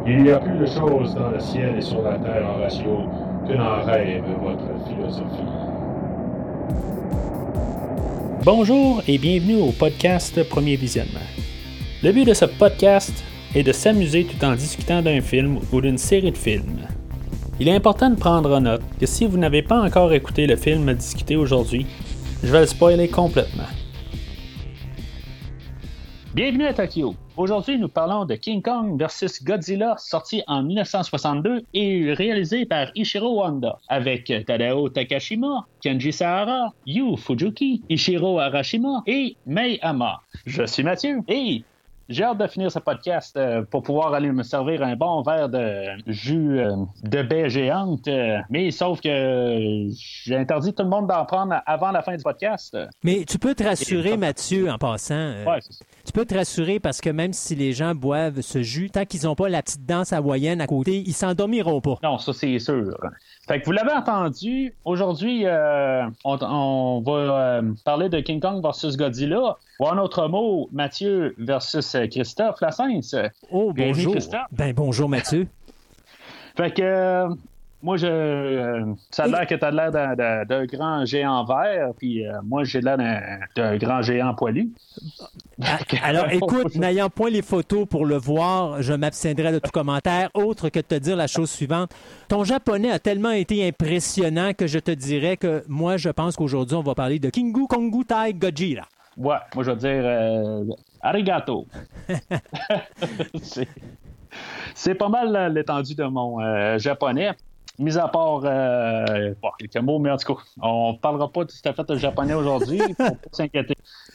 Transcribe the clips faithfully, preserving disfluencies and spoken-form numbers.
Il y a plus de choses dans le ciel et sur la terre, Horatio, que n'en rêve votre philosophie. Bonjour et bienvenue au podcast Premier Visionnement. Le but de ce podcast est de s'amuser tout en discutant d'un film ou d'une série de films. Il est important de prendre en note que si vous n'avez pas encore écouté le film à discuter aujourd'hui, je vais le spoiler complètement. Bienvenue à Tokyo. Aujourd'hui, nous parlons de King Kong versus Godzilla, sorti en dix-neuf cent soixante-deux et réalisé par Ishiro Honda, avec Tadao Takashima, Kenji Sahara, Yu Fujuki, Ishiro Arashima et Mei Hama. Je suis Mathieu et j'ai hâte de finir ce podcast euh, pour pouvoir aller me servir un bon verre de jus euh, de baie géante. Euh, mais sauf que euh, j'ai interdit tout le monde d'en prendre avant la fin du podcast. Mais tu peux te rassurer, Mathieu, en passant. Euh, ouais, c'est ça. Tu peux te rassurer parce que même si les gens boivent ce jus, tant qu'ils n'ont pas la petite danse hawaïenne à côté, ils s'endormiront pas. Non, ça c'est sûr. Fait que vous l'avez entendu, aujourd'hui, euh, on, on va euh, parler de King Kong versus Godzilla. Ou en autre mot, Mathieu versus Christophe Lassens. Oh, Bienvenue, bonjour. Christophe. Ben, bonjour, Mathieu. Fait que... Euh, Moi, je, euh, ça a l'air que tu as l'air d'un, d'un, d'un grand géant vert, puis euh, moi, j'ai l'air d'un, d'un grand géant poilu. Alors, écoute, n'ayant point les photos pour le voir, je m'abstiendrai de tout commentaire, autre que de te dire la chose suivante. Ton japonais a tellement été impressionnant que je te dirais que moi, je pense qu'aujourd'hui, on va parler de Kingu Kongu Tai Godzilla. Ouais, moi, je vais dire euh, arigato. c'est, c'est pas mal l'étendue de mon euh, japonais. Mis à part euh, bon, quelques mots, mais en tout cas, on ne parlera pas tout à fait de japonais aujourd'hui, il ne faut pas s'inquiéter.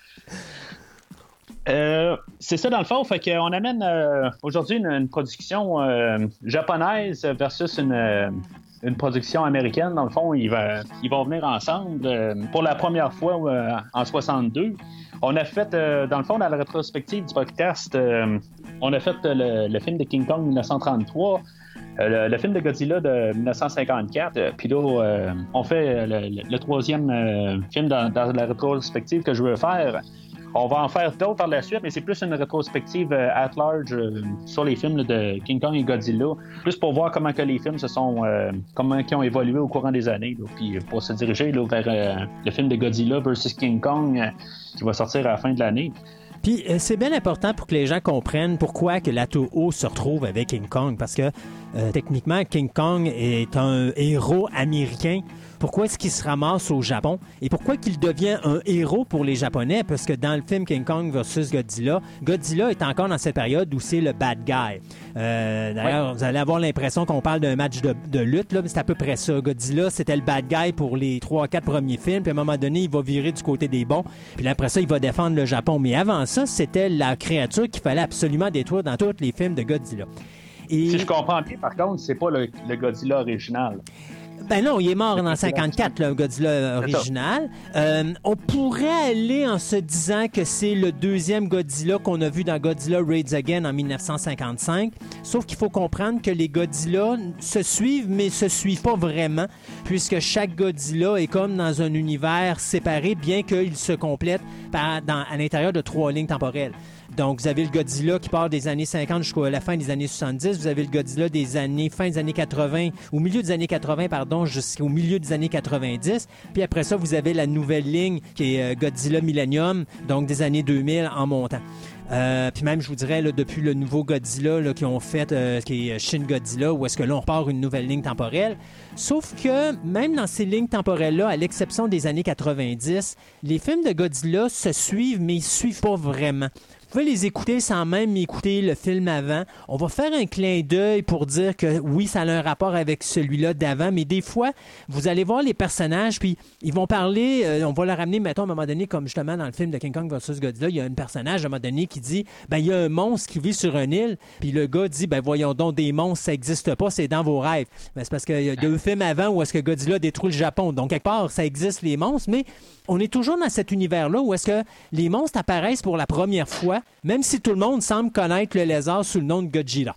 Euh, c'est ça dans le fond, fait qu'on amène euh, aujourd'hui une, une production euh, japonaise versus une, euh, une production américaine. Dans le fond, ils, va, ils vont venir ensemble euh, pour la première fois euh, en soixante-deux. On a fait, euh, dans le fond, dans la rétrospective du podcast, euh, on a fait euh, le, le film de King Kong dix-neuf cent trente-trois. Euh, le, le film de Godzilla de dix-neuf cent cinquante-quatre, euh, puis là, euh, on fait le, le, le troisième euh, film dans, dans la rétrospective que je veux faire. On va en faire d'autres par la suite, mais c'est plus une rétrospective euh, at large euh, sur les films là, de King Kong et Godzilla, plus pour voir comment que les films se sont, euh, comment ils ont évolué au courant des années, là, puis pour se diriger là, vers euh, le film de Godzilla versus King Kong euh, qui va sortir à la fin de l'année. Puis euh, c'est bien important pour que les gens comprennent pourquoi que la Toho se retrouve avec King Kong, parce que euh, techniquement, King Kong est un héros américain. Pourquoi est-ce qu'il se ramasse au Japon? Et pourquoi qu'il devient un héros pour les Japonais? Parce que dans le film King Kong versus Godzilla, Godzilla est encore dans cette période où c'est le bad guy. Euh, d'ailleurs, ouais. Vous allez avoir l'impression qu'on parle d'un match de, de lutte, là, mais c'est à peu près ça. Godzilla, c'était le bad guy pour les trois quatre premiers films, puis à un moment donné, il va virer du côté des bons, puis après ça, il va défendre le Japon. Mais avant ça, c'était la créature qu'il fallait absolument détruire dans tous les films de Godzilla. Et... Si je comprends bien, par contre, c'est pas le, le Godzilla original. Ben non, il est mort en cinquante-quatre, le Godzilla original. Euh, on pourrait aller en se disant que c'est le deuxième Godzilla qu'on a vu dans Godzilla Raids Again en dix-neuf cent cinquante-cinq. Sauf qu'il faut comprendre que les Godzilla se suivent, mais se suivent pas vraiment, puisque chaque Godzilla est comme dans un univers séparé, bien qu'il se complète par, dans, à l'intérieur de trois lignes temporelles. Donc, vous avez le Godzilla qui part des années cinquante jusqu'à la fin des années soixante-dix. Vous avez le Godzilla des années, fin des années quatre-vingts, au milieu des années quatre-vingts, pardon, jusqu'au milieu des années quatre-vingt-dix. Puis après ça, vous avez la nouvelle ligne qui est Godzilla Millennium, donc des années deux mille en montant. Euh, puis même, je vous dirais, là, depuis le nouveau Godzilla là, qu'ils ont fait, euh, qui est Shin Godzilla, où est-ce que là, on repart une nouvelle ligne temporelle. Sauf que, même dans ces lignes temporelles-là, à l'exception des années quatre-vingt-dix, les films de Godzilla se suivent, mais ils ne suivent pas vraiment. Vous pouvez les écouter sans même écouter le film avant. On va faire un clin d'œil pour dire que oui, ça a un rapport avec celui-là d'avant, mais des fois, vous allez voir les personnages, puis ils vont parler, euh, on va leur ramener, mettons, à un moment donné, comme justement dans le film de King Kong versus Godzilla, il y a un personnage, à un moment donné, qui dit, ben il y a un monstre qui vit sur une île, puis le gars dit, ben voyons donc, des monstres, ça n'existe pas, c'est dans vos rêves. Ben, c'est parce qu'il y a deux films avant où est-ce que Godzilla détruit le Japon. Donc, quelque part, ça existe, les monstres, mais on est toujours dans cet univers-là où est-ce que les monstres apparaissent pour la première fois, même si tout le monde semble connaître le lézard sous le nom de Godzilla.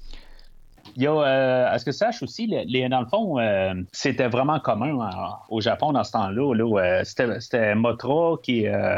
Il y a, euh, à ce que je sache aussi, les, les, dans le fond, euh, c'était vraiment commun euh, au Japon dans ce temps-là. Là, où, euh, c'était, c'était Mothra qui, euh,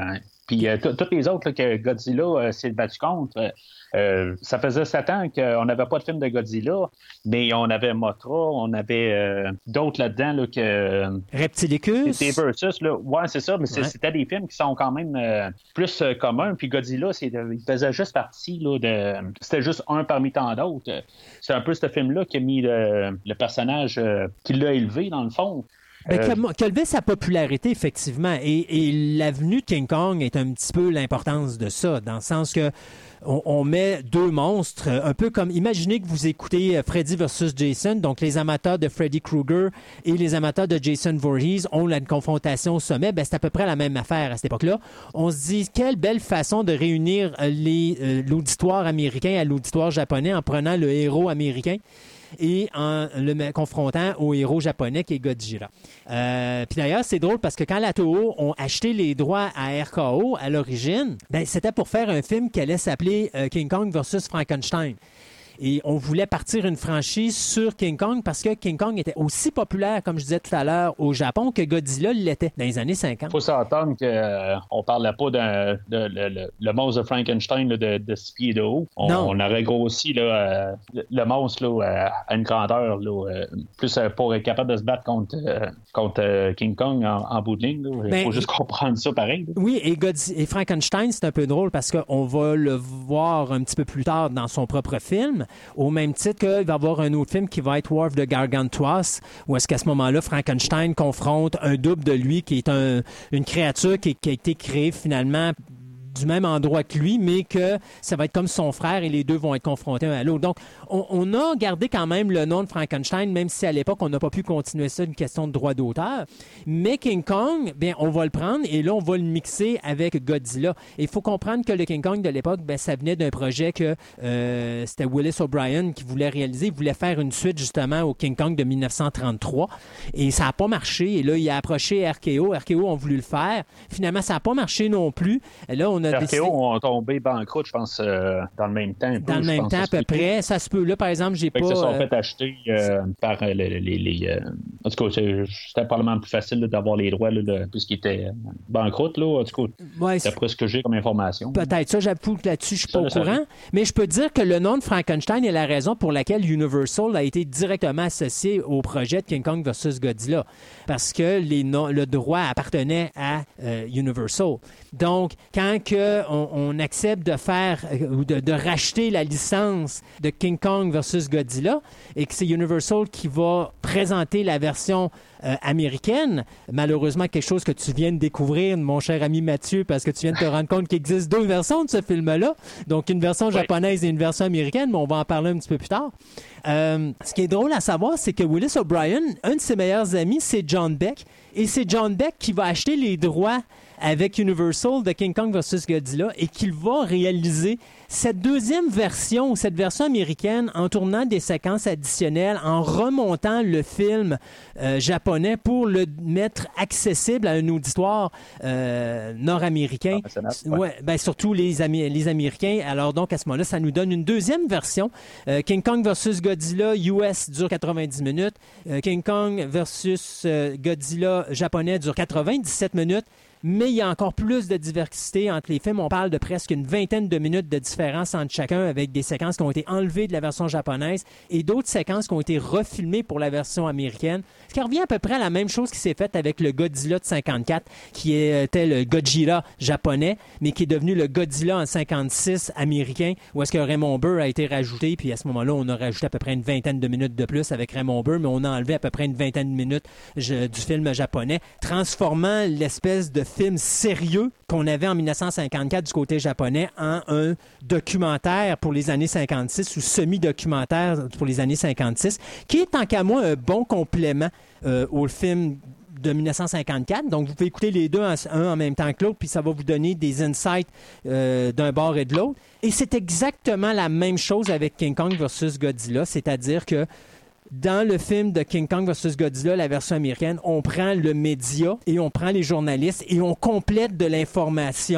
Puis euh, tous les autres là, que Godzilla euh, s'est battu contre, euh, euh, ça faisait sept ans qu'on n'avait pas de film de Godzilla, mais on avait Mothra, on avait euh, d'autres là-dedans là, que... Reptilicus. C'était Versus, là. Ouais, c'est ça, mais c'est, ouais. c'était des films qui sont quand même euh, plus euh, communs. Puis Godzilla, c'est, il faisait juste partie là, de... C'était juste un parmi tant d'autres. C'est un peu ce film-là qui a mis le, le personnage euh, qui l'a élevé, dans le fond. Ben, euh... qui a levé sa popularité, effectivement. Et, et l'avenue de King Kong est un petit peu l'importance de ça, dans le sens que on, on met deux monstres, un peu comme... Imaginez que vous écoutez Freddy versus Jason, donc les amateurs de Freddy Krueger et les amateurs de Jason Voorhees ont la confrontation au sommet. Ben, c'est à peu près la même affaire à cette époque-là. On se dit, quelle belle façon de réunir les, euh, l'auditoire américain à l'auditoire japonais en prenant le héros américain et en le confrontant au héros japonais qui est Godzilla. Euh, puis d'ailleurs, c'est drôle parce que quand la Toho ont acheté les droits à R K O à l'origine, ben, c'était pour faire un film qui allait s'appeler euh, King Kong versus Frankenstein. Et on voulait partir une franchise sur King Kong parce que King Kong était aussi populaire, comme je disais tout à l'heure, au Japon que Godzilla l'était dans les années cinquante. Il faut s'entendre qu'on euh, ne parlait pas d'un de, de, de, le monstre de Frankenstein là, de, de six pieds de haut. On, non. on aurait grossi là, euh, le, le monstre là, à une grandeur là, euh, plus euh, pour être capable de se battre contre, euh, contre euh, King Kong en, en bout de ligne. Il ben, faut juste comprendre ça pareil. Là. Oui, et, Godzilla, et Frankenstein, c'est un peu drôle parce qu'on va le voir un petit peu plus tard dans son propre film. Au même titre qu'il va y avoir un autre film qui va être War of the Gargantuas, où est-ce qu'à ce moment-là, Frankenstein confronte un double de lui qui est un, une créature qui, qui a été créée finalement du même endroit que lui, mais que ça va être comme son frère et les deux vont être confrontés un à l'autre. Donc, on, on a gardé quand même le nom de Frankenstein, même si à l'époque, on n'a pas pu continuer ça, une question de droit d'auteur. Mais King Kong, bien, on va le prendre et là, on va le mixer avec Godzilla. Et il faut comprendre que le King Kong de l'époque, bien, ça venait d'un projet que euh, c'était Willis O'Brien qui voulait réaliser. Il voulait faire une suite, justement, au King Kong de dix-neuf cent trente-trois. Et ça n'a pas marché. Et là, il a approché R K O. R K O ont voulu le faire. Finalement, ça n'a pas marché non plus. Et là, on a R K O décidé... ont tombé banqueroute, je pense, euh, dans le même temps. Dans peu, le même temps, à peu près. Ça se peut. Là, par exemple, j'ai fait pas... Ils se sont euh... fait acheter euh, par euh, les... les, les euh... En tout cas, c'était probablement plus facile là, d'avoir les droits, là, de, puisqu'ils étaient banqueroute, là. En tout cas, ouais, d'après ce que j'ai comme information. Peut-être. Ça, j'avoue que là-dessus, je suis ça, pas au courant. Savait. Mais je peux dire que le nom de Frankenstein est la raison pour laquelle Universal a été directement associé au projet de King Kong versus Godzilla. Parce que les no- le droit appartenait à euh, Universal. Donc, quand que on, on accepte de faire ou de, de racheter la licence de King Kong versus Godzilla et que c'est Universal qui va présenter la version euh, américaine, malheureusement quelque chose que tu viens de découvrir, mon cher ami Mathieu, parce que tu viens de te rendre compte qu'il existe deux versions de ce film-là, donc une version japonaise oui. et une version américaine, mais on va en parler un petit peu plus tard. Euh, ce qui est drôle à savoir, c'est que Willis O'Brien, un de ses meilleurs amis, c'est John Beck, et c'est John Beck qui va acheter les droits avec Universal de King Kong versus Godzilla et qu'il va réaliser cette deuxième version, cette version américaine, en tournant des séquences additionnelles, en remontant le film euh, japonais pour le mettre accessible à un auditoire euh, nord-américain. Ah, ouais. Ouais, ben, surtout les, Am- les Américains. Alors donc, à ce moment-là, ça nous donne une deuxième version. Euh, King Kong versus Godzilla U S dure quatre-vingt-dix minutes. Euh, King Kong versus euh, Godzilla japonais dure quatre-vingt-dix-sept minutes. Mais il y a encore plus de diversité entre les films. On parle de presque une vingtaine de minutes de différence entre chacun avec des séquences qui ont été enlevées de la version japonaise et d'autres séquences qui ont été refilmées pour la version américaine. Ce qui revient à peu près à la même chose qui s'est faite avec le Godzilla de cinquante-quatre, qui était le Godzilla japonais, mais qui est devenu le Godzilla en cinquante-six américain, où est-ce que Raymond Burr a été rajouté. Puis à ce moment-là, on a rajouté à peu près une vingtaine de minutes de plus avec Raymond Burr, mais on a enlevé à peu près une vingtaine de minutes je, du film japonais, transformant l'espèce de film sérieux qu'on avait en dix-neuf cent cinquante-quatre du côté japonais en un documentaire pour les années cinquante-six ou semi-documentaire pour les années cinquante-six, qui est tant qu'à moi un bon complément euh, au film de dix-neuf cent cinquante-quatre. Donc, vous pouvez écouter les deux, un en même temps que l'autre, puis ça va vous donner des insights euh, d'un bord et de l'autre. Et c'est exactement la même chose avec King Kong versus Godzilla, c'est-à-dire que dans le film de King Kong versus Godzilla, la version américaine, on prend le média et on prend les journalistes et on complète de l'information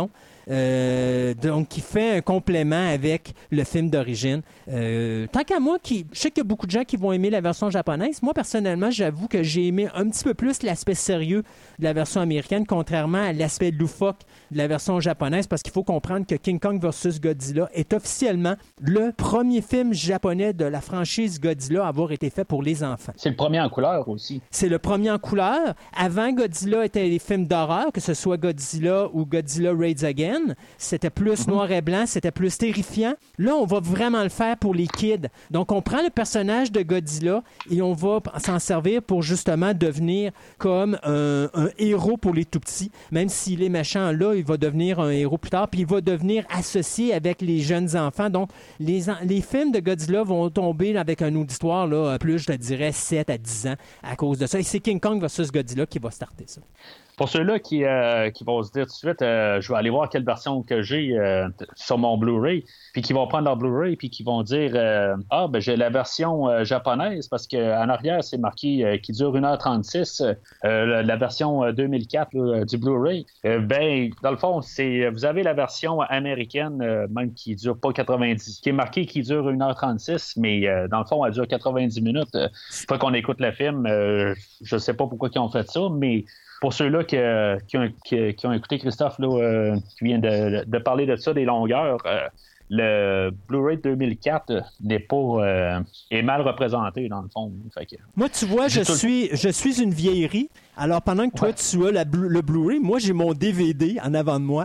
euh, donc qui fait un complément avec le film d'origine. Euh, tant qu'à moi, qui, je sais qu'il y a beaucoup de gens qui vont aimer la version japonaise. Moi, personnellement, j'avoue que j'ai aimé un petit peu plus l'aspect sérieux de la version américaine, contrairement à l'aspect loufoque de la version japonaise, parce qu'il faut comprendre que King Kong versus Godzilla est officiellement le premier film japonais de la franchise Godzilla à avoir été fait pour les enfants. C'est le premier en couleur aussi. C'est le premier en couleur. Avant, Godzilla était des films d'horreur, que ce soit Godzilla ou Godzilla Raids Again. C'était plus mm-hmm. noir et blanc, c'était plus terrifiant. Là, on va vraiment le faire pour les kids. Donc, on prend le personnage de Godzilla et on va s'en servir pour justement devenir comme un, un héros pour les tout-petits. Même s'il est méchant là, il va devenir un héros plus tard, puis il va devenir associé avec les jeunes enfants. Donc, les, les films de Godzilla vont tomber avec un auditoire, là, plus, je te dirais, sept à dix ans à cause de ça. Et c'est King Kong versus Godzilla qui va starter ça. Pour ceux-là qui, euh, qui vont se dire tout de suite, euh, je vais aller voir quelle version que j'ai euh, sur mon Blu-ray, puis qui vont prendre leur Blu-ray, puis qui vont dire euh, ah, ben j'ai la version euh, japonaise, parce qu'en arrière, c'est marqué euh, qui dure une heure trente-six, euh, la, la version euh, deux mille quatre là, du Blu-ray. Euh, ben, dans le fond, c'est vous avez la version américaine, euh, même qui dure pas quatre-vingt-dix, qui est marqué qui dure une heure trente-six, mais euh, dans le fond, elle dure quatre-vingt-dix minutes. Une fois qu'on écoute le film, euh, je sais pas pourquoi ils ont fait ça, mais pour ceux-là qui, qui, ont, qui, qui ont écouté Christophe, là, euh, qui vient de, de parler de ça, des longueurs, euh, le Blu-ray deux mille quatre n'est pas euh, est mal représenté dans le fond. Fait que, moi, tu vois, je suis, je suis une vieillerie. Alors, pendant que toi, ouais. tu as la, le Blu-ray, moi, j'ai mon D V D en avant de moi.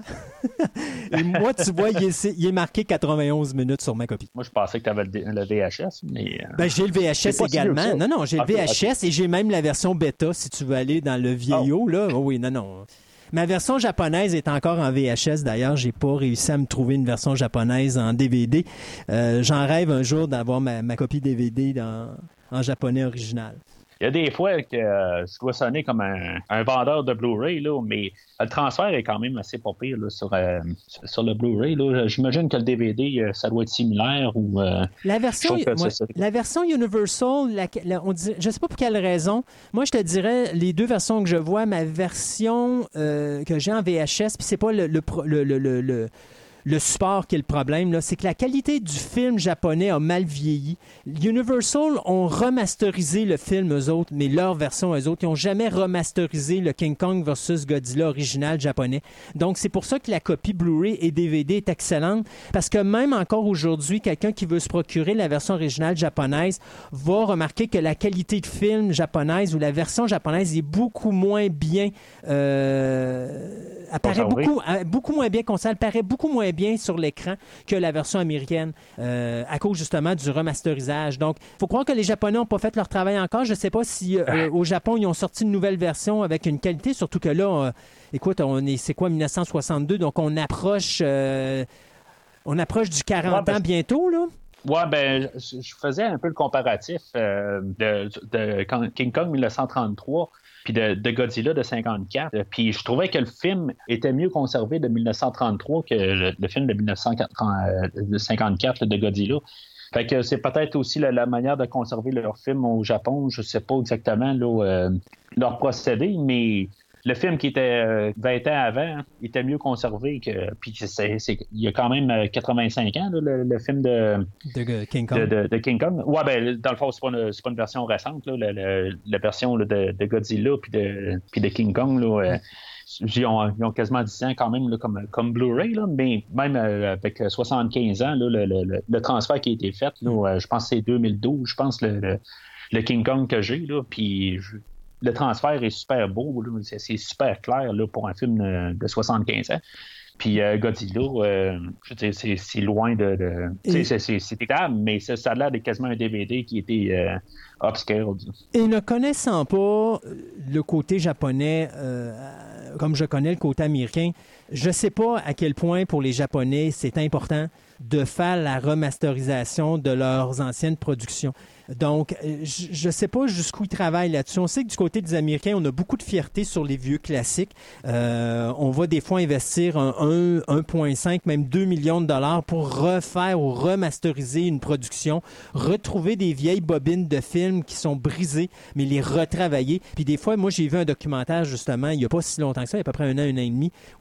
Et moi, tu vois, il est, il est marqué quatre-vingt-onze minutes sur ma copie. Moi, je pensais que tu avais le, le V H S, mais... Euh... Ben, j'ai le V H S également. Si non, non, j'ai okay, le V H S okay. Et j'ai même la version bêta, si tu veux aller dans le vieillot, oh. là. Oh, oui, non, non. Ma version japonaise est encore en V H S. D'ailleurs, j'ai pas réussi à me trouver une version japonaise en D V D. Euh, j'en rêve un jour d'avoir ma, ma copie D V D dans, en japonais original. Il y a des fois que euh, ça doit sonner comme un, un vendeur de Blu-ray, là, mais le transfert est quand même assez pas pire là, sur, euh, sur le Blu-ray. Là. J'imagine que le D V D, ça doit être similaire. Ou, euh, la, version, moi, ça, la version Universal, la, la, on dit, je ne sais pas pour quelle raison, moi je te dirais, les deux versions que je vois, ma version euh, que j'ai en V H S, puis c'est pas le... le, le, le, le, le Le support qui est le problème, là, c'est que la qualité du film japonais a mal vieilli. Universal ont remasterisé le film, eux autres, mais leur version, eux autres, ils n'ont jamais remasterisé le King Kong versus Godzilla original japonais. Donc, c'est pour ça que la copie Blu-ray et D V D est excellente, parce que même encore aujourd'hui, quelqu'un qui veut se procurer la version originale japonaise va remarquer que la qualité de film japonaise ou la version japonaise est beaucoup moins bien... Euh, apparaît beaucoup, beaucoup moins bien conservée, elle paraît beaucoup moins bien sur l'écran que la version américaine euh, à cause justement du remasterisage. Donc, il faut croire que les Japonais n'ont pas fait leur travail encore. Je ne sais pas si euh, au Japon, ils ont sorti une nouvelle version avec une qualité, surtout que là, euh, écoute, on est, c'est quoi, dix-neuf cent soixante-deux, donc on approche, euh, on approche du quarante ouais, ans bientôt, là. Ouais, ben, je faisais un peu le comparatif euh, de, de King Kong dix-neuf cent trente-trois puis de, de Godzilla de cinquante-quatre. Puis je trouvais que le film était mieux conservé de dix-neuf cent trente-trois que le, le film de dix-neuf cent cinquante-quatre de Godzilla. Fait que c'est peut-être aussi la, la manière de conserver leur film au Japon. Je sais pas exactement là, euh, leur procédé, mais le film qui était euh, vingt ans avant hein, était mieux conservé que. Puis c'est, c'est, il y a quand même quatre-vingt-cinq ans, là, le, le film de, de King Kong. De, de, de King Kong. Ouais, ben, dans le fond, c'est pas une, c'est pas une version récente, là, la, la, la version là, de, de Godzilla puis de, puis de King Kong. Là, euh, ils, ont, ils ont quasiment dix ans quand même là, comme, comme Blu-ray, là, mais même euh, avec soixante-quinze ans, là, le, le, le transfert qui a été fait, là, euh, je pense que c'est deux mille douze, je pense, le, le, le King Kong que j'ai, là, puis. Je, le transfert est super beau, là. C'est, c'est super clair là, pour un film de, de soixante-quinze ans. Puis euh, Godzilla, euh, je veux dire, c'est, c'est loin de... de Et... c'est, c'est, c'est étable, mais ça, ça a l'air d'être quasiment un D V D qui était euh, upscale. Et ne connaissant pas le côté japonais, euh, comme je connais le côté américain, je ne sais pas à quel point pour les Japonais c'est important de faire la remasterisation de leurs anciennes productions. Donc, je ne sais pas jusqu'où ils travaillent là-dessus. On sait que du côté des Américains, on a beaucoup de fierté sur les vieux classiques. Euh, on va des fois investir un, un, un virgule cinq, même deux millions de dollars pour refaire ou remasteriser une production, retrouver des vieilles bobines de films qui sont brisées, mais les retravailler. Puis des fois, moi, j'ai vu un documentaire, justement, il n'y a pas si longtemps que ça, il y a à peu près un an, un an et demi, où est-ce qu'on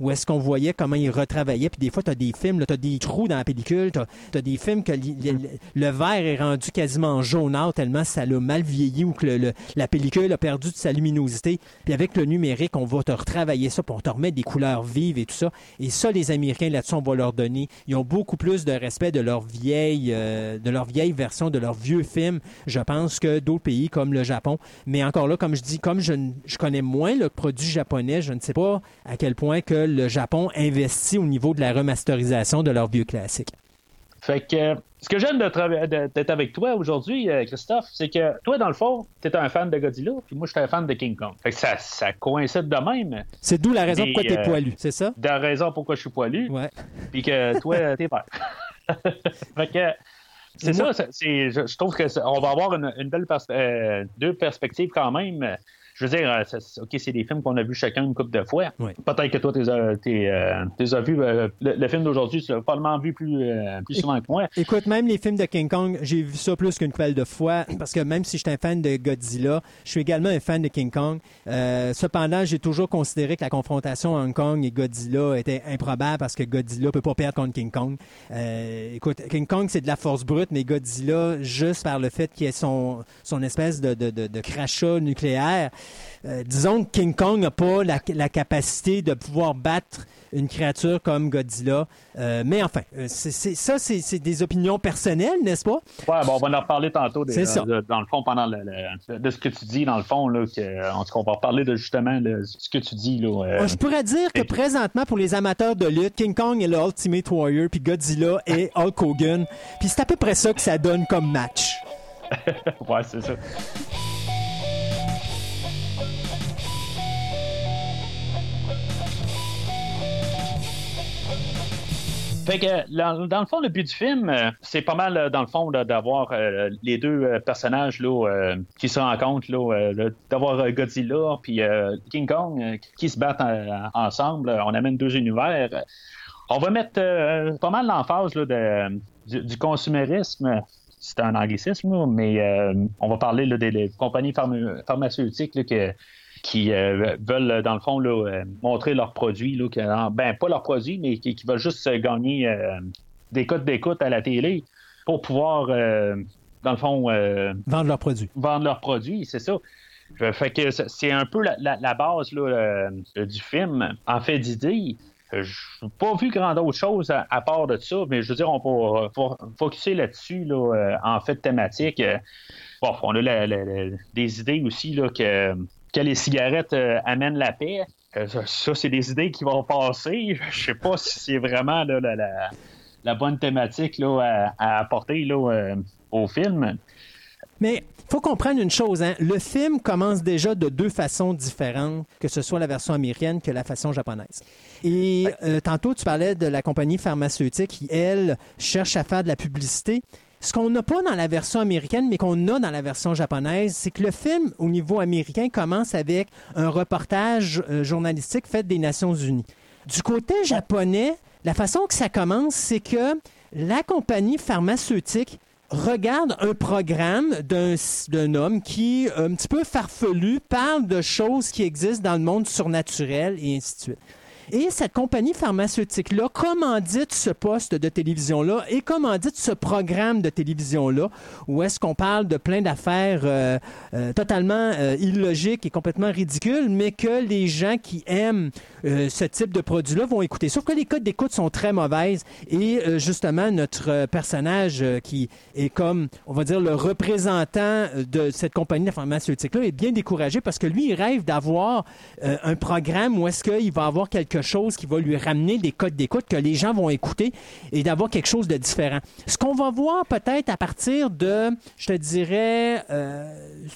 voyait comment ils retravaillaient. Puis des fois, tu as des films, tu as des trous dans la pellicule, tu as des films que li, li, le verre est rendu quasiment jaunâtre tellement ça l'a mal vieilli ou que le, le, la pellicule a perdu de sa luminosité. Puis avec le numérique, on va te retravailler ça, puis on te remet des couleurs vives et tout ça. Et ça, les Américains, là-dessus, on va leur donner. Ils ont beaucoup plus de respect de leur vieille, euh, de leur vieille version, de leurs vieux films, je pense, que d'autres pays comme le Japon. Mais encore là, comme je dis, comme je, je connais moins le produit japonais, je ne sais pas à quel point que le Japon investit au niveau de la remasterisation de leurs vieux classiques. Fait que euh, ce que j'aime de tra- de, d'être avec toi aujourd'hui, euh, Christophe, c'est que toi, dans le fond, t'es un fan de Godzilla, puis moi, je suis un fan de King Kong. Fait que ça, ça coïncide de même. C'est d'où la raison Et, pourquoi t'es euh, poilu, c'est ça? De la raison pourquoi je suis poilu. Ouais. Puis que toi, t'es père. Fait que c'est moi... ça, c'est, je, je trouve que on va avoir une, une belle pers- euh, deux perspectives quand même. Je veux dire, c'est, OK, c'est des films qu'on a vus chacun une couple de fois. Oui. Peut-être que toi, tu les as vus. Euh, le, le film d'aujourd'hui, tu l'as probablement vu plus, euh, plus souvent que moi. Écoute, même les films de King Kong, j'ai vu ça plus qu'une couple de fois, parce que même si je suis un fan de Godzilla, je suis également un fan de King Kong. Euh, cependant, j'ai toujours considéré que la confrontation Hong Kong et Godzilla était improbable, parce que Godzilla peut pas perdre contre King Kong. Euh, écoute, King Kong, c'est de la force brute, mais Godzilla, juste par le fait qu'il ait son, son espèce de, de, de, de crachat nucléaire, Euh, disons que King Kong n'a pas la, la capacité de pouvoir battre une créature comme Godzilla. Euh, mais enfin, c'est, c'est, ça, c'est, c'est des opinions personnelles, n'est-ce pas? Ouais, bon, on va en reparler tantôt. Des, c'est ça. De, dans le fond, pendant le, le, de ce que tu dis, dans le fond, là, que, en tout cas, on va reparler de justement de ce que tu dis. Là, euh, Je pourrais dire que présentement, pour les amateurs de lutte, King Kong est le Ultimate Warrior, puis Godzilla est Hulk Hogan. Puis c'est à peu près ça que ça donne comme match. Ouais, c'est ça. Fait que, dans, dans le fond, le but du film, euh, c'est pas mal, dans le fond, là, d'avoir euh, les deux euh, personnages là, euh, qui se rencontrent, là, euh, d'avoir euh, Godzilla puis euh, King Kong euh, qui se battent euh, ensemble. On amène deux univers. On va mettre euh, pas mal l'emphase là, de, du, du consumérisme. C'est un anglicisme, là, mais euh, on va parler là, des, des compagnies pharma- pharmaceutiques là, que qui euh, veulent, dans le fond, là, euh, montrer leurs produits, là, que, ben, pas leurs produits, mais qui, qui veulent juste gagner euh, des codes d'écoute à la télé pour pouvoir, euh, dans le fond... Euh, vendre leurs produits. Vendre leurs produits, c'est ça. Fait que c'est un peu la, la, la base là, euh, du film. En fait d'idée, je n'ai pas vu grand autre chose à, à part de ça, mais je veux dire, on peut, peut focusser là-dessus, là, euh, en fait thématique. Bon, on a la, la, la, des idées aussi là, que... que les cigarettes euh, amènent la paix. Euh, ça, ça, c'est des idées qui vont passer. Je sais pas si c'est vraiment là, la, la, la bonne thématique là, à, à apporter là, euh, au film. Mais il faut comprendre une chose, hein? Le film commence déjà de deux façons différentes, que ce soit la version américaine que la façon japonaise. Et euh, tantôt, tu parlais de la compagnie pharmaceutique qui, elle, cherche à faire de la publicité. Ce qu'on n'a pas dans la version américaine, mais qu'on a dans la version japonaise, c'est que le film, au niveau américain, commence avec un reportage euh, journalistique fait des Nations Unies. Du côté japonais, la façon que ça commence, c'est que la compagnie pharmaceutique regarde un programme d'un, d'un homme qui, un petit peu farfelu, parle de choses qui existent dans le monde surnaturel et ainsi de suite. Et cette compagnie pharmaceutique-là commandite ce poste de télévision-là et commandite ce programme de télévision-là où est-ce qu'on parle de plein d'affaires euh, euh, totalement euh, illogiques et complètement ridicules, mais que les gens qui aiment euh, ce type de produit-là vont écouter. Sauf que les codes d'écoute sont très mauvaises et euh, justement, notre personnage euh, qui est comme, on va dire, le représentant de cette compagnie pharmaceutique-là est bien découragé parce que lui, il rêve d'avoir euh, un programme où est-ce qu'il va avoir quelque chose qui va lui ramener des codes d'écoute que les gens vont écouter et d'avoir quelque chose de différent. Ce qu'on va voir peut-être à partir de, je te dirais, euh,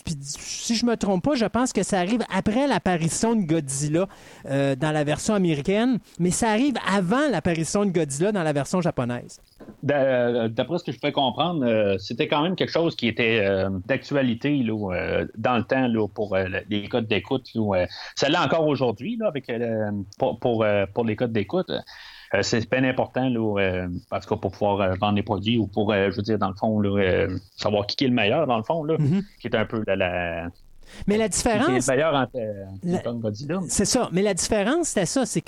si je me trompe pas, je pense que ça arrive après l'apparition de Godzilla euh, dans la version américaine, mais ça arrive avant l'apparition de Godzilla dans la version japonaise. D'après ce que je peux comprendre, euh, c'était quand même quelque chose qui était euh, d'actualité là, euh, dans le temps là, pour euh, les codes d'écoute. Là, euh, ça l'est encore aujourd'hui là, avec, euh, pour, pour, euh, pour les codes d'écoute. Euh, c'est bien important là, euh, en tout cas pour pouvoir euh, vendre des produits ou pour, euh, je veux dire, dans le fond, là, euh, savoir qui est le meilleur, dans le fond, là, mm-hmm. qui est un peu la... la Mais la différence... Qui est le meilleur entre, euh, la... entre Godzilla. C'est ça. Mais la différence, c'était ça, c'est que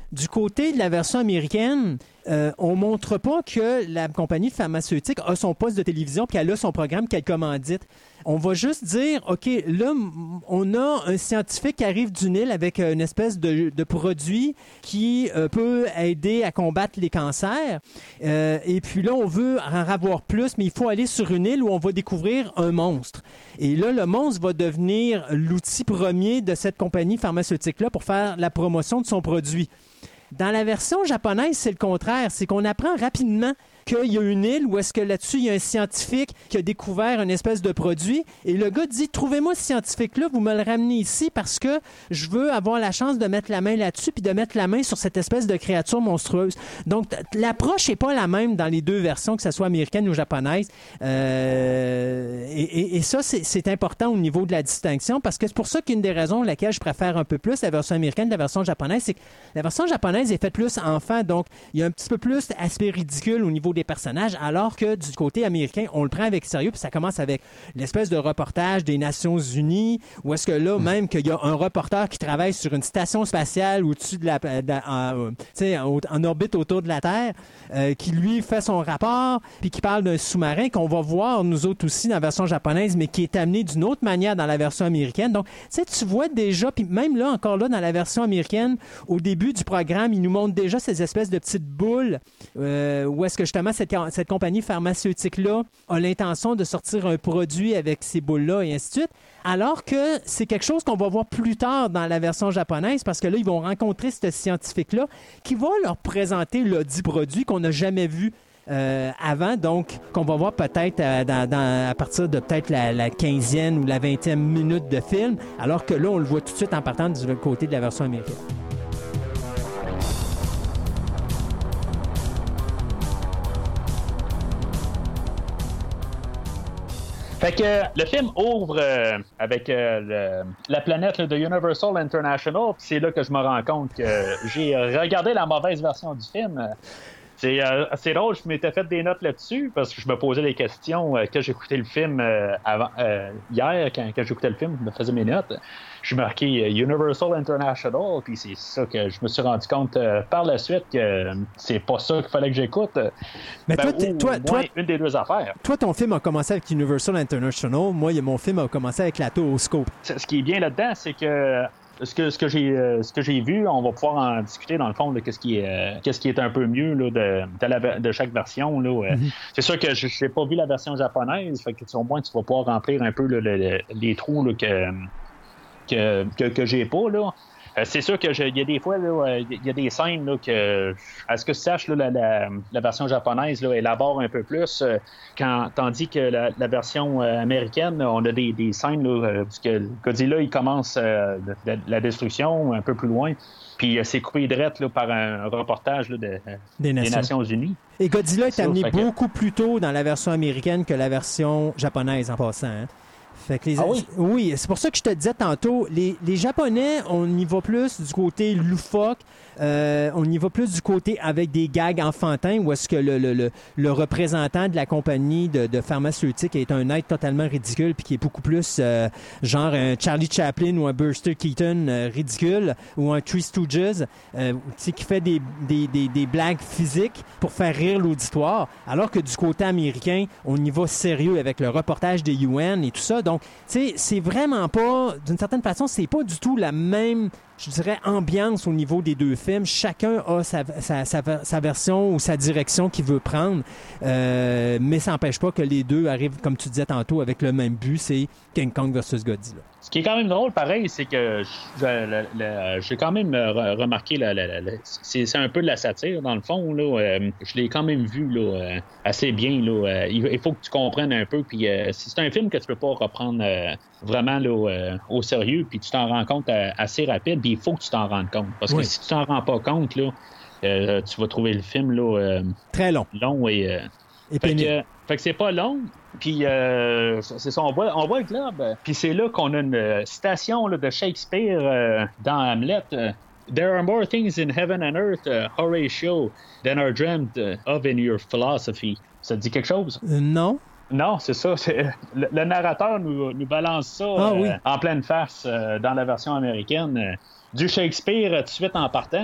du côté de la version américaine, euh, on ne montre pas que la compagnie pharmaceutique a son poste de télévision puis elle a son programme qu'elle commandite. On va juste dire, OK, là, on a un scientifique qui arrive d'une île avec une espèce de, de produit qui euh, peut aider à combattre les cancers. Euh, et puis là, on veut en avoir plus, mais il faut aller sur une île où on va découvrir un monstre. Et là, le monstre va devenir l'outil premier de cette compagnie pharmaceutique-là pour faire la promotion de son produit. Dans la version japonaise, c'est le contraire. C'est qu'on apprend rapidement qu'il y a une île où est-ce que là-dessus, il y a un scientifique qui a découvert une espèce de produit. Et le gars dit, trouvez-moi ce scientifique-là, vous me le ramenez ici parce que je veux avoir la chance de mettre la main là-dessus puis de mettre la main sur cette espèce de créature monstrueuse. Donc, l'approche n'est pas la même dans les deux versions, que ce soit américaine ou japonaise. Euh, et, et, et ça, c'est, c'est important au niveau de la distinction parce que c'est pour ça qu'une des raisons pour laquelle je préfère un peu plus la version américaine de la version japonaise, c'est que la version japonaise est faite plus enfant, donc il y a un petit peu plus d'aspect ridicule au niveau des personnages, alors que du côté américain, on le prend avec sérieux, puis ça commence avec l'espèce de reportage des Nations Unies, où est-ce que là, même qu'il y a un reporter qui travaille sur une station spatiale au-dessus de la, de la en, en, en orbite autour de la Terre, euh, qui lui fait son rapport, puis qui parle d'un sous-marin qu'on va voir nous autres aussi dans la version japonaise, mais qui est amené d'une autre manière dans la version américaine. Donc, tu sais, tu vois déjà, puis même là, encore là, dans la version américaine, au début du programme, il nous montre déjà ces espèces de petites boules euh, où est-ce que justement cette, cette compagnie pharmaceutique-là a l'intention de sortir un produit avec ces boules-là et ainsi de suite, alors que c'est quelque chose qu'on va voir plus tard dans la version japonaise parce que là, ils vont rencontrer ce scientifique-là qui va leur présenter le dit produit qu'on n'a jamais vu Euh, avant, donc, qu'on va voir peut-être euh, dans, dans, à partir de peut-être la, la quinzième ou la vingtième minute de film, alors que là, on le voit tout de suite en partant du côté de la version américaine. Fait que le film ouvre euh, avec euh, le, la planète là, de Universal International, puis c'est là que je me rends compte que j'ai regardé la mauvaise version du film. C'est, euh, c'est drôle, je m'étais fait des notes là-dessus parce que je me posais des questions euh, quand j'écoutais le film euh, avant, euh, hier, quand, quand j'écoutais le film, je me faisais mes notes. Je suis marqué euh, Universal International, puis c'est ça que je me suis rendu compte euh, par la suite que euh, c'est pas ça qu'il fallait que j'écoute. Mais ben, toi, ou, toi, toi, une des deux affaires. Toi, ton film a commencé avec Universal International. Moi, mon film a commencé avec la Tooscope. Ce qui est bien là-dedans, c'est que Ce que, ce, que j'ai, euh, ce que j'ai vu, on va pouvoir en discuter dans le fond de qu'est-ce qui est, euh, qu'est-ce qui est un peu mieux là, de, de, la, de chaque version. Là, euh. Mm-hmm. C'est sûr que je n'ai pas vu la version japonaise, fait que au moins tu vas pouvoir remplir un peu là, le, le, les trous là, que, que, que, que j'ai pas. Là. Euh, c'est sûr qu'il y a des fois, il y a des scènes là, que, à ce que je sache, là, la, la, la version japonaise là, élabore un peu plus, euh, quand, tandis que la, la version euh, américaine, on a des, des scènes là, euh, parce que Godzilla, il commence euh, de, de, la destruction un peu plus loin, puis euh, c'est coupé direct là, par un reportage là, de, des, Nations. des Nations Unies. Et Godzilla est ça, amené que... beaucoup plus tôt dans la version américaine que la version japonaise en passant, hein? Fait que les... Ah oui? Oui, c'est pour ça que je te disais tantôt, les, les Japonais, on y va plus du côté loufoque, euh, on y va plus du côté avec des gags enfantins, où est-ce que le, le, le, le représentant de la compagnie de, de pharmaceutique est un être totalement ridicule, puis qui est beaucoup plus euh, genre un Charlie Chaplin ou un Buster Keaton euh, ridicule, ou un Three Stooges, euh, qui fait des, des, des, des blagues physiques pour faire rire l'auditoire, alors que du côté américain, on y va sérieux avec le reportage des U N et tout ça. Donc, tu sais, c'est vraiment pas, d'une certaine façon, c'est pas du tout la même, je dirais, ambiance au niveau des deux films. Chacun a sa, sa, sa, sa version ou sa direction qu'il veut prendre, euh, mais ça n'empêche pas que les deux arrivent, comme tu disais tantôt, avec le même but, c'est King Kong versus Godzilla. Ce qui est quand même drôle, pareil, c'est que je, le, le, j'ai quand même remarqué, le, le, le, c'est, c'est un peu de la satire, dans le fond. Là, euh, je l'ai quand même vu là, euh, assez bien. Là, euh, il, il faut que tu comprennes un peu. Puis, euh, c'est un film que tu peux pas reprendre euh, vraiment là, euh, au sérieux, puis tu t'en rends compte euh, assez rapide, puis il faut que tu t'en rendes compte. Parce oui. que si tu t'en rends pas compte, là, euh, tu vas trouver le film là, euh, très long. Long et... Euh, et fait, que, fait que c'est pas long. Puis, euh, c'est ça, on voit, on voit le globe. Puis, c'est là qu'on a une citation là, de Shakespeare euh, dans Hamlet. Euh, There are more things in heaven and earth, uh, Horatio, than are dreamt of in your philosophy. Ça te dit quelque chose? Euh, non. Non, c'est ça. C'est, le, le narrateur nous, nous balance ça ah, euh, oui. en pleine face euh, dans la version américaine. Euh, du Shakespeare euh, tout de suite en partant.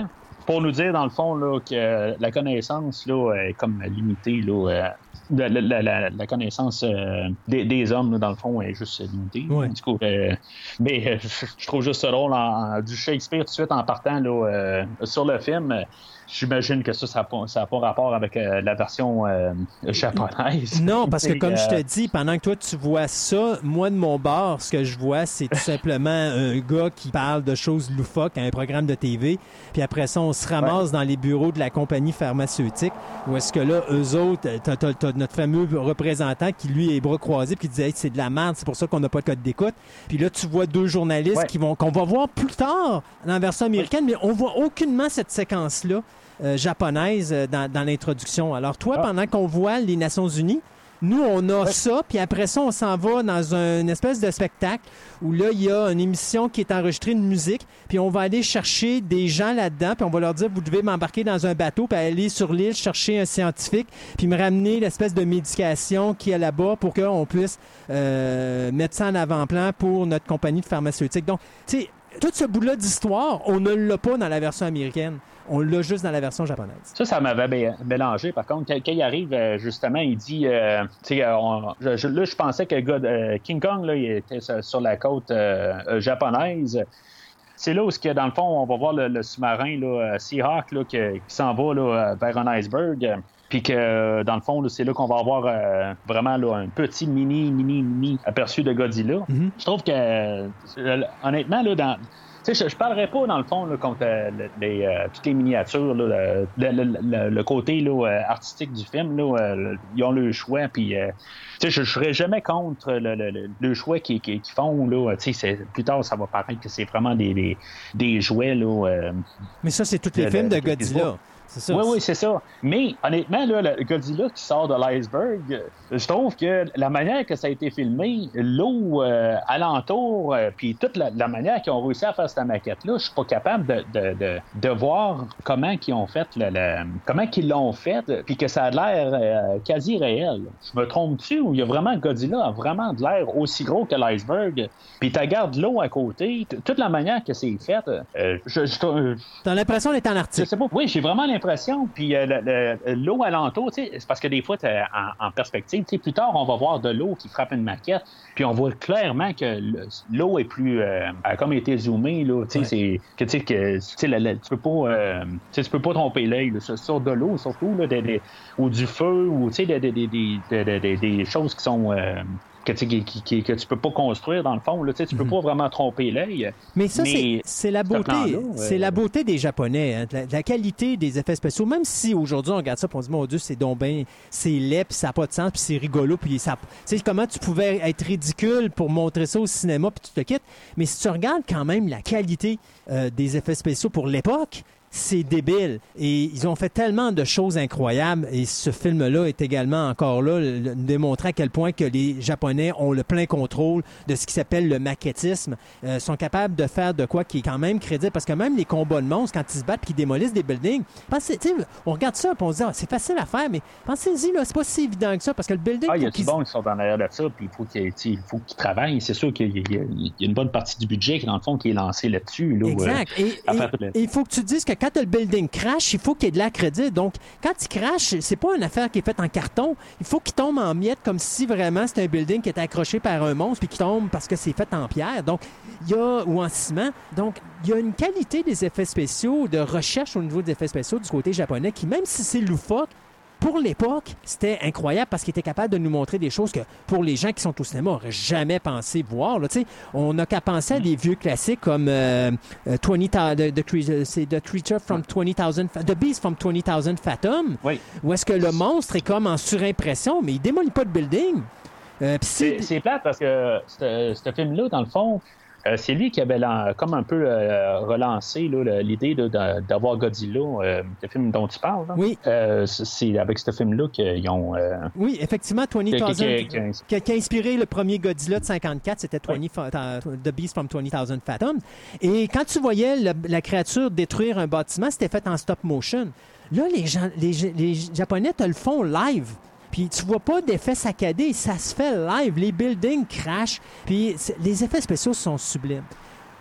pour nous dire, dans le fond, là, que la connaissance là, est comme limitée. Là, euh, la, la, la, la connaissance euh, des, des hommes, là, dans le fond, est juste limitée. Ouais. Du coup, euh, mais euh, je trouve juste ça drôle en, en, du Shakespeare tout de suite en partant là, euh, sur le film. J'imagine que ça, ça n'a pas, pas rapport avec euh, la version euh, japonaise. Non, parce que comme euh... je te dis, pendant que toi, tu vois ça, moi, de mon bord, ce que je vois, c'est tout simplement un gars qui parle de choses loufoques à un programme de T V. Puis après ça, on se ramasse ouais. dans les bureaux de la compagnie pharmaceutique, où est-ce que là, eux autres, t'as, t'as, t'as notre fameux représentant qui, lui, est bras croisés, puis qui dit hey, « c'est de la merde, c'est pour ça qu'on n'a pas de code d'écoute ». Puis là, tu vois deux journalistes ouais. qui vont, qu'on va voir plus tard dans la version américaine, ouais. mais on voit aucunement cette séquence-là. Euh, japonaise euh, dans, dans l'introduction. Alors, toi, ah. pendant qu'on voit les Nations Unies, nous, on a ouais. ça, puis après ça, on s'en va dans un, une espèce de spectacle où là, il y a une émission qui est enregistrée de musique, puis on va aller chercher des gens là-dedans, puis on va leur dire, vous devez m'embarquer dans un bateau, puis aller sur l'île chercher un scientifique, puis me ramener l'espèce de médication qu'il y a là-bas pour qu'on puisse euh, mettre ça en avant-plan pour notre compagnie de pharmaceutique. Donc, tu sais, tout ce bout-là d'histoire, on ne l'a pas dans la version américaine. On l'a juste dans la version japonaise. Ça, ça m'avait mélangé. Par contre, quand, quand il arrive, justement, il dit... Euh, tu sais, je, là, je pensais que God, euh, King Kong, là, il était sur la côte euh, japonaise. C'est là où, dans le fond, on va voir le, le sous-marin, là, Seahawk, là, qui, qui s'en va là, vers un iceberg. Puis que, dans le fond, là, c'est là qu'on va avoir euh, vraiment là, un petit mini, mini, mini aperçu de Godzilla. Mm-hmm. Je trouve que, euh, honnêtement, là, dans... Tu sais, je, je parlerais pas, dans le fond, là, contre euh, les, euh, toutes les miniatures, là, le, le, le, le côté là, artistique du film. Là, euh, ils ont le choix, puis euh, tu sais, je, je serais jamais contre le, le, le, le choix qu'ils, qu'ils font. Là, tu sais, plus tard, ça va paraître que c'est vraiment des, des, des jouets. Là, euh, Mais ça, c'est tous les de, films de, de Godzilla. C'est ça. Oui, oui, c'est ça. Mais honnêtement, là, le Godzilla qui sort de l'iceberg, je trouve que la manière que ça a été filmé, l'eau euh, alentour, euh, puis toute la, la manière qu'ils ont réussi à faire cette maquette-là, je suis pas capable de, de, de, de voir comment ils ont fait, le, le, comment qu'ils l'ont fait, puis que ça a l'air euh, quasi réel. Je me trompe-tu ou il y a vraiment Godzilla a vraiment de l'air aussi gros que l'iceberg, puis tu regardes l'eau à côté, toute la manière que c'est fait, euh, je, je, je, t'as l'impression d'être en Arctique. Je sais pas. Oui, j'ai vraiment l'impression. Puis euh, le, le, l'eau alentour, c'est parce que des fois, en, en perspective, plus tard, on va voir de l'eau qui frappe une maquette, puis on voit clairement que l'eau est plus, euh, a comme été zoomée, là, ouais. c'est que, que la, la, tu peux pas, euh, tu peux pas tromper l'œil là, sur de l'eau, surtout, là, des, des, ou du feu, ou des, des, des, des, des, des choses qui sont... Euh, Que tu, qui, qui, que tu peux pas construire, dans le fond. Là, tu peux mm-hmm. pas vraiment tromper l'œil. Mais ça, mais c'est, c'est la beauté. C'est euh... la beauté des Japonais. Hein, la, la qualité des effets spéciaux. Même si aujourd'hui, on regarde ça et on se dit, mon Dieu, c'est donc bien, c'est laid, puis ça n'a pas de sens, puis c'est rigolo. Puis ça, tu sais, comment tu pouvais être ridicule pour montrer ça au cinéma, puis tu te quittes. Mais si tu regardes quand même la qualité euh, des effets spéciaux pour l'époque, c'est débile. Et ils ont fait tellement de choses incroyables. Et ce film-là est également encore là, le, démontrant à quel point que les Japonais ont le plein contrôle de ce qui s'appelle le maquettisme. Euh, sont capables de faire de quoi qui est quand même crédible. Parce que même les combats de monstres, quand ils se battent et qu'ils démolissent des buildings, pensez, on regarde ça et on se dit, ah, c'est facile à faire, mais pensez-y, là, c'est pas si évident que ça. Parce que le building... Ah, il y a du bon qui sont en arrière de ça, puis il faut qu'ils, il faut qu'ils travaillent. C'est sûr qu'il y a, il y a une bonne partie du budget, dans le fond, qui est lancé là-dessus. Là, exact. Euh, et il faut que tu te dises que quand le building crash, il faut qu'il y ait de la crédit. Donc, quand il crash, c'est pas une affaire qui est faite en carton. Il faut qu'il tombe en miettes comme si vraiment c'était un building qui était accroché par un monstre puis qui tombe parce que c'est fait en pierre. Donc, il y a, ou en ciment. Donc, il y a une qualité des effets spéciaux, de recherche au niveau des effets spéciaux du côté japonais qui, même si c'est loufoque, pour l'époque, c'était incroyable parce qu'il était capable de nous montrer des choses que, pour les gens qui sont au cinéma, n'auraient jamais pensé voir. Là. On n'a qu'à penser à des vieux classiques comme euh, vingt, the, the, c'est The Creature from vingt thousand... The Beast from vingt thousand Fathom, oui. où est-ce que le monstre est comme en surimpression, mais il ne démolit pas de building. Euh, c'est, c'est plate parce que ce film-là, dans le fond, Euh, c'est lui qui avait la, comme un peu euh, relancé là, l'idée là, d'avoir Godzilla, euh, le film dont tu parles. Là. Oui. Euh, c'est avec ce film-là qu'ils ont... Euh, oui, effectivement, vingt thousand, qui, qui, qui, qui a inspiré le premier Godzilla de cinquante-quatre, c'était vingt, oui. The Beast from vingt thousand Fathoms. Et quand tu voyais le, la créature détruire un bâtiment, c'était fait en stop motion. Là, les, gens, les, les Japonais te le font live. Puis tu vois pas d'effets saccadés, ça se fait live. Les buildings crashent, puis les effets spéciaux sont sublimes.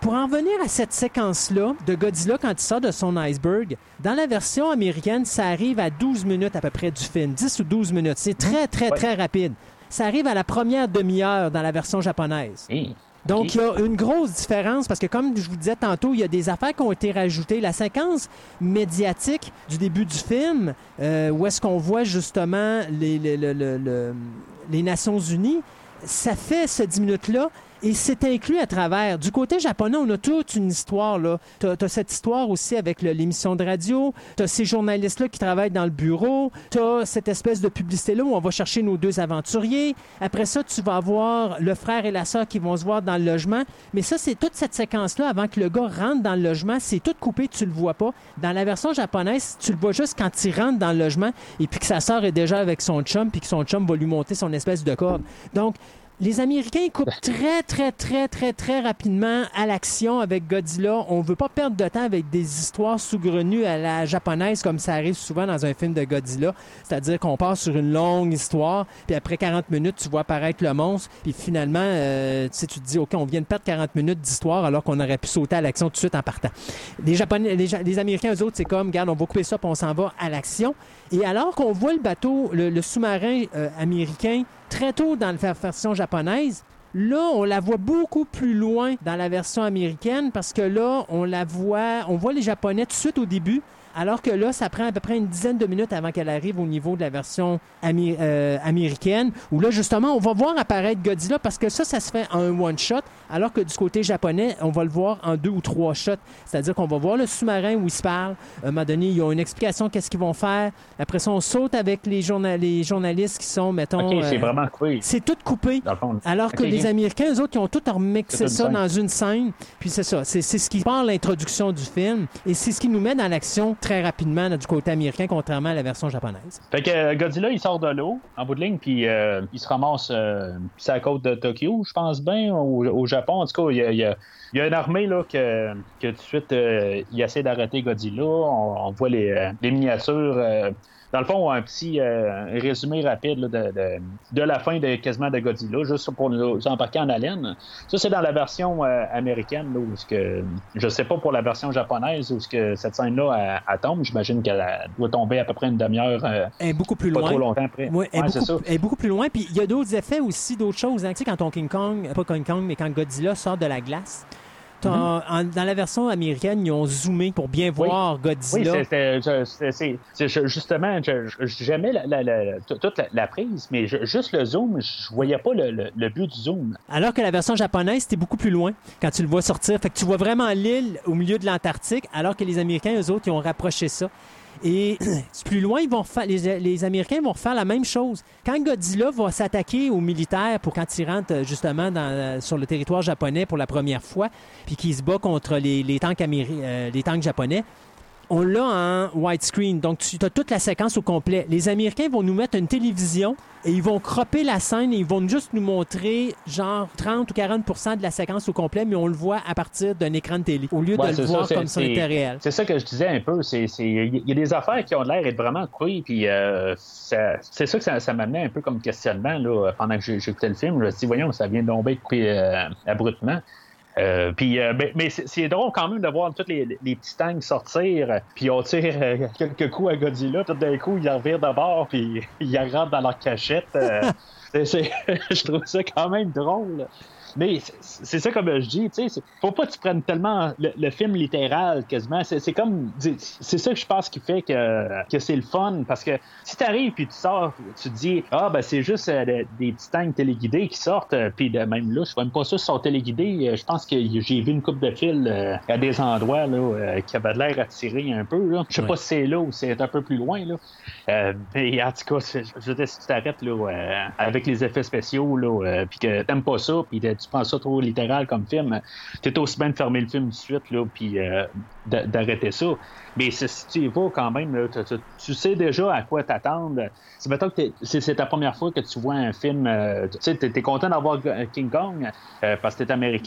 Pour en venir à cette séquence-là de Godzilla quand il sort de son iceberg, dans la version américaine, ça arrive à douze minutes à peu près du film, dix ou douze minutes. C'est très, très, ouais. très rapide. Ça arrive à la première demi-heure dans la version japonaise. Hey. Donc, il y a une grosse différence parce que, comme je vous disais tantôt, il y a des affaires qui ont été rajoutées. La séquence médiatique du début du film, euh, où est-ce qu'on voit justement les, les, les, les, les Nations Unies, ça fait ce dix minutes-là. Et c'est inclus à travers. Du côté japonais, on a toute une histoire, là. T'as, t'as cette histoire aussi avec le, l'émission de radio. T'as ces journalistes-là qui travaillent dans le bureau. T'as cette espèce de publicité-là où on va chercher nos deux aventuriers. Après ça, tu vas avoir le frère et la sœur qui vont se voir dans le logement. Mais ça, c'est toute cette séquence-là avant que le gars rentre dans le logement. C'est tout coupé, tu le vois pas. Dans la version japonaise, tu le vois juste quand il rentre dans le logement et puis que sa sœur est déjà avec son chum puis que son chum va lui monter son espèce de corde. Donc, les Américains coupent très, très, très, très, très rapidement à l'action avec Godzilla. On ne veut pas perdre de temps avec des histoires saugrenues à la japonaise comme ça arrive souvent dans un film de Godzilla. C'est-à-dire qu'on part sur une longue histoire, puis après quarante minutes, tu vois apparaître le monstre, puis finalement, euh, tu sais, tu te dis, OK, on vient de perdre quarante minutes d'histoire alors qu'on aurait pu sauter à l'action tout de suite en partant. Les Japonais, les, les Américains, eux autres, c'est comme, regarde, on va couper ça, puis on s'en va à l'action. Et alors qu'on voit le bateau, le, le sous-marin euh, américain, très tôt dans la version japonaise, là, on la voit beaucoup plus loin dans la version américaine parce que là, on la voit, on voit les Japonais tout de suite au début, alors que là, ça prend à peu près une dizaine de minutes avant qu'elle arrive au niveau de la version amé- euh, américaine, où là, justement, on va voir apparaître Godzilla parce que ça, ça se fait en un one-shot, alors que du côté japonais, on va le voir en deux ou trois shots. C'est-à-dire qu'on va voir le sous-marin où ils se parlent. À un moment donné, ils ont une explication qu'est-ce qu'ils vont faire. Après ça, on saute avec les, journal- les journalistes qui sont, mettons... OK, c'est euh, vraiment coupé. C'est tout coupé. Alors que okay, les Américains, eux autres, ils ont tout remixé ça dans une scène. Puis c'est ça. C'est, c'est ce qui part l'introduction du film. Et c'est ce qui nous met dans l'action très rapidement là, du côté américain, contrairement à la version japonaise. Fait que euh, Godzilla, il sort de l'eau, en bout de ligne, puis euh, il se ramasse euh, sur la côte de Tokyo, je pense bien, au, au Japon. En tout cas, il y a, il y a, il y a une armée là, que, que tout de suite, euh, il essaie d'arrêter Godzilla. On, on voit les, euh, les miniatures... Euh, Dans le fond, un petit euh, résumé rapide là, de, de, de la fin de, quasiment de Godzilla, juste pour nous embarquer en haleine. Ça, c'est dans la version euh, américaine, là, où ce que, je sais pas pour la version japonaise, où ce que cette scène-là, elle, elle tombe. J'imagine qu'elle doit tomber à peu près une demi-heure. Euh, elle est beaucoup plus pas loin. trop longtemps après. Oui, elle, ouais, est c'est beaucoup, ça. elle est beaucoup plus loin. Puis il y a d'autres effets aussi, d'autres choses. Hein. Tu sais, quand ton King Kong, pas King Kong, mais quand Godzilla sort de la glace, Mm-hmm. En, dans la version américaine, ils ont zoomé pour bien voir oui. Godzilla. Oui, c'est, c'est, c'est, c'est, c'est justement, je, je, j'aimais la, la, la, toute la, la prise, mais je, juste le zoom, je voyais pas le, le, le but du zoom. Alors que la version japonaise, c'était beaucoup plus loin quand tu le vois sortir. Fait que tu vois vraiment l'île au milieu de l'Antarctique, alors que les Américains, eux autres, ils ont rapproché ça. Et plus loin, ils vont refaire, les, les Américains vont refaire la même chose. Quand Godzilla va s'attaquer aux militaires pour quand ils rentrent justement dans, sur le territoire japonais pour la première fois, puis qu'il se bat contre les, les, tanks, améri- euh, les tanks japonais, on l'a en widescreen. Donc, tu as toute la séquence au complet. Les Américains vont nous mettre une télévision et ils vont cropper la scène et ils vont juste nous montrer genre trente ou quarante pour cent de la séquence au complet, mais on le voit à partir d'un écran de télé, au lieu ouais, de le voir ça, comme si on était réel. C'est ça que je disais un peu. C'est, c'est, il y a des affaires qui ont l'air d'être vraiment coupées, puis euh, ça, c'est ça que ça, ça m'amenait un peu comme questionnement là, pendant que j'écoutais le film. Je me suis dit, voyons, ça vient tomber coupé euh, abruptement. Euh, puis, euh, mais, mais c'est, c'est drôle quand même de voir tous les, les petits tanks sortir, puis on tire euh, quelques coups à Godzilla, tout d'un coup, ils revirent de bord, puis ils rentrent dans leur cachette. Euh, c'est, c'est, je trouve ça quand même drôle. Mais c'est, c'est ça comme je dis, tu sais, faut pas que tu prennes tellement le, le film littéral quasiment. C'est, c'est comme, c'est ça que je pense qui fait que, que c'est le fun, parce que si t'arrives puis tu sors, tu te dis ah ben c'est juste euh, des petits tanks téléguidés qui sortent, euh, puis de même là, je suis même pas sûr qu'ils sont téléguidés. Euh, je pense que j'ai vu une coupe de fil euh, à des endroits là euh, qui avaient l'air attirés un peu là. Je sais ouais. pas si c'est là ou c'est un peu plus loin là. Euh, mais en tout cas, je veux dire, si tu t'arrêtes là euh, avec les effets spéciaux là, euh, puis que t'aimes pas ça, puis tu penses ça trop littéral comme film, t'es aussi bien de fermer le film tout de suite, là, puis euh, d'arrêter ça. Mais si tu y vas quand même, là, tu, tu, tu sais déjà à quoi t'attendre. C'est mettons que c'est, c'est ta première fois que tu vois un film, euh, tu sais, t'es, t'es content d'avoir King Kong euh, parce que t'es américain, ou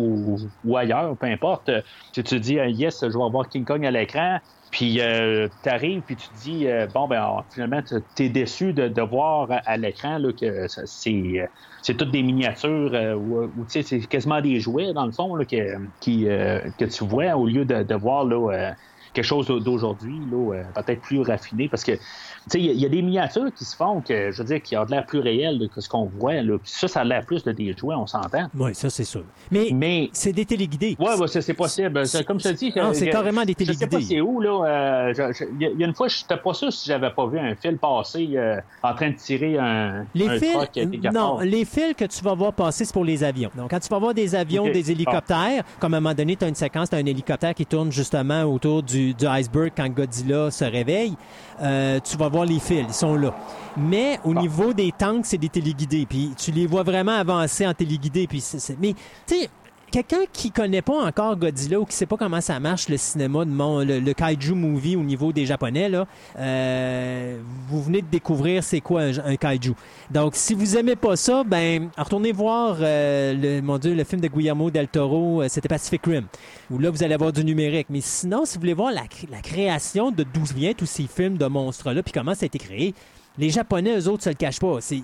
ou, ou ailleurs, peu importe. Tu te dis, yes, je vais avoir King Kong à l'écran. Puis euh, tu arrives, puis tu te dis, euh, bon, ben alors, finalement, tu es déçu de, de voir à, à l'écran là, que c'est, c'est toutes des miniatures, euh, ou, ou tu sais, c'est quasiment des jouets, dans le fond, là, que, qui, euh, que tu vois, au lieu de, de voir là, euh, quelque chose d'aujourd'hui, là, euh, peut-être plus raffiné, parce que il y, y a des miniatures qui se font, que je veux dire, qui ont de l'air plus réel là, que ce qu'on voit. Là. Puis ça, ça a l'air plus de des jouets, on s'entend. Oui, ça, c'est sûr. Mais, Mais... c'est des téléguidés. Oui, ouais, c'est, c'est possible. C'est, comme je te dis... Non, c'est carrément des téléguidés. Je sais pas c'est où, là. Il euh, y a une fois, je n'étais pas sûr si j'avais pas vu un fil passer euh, en train de tirer un, les un fils, truck. Non, les fils que tu vas voir passer, c'est pour les avions. Donc, quand tu vas voir des avions, okay. des hélicoptères, ah. comme à un moment donné, tu as une séquence, tu as un hélicoptère qui tourne justement autour du, du iceberg quand Godzilla se réveille, euh, tu vas voir les fils. Ils sont là. Mais au bon. niveau des tanks, c'est des téléguidés. Puis tu les vois vraiment avancer en téléguidés. Puis c'est, c'est... Mais, tu sais, quelqu'un qui connaît pas encore Godzilla ou qui sait pas comment ça marche, le cinéma, de mon, le, le kaiju movie au niveau des Japonais, là, euh, vous venez de découvrir c'est quoi un, un kaiju. Donc, si vous aimez pas ça, ben retournez voir euh, le, mon Dieu, le film de Guillermo del Toro, euh, c'était Pacific Rim, où là, vous allez avoir du numérique. Mais sinon, si vous voulez voir la, la création de d'où viennent tous ces films de monstres-là, puis comment ça a été créé, les Japonais, eux autres, se le cachent pas. C'est...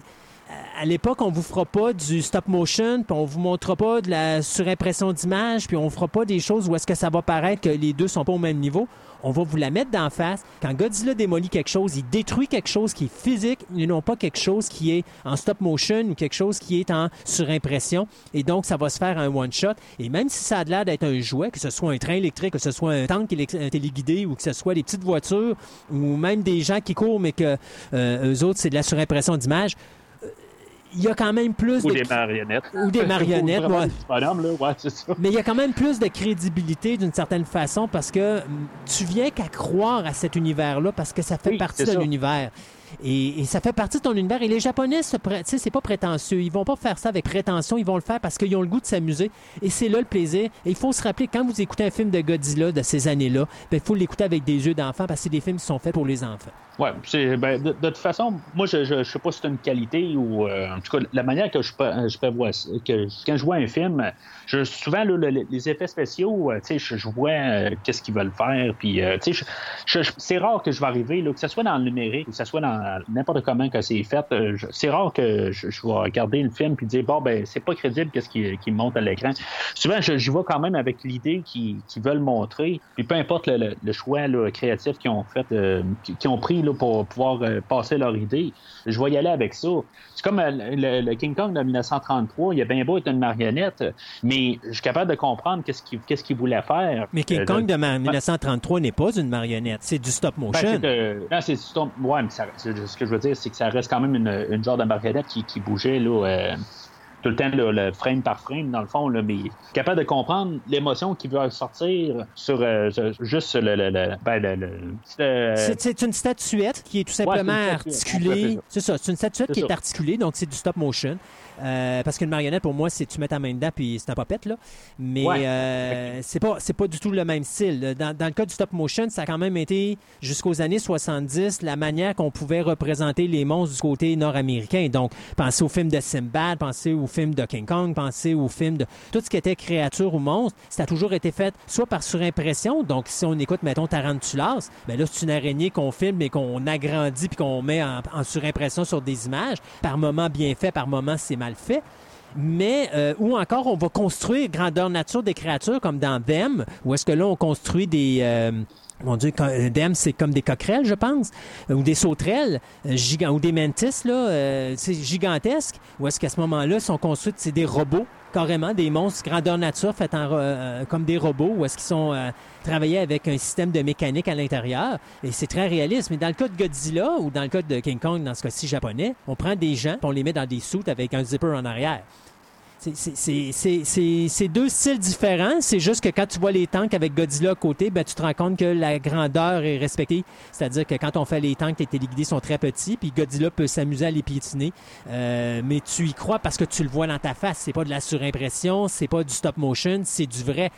À l'époque, on vous fera pas du stop motion, puis on vous montrera pas de la surimpression d'images, puis on fera pas des choses où est-ce que ça va paraître que les deux sont pas au même niveau. On va vous la mettre d'en face. Quand Godzilla démolit quelque chose, il détruit quelque chose qui est physique, et non pas quelque chose qui est en stop motion ou quelque chose qui est en surimpression. Et donc, ça va se faire en one-shot. Et même si ça a l'air d'être un jouet, que ce soit un train électrique, que ce soit un tank élect- téléguidé ou que ce soit des petites voitures ou même des gens qui courent, mais que euh, eux autres, c'est de la surimpression d'images, il y a quand même plus ou de... des marionnettes. Ou des marionnettes, ou ouais. des bonhommes, là. Ouais, c'est ça. Mais il y a quand même plus de crédibilité d'une certaine façon parce que tu viens qu'à croire à cet univers-là parce que ça fait oui, partie de ça. l'univers. Et, et ça fait partie de ton univers. Et les Japonais, tu sais, c'est pas prétentieux. Ils vont pas faire ça avec prétention. Ils vont le faire parce qu'ils ont le goût de s'amuser. Et c'est là le plaisir. Et il faut se rappeler, quand vous écoutez un film de Godzilla de ces années-là, il faut l'écouter avec des yeux d'enfant parce que c'est des films qui sont faits pour les enfants. Oui, c'est, ben, de, de toute façon, moi, je ne sais pas si c'est une qualité ou... Euh, en tout cas, la manière que je, je prévois... Que, quand je vois un film, je, souvent, là, le, les effets spéciaux, tu sais, je, je vois euh, qu'est-ce qu'ils veulent faire. Puis, euh, tu sais, je, je, c'est rare que je vais arriver, là, que ce soit dans le numérique, que ce soit dans n'importe comment que c'est fait. Euh, je, c'est rare que je, je vais regarder le film puis dire, bon, ben, c'est pas crédible qu'est-ce qui, qui monte à l'écran. Souvent, je, je vais quand même avec l'idée qu'ils, qu'ils veulent montrer. Puis, peu importe le, le, le choix là, créatif qu'ils ont fait, euh, qu'ils ont pris, là, pour pouvoir euh, passer leur idée. Je vais y aller avec ça. C'est comme euh, le, le King Kong de dix-neuf cent trente-trois, il a bien beau être une marionnette, mais je suis capable de comprendre qu'est-ce qu'il, qu'est-ce qu'il voulait faire. Mais King euh, Kong de ma- dix-neuf cent trente-trois n'est pas une marionnette, c'est du stop motion. Ben, c'est que, non, c'est du stop... Ouais, mais ça, c'est, ce que je veux dire, c'est que ça reste quand même une, une genre de marionnette qui, qui bougeait, là... Euh, tout le temps, là, le frame par frame, dans le fond, là, mais capable de comprendre l'émotion qui veut sortir sur euh, juste le... le, le, ben, le, le euh... c'est, c'est une statuette qui est tout simplement ouais, articulée. C'est ça, c'est une statuette c'est qui ça. est articulée, donc c'est du stop motion. Euh, parce qu'une marionnette, pour moi, c'est tu mets ta main dedans puis c'est un popette, là. Mais ouais. euh, c'est pas c'est pas du tout le même style. Dans, dans le cas du stop motion, ça a quand même été, jusqu'aux années soixante-dix, la manière qu'on pouvait représenter les monstres du côté nord-américain. Donc, pensez au film de Sinbad, pensez au film de King Kong, pensez au film de... Tout ce qui était créature ou monstre, ça a toujours été fait soit par surimpression. Donc, si on écoute, mettons, Tarantulas, bien là, c'est une araignée qu'on filme et qu'on agrandit puis qu'on met en, en surimpression sur des images. Par moments bien fait, par moments c'est mal fait. Mais, euh, ou encore, on va construire grandeur nature des créatures comme dans Them, où est-ce que là, on construit des... Euh, mon Dieu, Them, c'est comme des coquerelles, je pense, ou des sauterelles, euh, gigant, ou des mantis, là, euh, c'est gigantesque, ou est-ce qu'à ce moment-là, ils sont construits, c'est des robots, carrément, des monstres grandeur nature faits en, euh, comme des robots, ou est-ce qu'ils sont euh, travaillés avec un système de mécanique à l'intérieur, et c'est très réaliste. Mais dans le cas de Godzilla, ou dans le cas de King Kong, dans ce cas-ci japonais, on prend des gens, puis on les met dans des suits avec un zipper en arrière. C'est, c'est, c'est, c'est, c'est, c'est deux styles différents. C'est juste que quand tu vois les tanks avec Godzilla à côté, ben, tu te rends compte que la grandeur est respectée. C'est-à-dire que quand on fait les tanks, les téléguidés sont très petits, puis Godzilla peut s'amuser à les piétiner. Euh, mais tu y crois parce que tu le vois dans ta face. C'est pas de la surimpression, c'est pas du stop motion, c'est du vrai.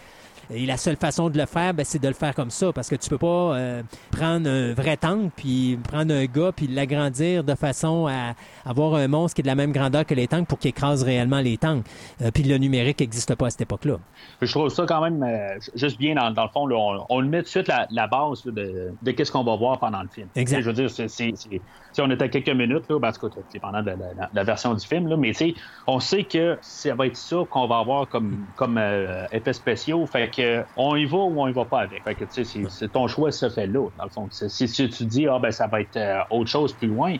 Et la seule façon de le faire, ben, c'est de le faire comme ça, parce que tu peux pas euh, prendre un vrai tank, puis prendre un gars, puis l'agrandir de façon à avoir un monstre qui est de la même grandeur que les tanks pour qu'il écrase réellement les tanks. Euh, puis le numérique n'existe pas à cette époque-là. Je trouve ça quand même euh, juste bien, dans, dans le fond, là, on, on le met tout de suite la, la base là, de, de qu'est-ce qu'on va voir pendant le film. Exact. T'sais, je veux dire, c'est, c'est, c'est, si on était à quelques minutes, là, ben, en tout cas, c'est pendant la, la, la version du film, là, mais on sait que ça va être ça qu'on va avoir comme, comme euh, effets spéciaux. Fait que on y va ou on y va pas avec. Fait que c'est, c'est ton choix se fait là, dans le fond. C'est, si, si tu dis, ah ben ça va être euh, autre chose plus loin,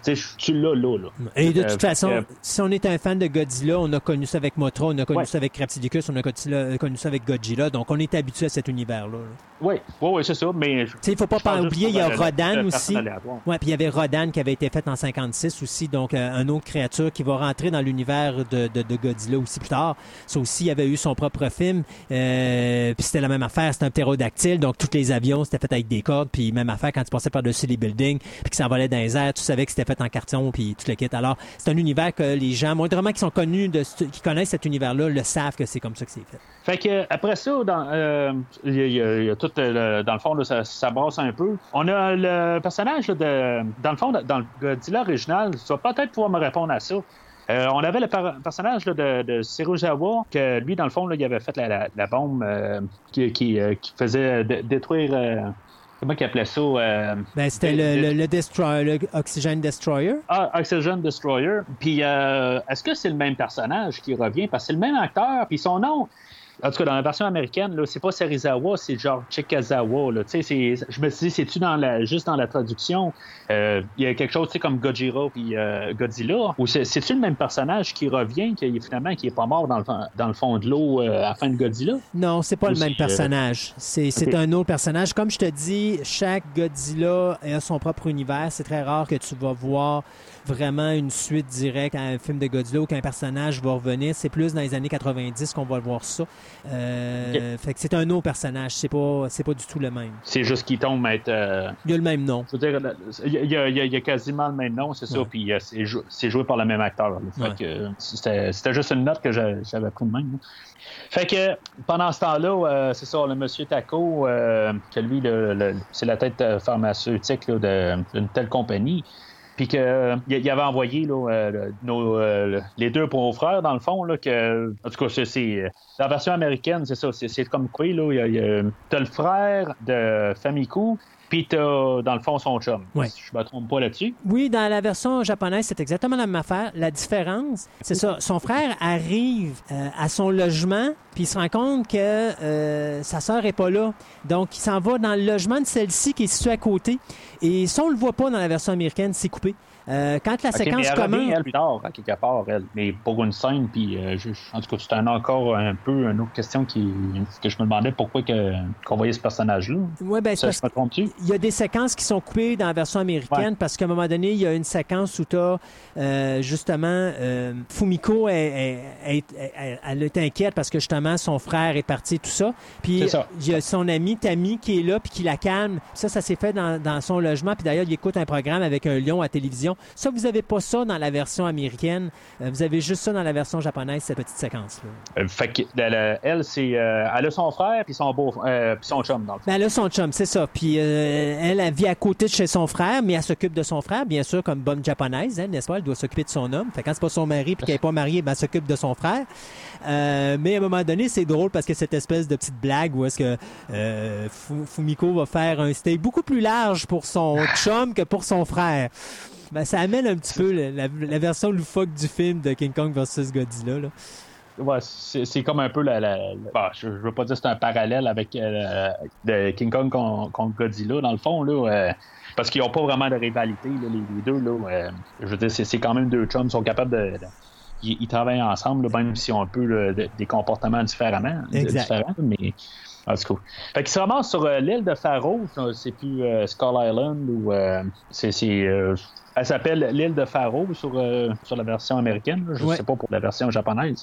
tu l'as là, là. Et de toute euh, façon, euh, si on est un fan de Godzilla, on a connu ça avec Mothra, on a connu ouais. ça avec Crapsidicus, on a connu ça avec Godzilla, donc on est habitué à cet univers-là. Oui, oui, oui, c'est ça, mais... Il ne faut pas, pas oublier, il y a Rodan aussi. Oui, puis il y avait Rodan qui avait été fait en cinquante-six aussi, donc euh, une autre créature qui va rentrer dans l'univers de, de, de Godzilla aussi plus tard. Ça aussi, il avait eu son propre film, euh, puis c'était la même affaire, c'était un ptérodactyle, donc tous les avions, c'était fait avec des cordes, puis même affaire quand tu passais par-dessus les buildings, puis que ça volait dans les airs, tu savais que c'était fait en carton, puis tout le kit. Alors, c'est un univers que les gens, moindrement qui sont connus, de, qui connaissent cet univers-là, le savent que c'est comme ça que c'est fait. Fait que après ça, dans, euh, il y, y, y a tout, le, dans le fond, là, ça, ça brasse un peu. On a le personnage là, de, dans le fond, dans le Godzilla original, tu vas peut-être pouvoir me répondre à ça. Euh, on avait le par- personnage là, de, de Serizawa, que lui, dans le fond, là, il avait fait la, la, la bombe euh, qui, qui, euh, qui faisait d- détruire... Euh, comment il appelait ça? Euh, ben, c'était le, le, le, destroy, le Oxygen Destroyer. Ah, Oxygen Destroyer. Puis, euh, est-ce que c'est le même personnage qui revient? Parce que c'est le même acteur, puis son nom... En tout cas, dans la version américaine, là, c'est pas Serizawa, c'est genre Chikazawa. Là. C'est, je me suis dit, c'est-tu dans la, juste dans la traduction? Il euh, y a quelque chose comme Gojira puis euh, Godzilla? Ou c'est, c'est-tu le même personnage qui revient, qui finalement qui est pas mort dans le, dans le fond de l'eau euh, à la fin de Godzilla? Non, c'est pas Ou le même c'est, personnage. C'est, c'est okay. un autre personnage. Comme je te dis, chaque Godzilla a son propre univers. C'est très rare que tu vas voir vraiment une suite directe à un film de Godzilla ou qu'un personnage va revenir. C'est plus dans les années quatre-vingt-dix qu'on va voir ça. Euh, okay. Fait que c'est un autre personnage. C'est pas, c'est pas du tout le même. C'est juste qu'il tombe à être... Euh... Il y a le même nom. Je veux dire, il y a, il y a, il y a quasiment le même nom, c'est ça. Ouais. Puis euh, c'est, jou- c'est joué par le même acteur. Fait ouais. que c'était, c'était juste une note que j'avais, j'avais pris de même. Là. Fait que pendant ce temps-là, euh, c'est ça, le monsieur Tako, euh, que lui, le, le, c'est la tête pharmaceutique là, de, d'une telle compagnie. Puis qu'il euh, avait envoyé là, euh, nos, euh, les deux pauvres frères, dans le fond, là, que, en tout cas, c'est, c'est la version américaine, c'est ça, c'est, c'est comme quoi, là, il y a, t'as le frère de Famiku, puis t'as, dans le fond, son chum. Ouais. Si je me trompe pas là-dessus. Oui, dans la version japonaise, c'est exactement la même affaire. La différence, c'est ça. Son frère arrive euh, à son logement, puis il se rend compte que euh, sa sœur est pas là. Donc, il s'en va dans le logement de celle-ci qui est situé à côté. Et ça, on le voit pas dans la version américaine, c'est coupé. Euh, quand la okay, séquence mais elle commence... revient, elle, plus tard, à quelque part, elle. Mais pour une scène, puis euh, je, en tout cas, c'était encore un peu une autre question qui, que je me demandais pourquoi que, qu'on voyait ce personnage-là. Oui, bien, c'est parce qu'il y a des séquences qui sont coupées dans la version américaine, ouais. parce qu'à un moment donné, il y a une séquence où tu as, euh, justement, euh, Fumiko, elle, elle, elle, elle, elle est inquiète parce que, justement, son frère est parti, tout ça. Puis, il y a son ami, Tammy, qui est là, puis qui la calme. Ça, ça s'est fait dans, dans son logement. Puis d'ailleurs, il écoute un programme avec un lion à la télévision. Ça, vous n'avez pas ça dans la version américaine. Euh, vous avez juste ça dans la version japonaise, cette petite séquence-là. Euh, fait que, elle, elle, c'est, euh, elle a son frère puis son beau, euh, puis son chum, dans le fond. Ben, elle a son chum, c'est ça. Puis euh, elle, elle vit à côté de chez son frère, mais elle s'occupe de son frère, bien sûr, comme bonne japonaise, hein, n'est-ce pas? Elle doit s'occuper de son homme. Fait que quand c'est pas son mari puis qu'elle n'est pas mariée, ben, elle s'occupe de son frère. Euh, mais à un moment donné, c'est drôle parce que cette espèce de petite blague où est-ce que euh, Fumiko va faire un steak beaucoup plus large pour son chum que pour son frère. Ben, ça amène un petit peu la, la, la version loufoque du film de King Kong versus Godzilla, là. Ouais, c'est, c'est comme un peu la... la, la bah, je, je veux pas dire que c'est un parallèle avec euh, de King Kong contre, contre Godzilla, dans le fond, là, euh, parce qu'ils n'ont pas vraiment de rivalité, là, les, les deux, là. Euh, je veux dire, c'est, c'est quand même deux chums, ils sont capables de... de ils, ils travaillent ensemble, là, même s'ils ont un peu là, de, des comportements différemment, exact. différents, mais... Ah, c'est cool. Fait qu'ils se ramassent sur euh, l'île de Faro, c'est plus euh, Skull Island ou euh, c'est, c'est euh, elle s'appelle l'île de Faro sur, euh, sur la version américaine, là. Je ne ouais. sais pas pour la version japonaise.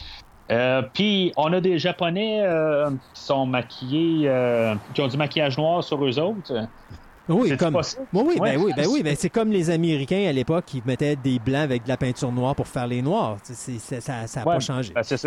Euh, Puis on a des Japonais euh, qui sont maquillés, euh, qui ont du maquillage noir sur eux autres. Oui, c'est comme... oui, oui, ouais. ben oui, ben oui, ben c'est comme les Américains à l'époque qui mettaient des blancs avec de la peinture noire pour faire les noirs. C'est, c'est, ça n'a ouais, pas changé. Ben c'est ça.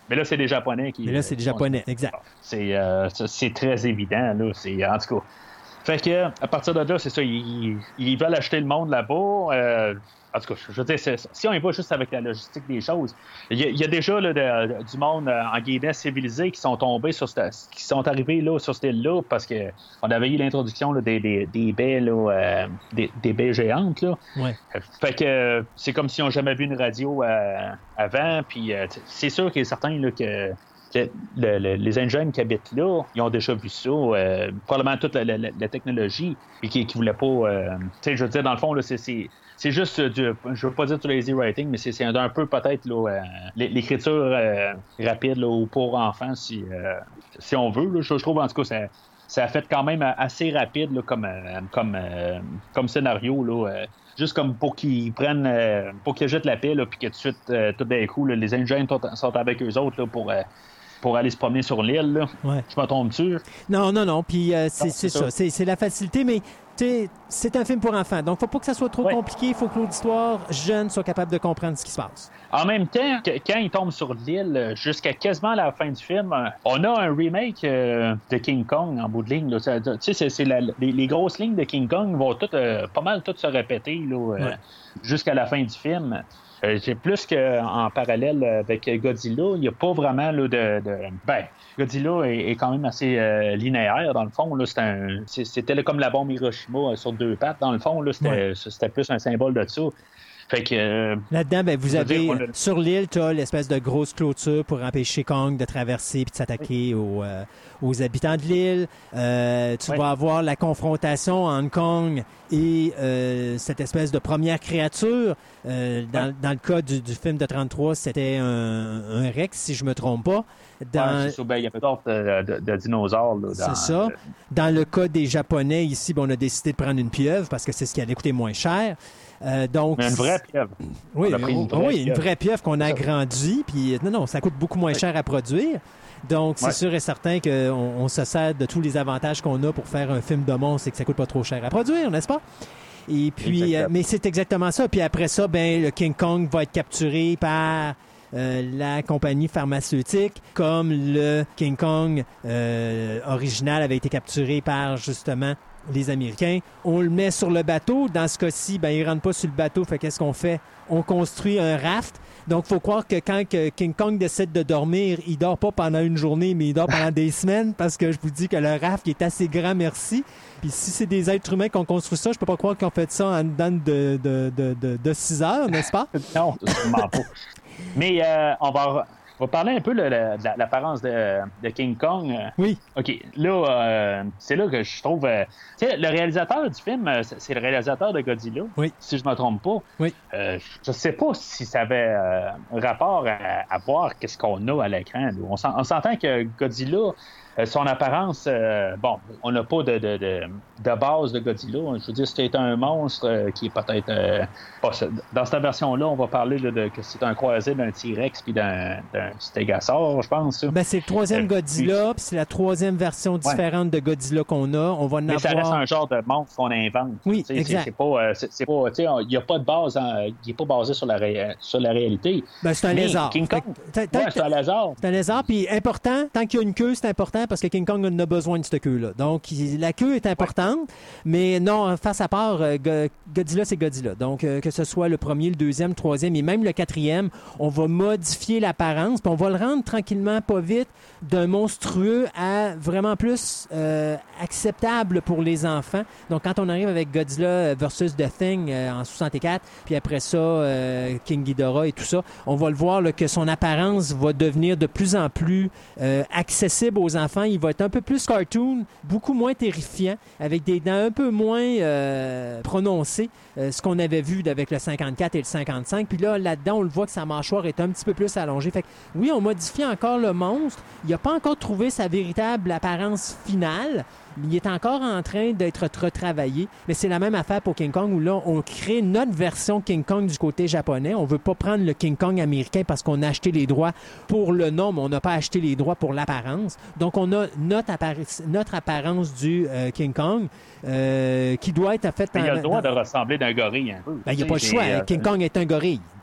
Mais là, c'est des Japonais qui... Mais là, c'est des Japonais, exact. C'est, euh, c'est très évident, là. C'est, en tout cas... Fait que, à partir de là, c'est ça, ils, ils veulent acheter le monde là-bas. Euh, en tout cas, je veux dire, si on y va juste avec la logistique des choses, il y a, il y a déjà là, de, de, du monde en guillemets civilisé qui sont tombés sur cette, qui sont arrivés là, sur cette île-là parce que on avait eu l'introduction là, des, des, des baies là, euh, des, des baies géantes. Là. Ouais. Fait que c'est comme s'ils n'ont jamais vu une radio euh, avant. Puis euh, c'est sûr qu'il est certain là, que Le, le, les Indiens qui habitent là, ils ont déjà vu ça, euh, probablement toute la, la, la technologie, et qui ne voulaient pas... Euh, tu sais, je veux dire, dans le fond, là, c'est, c'est, c'est juste du... Je veux pas dire du lazy writing, mais c'est, c'est un, un peu peut-être là, euh, l'écriture euh, rapide là, ou pour enfants, si, euh, si on veut. Là, je, je trouve, en tout cas, ça, ça a fait quand même assez rapide là, comme, euh, comme, euh, comme scénario, là, euh, juste comme pour qu'ils prennent... Euh, pour qu'ils jettent la paix, puis que tout de suite, euh, tout d'un coup, là, les Indiens sont avec eux autres là, pour... Euh, pour aller se promener sur l'île, là. Ouais. Je me trompe-tu? Non, non, non. Puis euh, c'est, non, c'est, c'est ça. ça. C'est, c'est la facilité, mais c'est un film pour enfants. Donc, il ne faut pas que ça soit trop ouais. compliqué. Il faut que l'auditoire jeune soit capable de comprendre ce qui se passe. En même temps, quand ils tombent sur l'île, jusqu'à quasiment la fin du film, on a un remake euh, de King Kong en bout de ligne. Tu sais, c'est, c'est la, les, les grosses lignes de King Kong vont toutes, euh, pas mal toutes se répéter là, euh, ouais. jusqu'à la fin du film. Euh, c'est plus qu'en parallèle avec Godzilla, il n'y a pas vraiment là, de, de... Ben, Godzilla est, est quand même assez euh, linéaire, dans le fond. Là, c'était, un... c'était comme la bombe Hiroshima sur deux pattes, dans le fond. Là, c'était, ouais. c'était plus un symbole de ça. Fait que, euh, là-dedans, ben, vous avez, dire, a... sur l'île, tu as l'espèce de grosse clôture pour empêcher Kong de traverser et de s'attaquer oui. aux, euh, aux habitants de l'île. Euh, tu oui. vas avoir la confrontation entre Kong et euh, cette espèce de première créature. Euh, dans, oui. dans le cas du, du film de trente-trois, c'était un, un Rex, si je ne me trompe pas. Dans... Ouais, c'est ça. Ben, il y avait d'autres de, de, de dinosaures. Là, dans... C'est ça. Dans le cas des Japonais, ici, ben, on a décidé de prendre une pieuvre parce que c'est ce qui allait coûter moins cher. Euh, donc, mais une vraie pieuvre. Oui, une vraie, oui, une vraie pieuvre qu'on a agrandie. Puis, non, non, ça coûte beaucoup moins cher à produire. Donc, c'est ouais. sûr et certain qu'on on se sert de tous les avantages qu'on a pour faire un film de monstre et que ça coûte pas trop cher à produire, n'est-ce pas? Et puis, euh, mais c'est exactement ça. Puis après ça, ben, le King Kong va être capturé par euh, la compagnie pharmaceutique, comme le King Kong euh, original avait été capturé par, justement, les Américains. On le met sur le bateau. Dans ce cas-ci, ben, il ne rentre pas sur le bateau. Fait qu'est-ce qu'on fait? On construit un raft. Donc, il faut croire que quand que King Kong décide de dormir, il ne dort pas pendant une journée, mais il dort pendant des semaines parce que je vous dis que le raft est assez grand, merci. Puis si c'est des êtres humains qui ont construit ça, je peux pas croire qu'ils ont fait ça en dedans de, de, de, de, de six heures, n'est-ce pas? Non, sûrement pas. Mais euh, on va... On va parler un peu là, de l'apparence de, de King Kong. Oui. OK. Là, euh, c'est là que je trouve... Euh, tu sais, le réalisateur du film, c'est le réalisateur de Godzilla, oui. si je ne me trompe pas. Oui. Euh, je ne sais pas si ça avait euh, un rapport à, à voir qu'est-ce qu'on a à l'écran. On, on s'entend que Godzilla... Son apparence, euh, bon, on n'a pas de, de, de, de base de Godzilla. Je veux dire, c'est un monstre euh, qui est peut-être... Euh, pas, dans cette version-là, on va parler là, de que c'est un croisé d'un T-Rex puis d'un, d'un stégosaure, je pense. Ben, c'est le troisième euh, Godzilla, puis c'est la troisième version différente ouais. de Godzilla qu'on a. On va en Mais avoir... ça reste un genre de monstre qu'on invente. Oui, c'est, exact. C'est pas... C'est, c'est pas il n'y a pas de base... En, il n'est pas basé sur la, ré, sur la réalité. Ben, c'est un Mais lézard. King Kong, t'as, t'as, ouais, c'est un lézard. C'est un lézard, puis important, tant qu'il y a une queue, c'est important parce que King Kong en a besoin de cette queue-là. Donc, il, la queue est importante, ouais. mais non, face à part, euh, Godzilla, c'est Godzilla. Donc, euh, que ce soit le premier, le deuxième, le troisième et même le quatrième, on va modifier l'apparence, puis on va le rendre tranquillement, pas vite, d'un monstrueux à vraiment plus euh, acceptable pour les enfants. Donc, quand on arrive avec Godzilla versus The Thing euh, en soixante-quatre, puis après ça, euh, King Ghidorah et tout ça, on va le voir là, que son apparence va devenir de plus en plus euh, accessible aux enfants. Il va être un peu plus cartoon, beaucoup moins terrifiant, avec des dents un peu moins euh, prononcées, euh, ce qu'on avait vu avec le cinquante-quatre et le cinquante-cinq. Puis là, là-dedans, on le voit que sa mâchoire est un petit peu plus allongée. Fait que oui, on modifie encore le monstre. Il n'a pas encore trouvé sa véritable apparence finale. Il est encore en train d'être retravaillé, mais c'est la même affaire pour King Kong où là, on crée notre version King Kong du côté japonais. On ne veut pas prendre le King Kong américain parce qu'on a acheté les droits pour le nom, mais on n'a pas acheté les droits pour l'apparence. Donc, on a notre, appara- notre apparence du euh, King Kong euh, qui doit être faite... Mais il a le droit dans... de ressembler d'un gorille un peu. Ben, il n'y a pas le choix. Euh... King Kong est un gorille.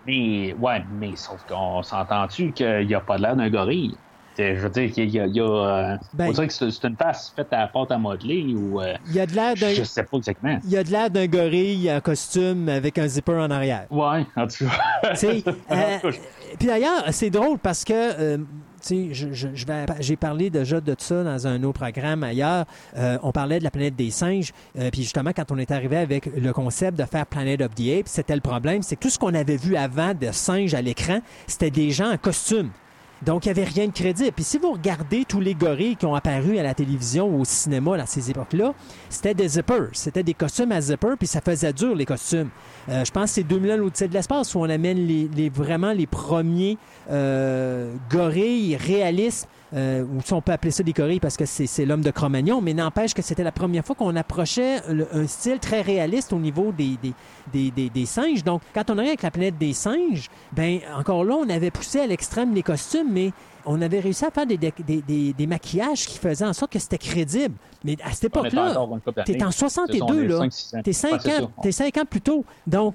Mais, ouais, mais sauf qu'on s'entend-tu qu'il a pas l'air d'un gorille? Je veux dire, il y a. Il y a euh, ben, on dirait que c'est, c'est une face faite à la pâte à modeler ou. Euh, il y a de l'air d'un. Je sais pas exactement. Il y a de l'air d'un gorille en costume avec un zipper en arrière. Ouais, en tout cas. euh, Puis d'ailleurs, c'est drôle parce que. Euh, Tu sais, je, je, je vais, j'ai parlé déjà de ça dans un autre programme ailleurs. Euh, on parlait de la planète des singes. Euh, puis justement, quand on est arrivé avec le concept de faire Planet of the Apes, c'était le problème. C'est que tout ce qu'on avait vu avant de singes à l'écran, c'était des gens en costume. Donc, il n'y avait rien de crédible. Puis si vous regardez tous les gorilles qui ont apparu à la télévision ou au cinéma à ces époques-là, c'était des zippers. C'était des costumes à zipper, puis ça faisait dur, les costumes. Euh, je pense que c'est deux mille ans l'Odyssée de l'espace où on amène les, les, vraiment les premiers euh, gorilles réalistes. Euh, ou si on peut appeler ça des gorilles parce que c'est, c'est l'homme de Cro-Magnon, mais n'empêche que c'était la première fois qu'on approchait le, un style très réaliste au niveau des, des, des, des, des singes. Donc, quand on arrive avec la planète des singes, ben encore là, on avait poussé à l'extrême les costumes, mais on avait réussi à faire des, des, des, des maquillages qui faisaient en sorte que c'était crédible. Mais à cette époque-là, t'es en soixante-deux, là. T'es cinq ouais, ans, t'es cinq ans plus tôt. Donc,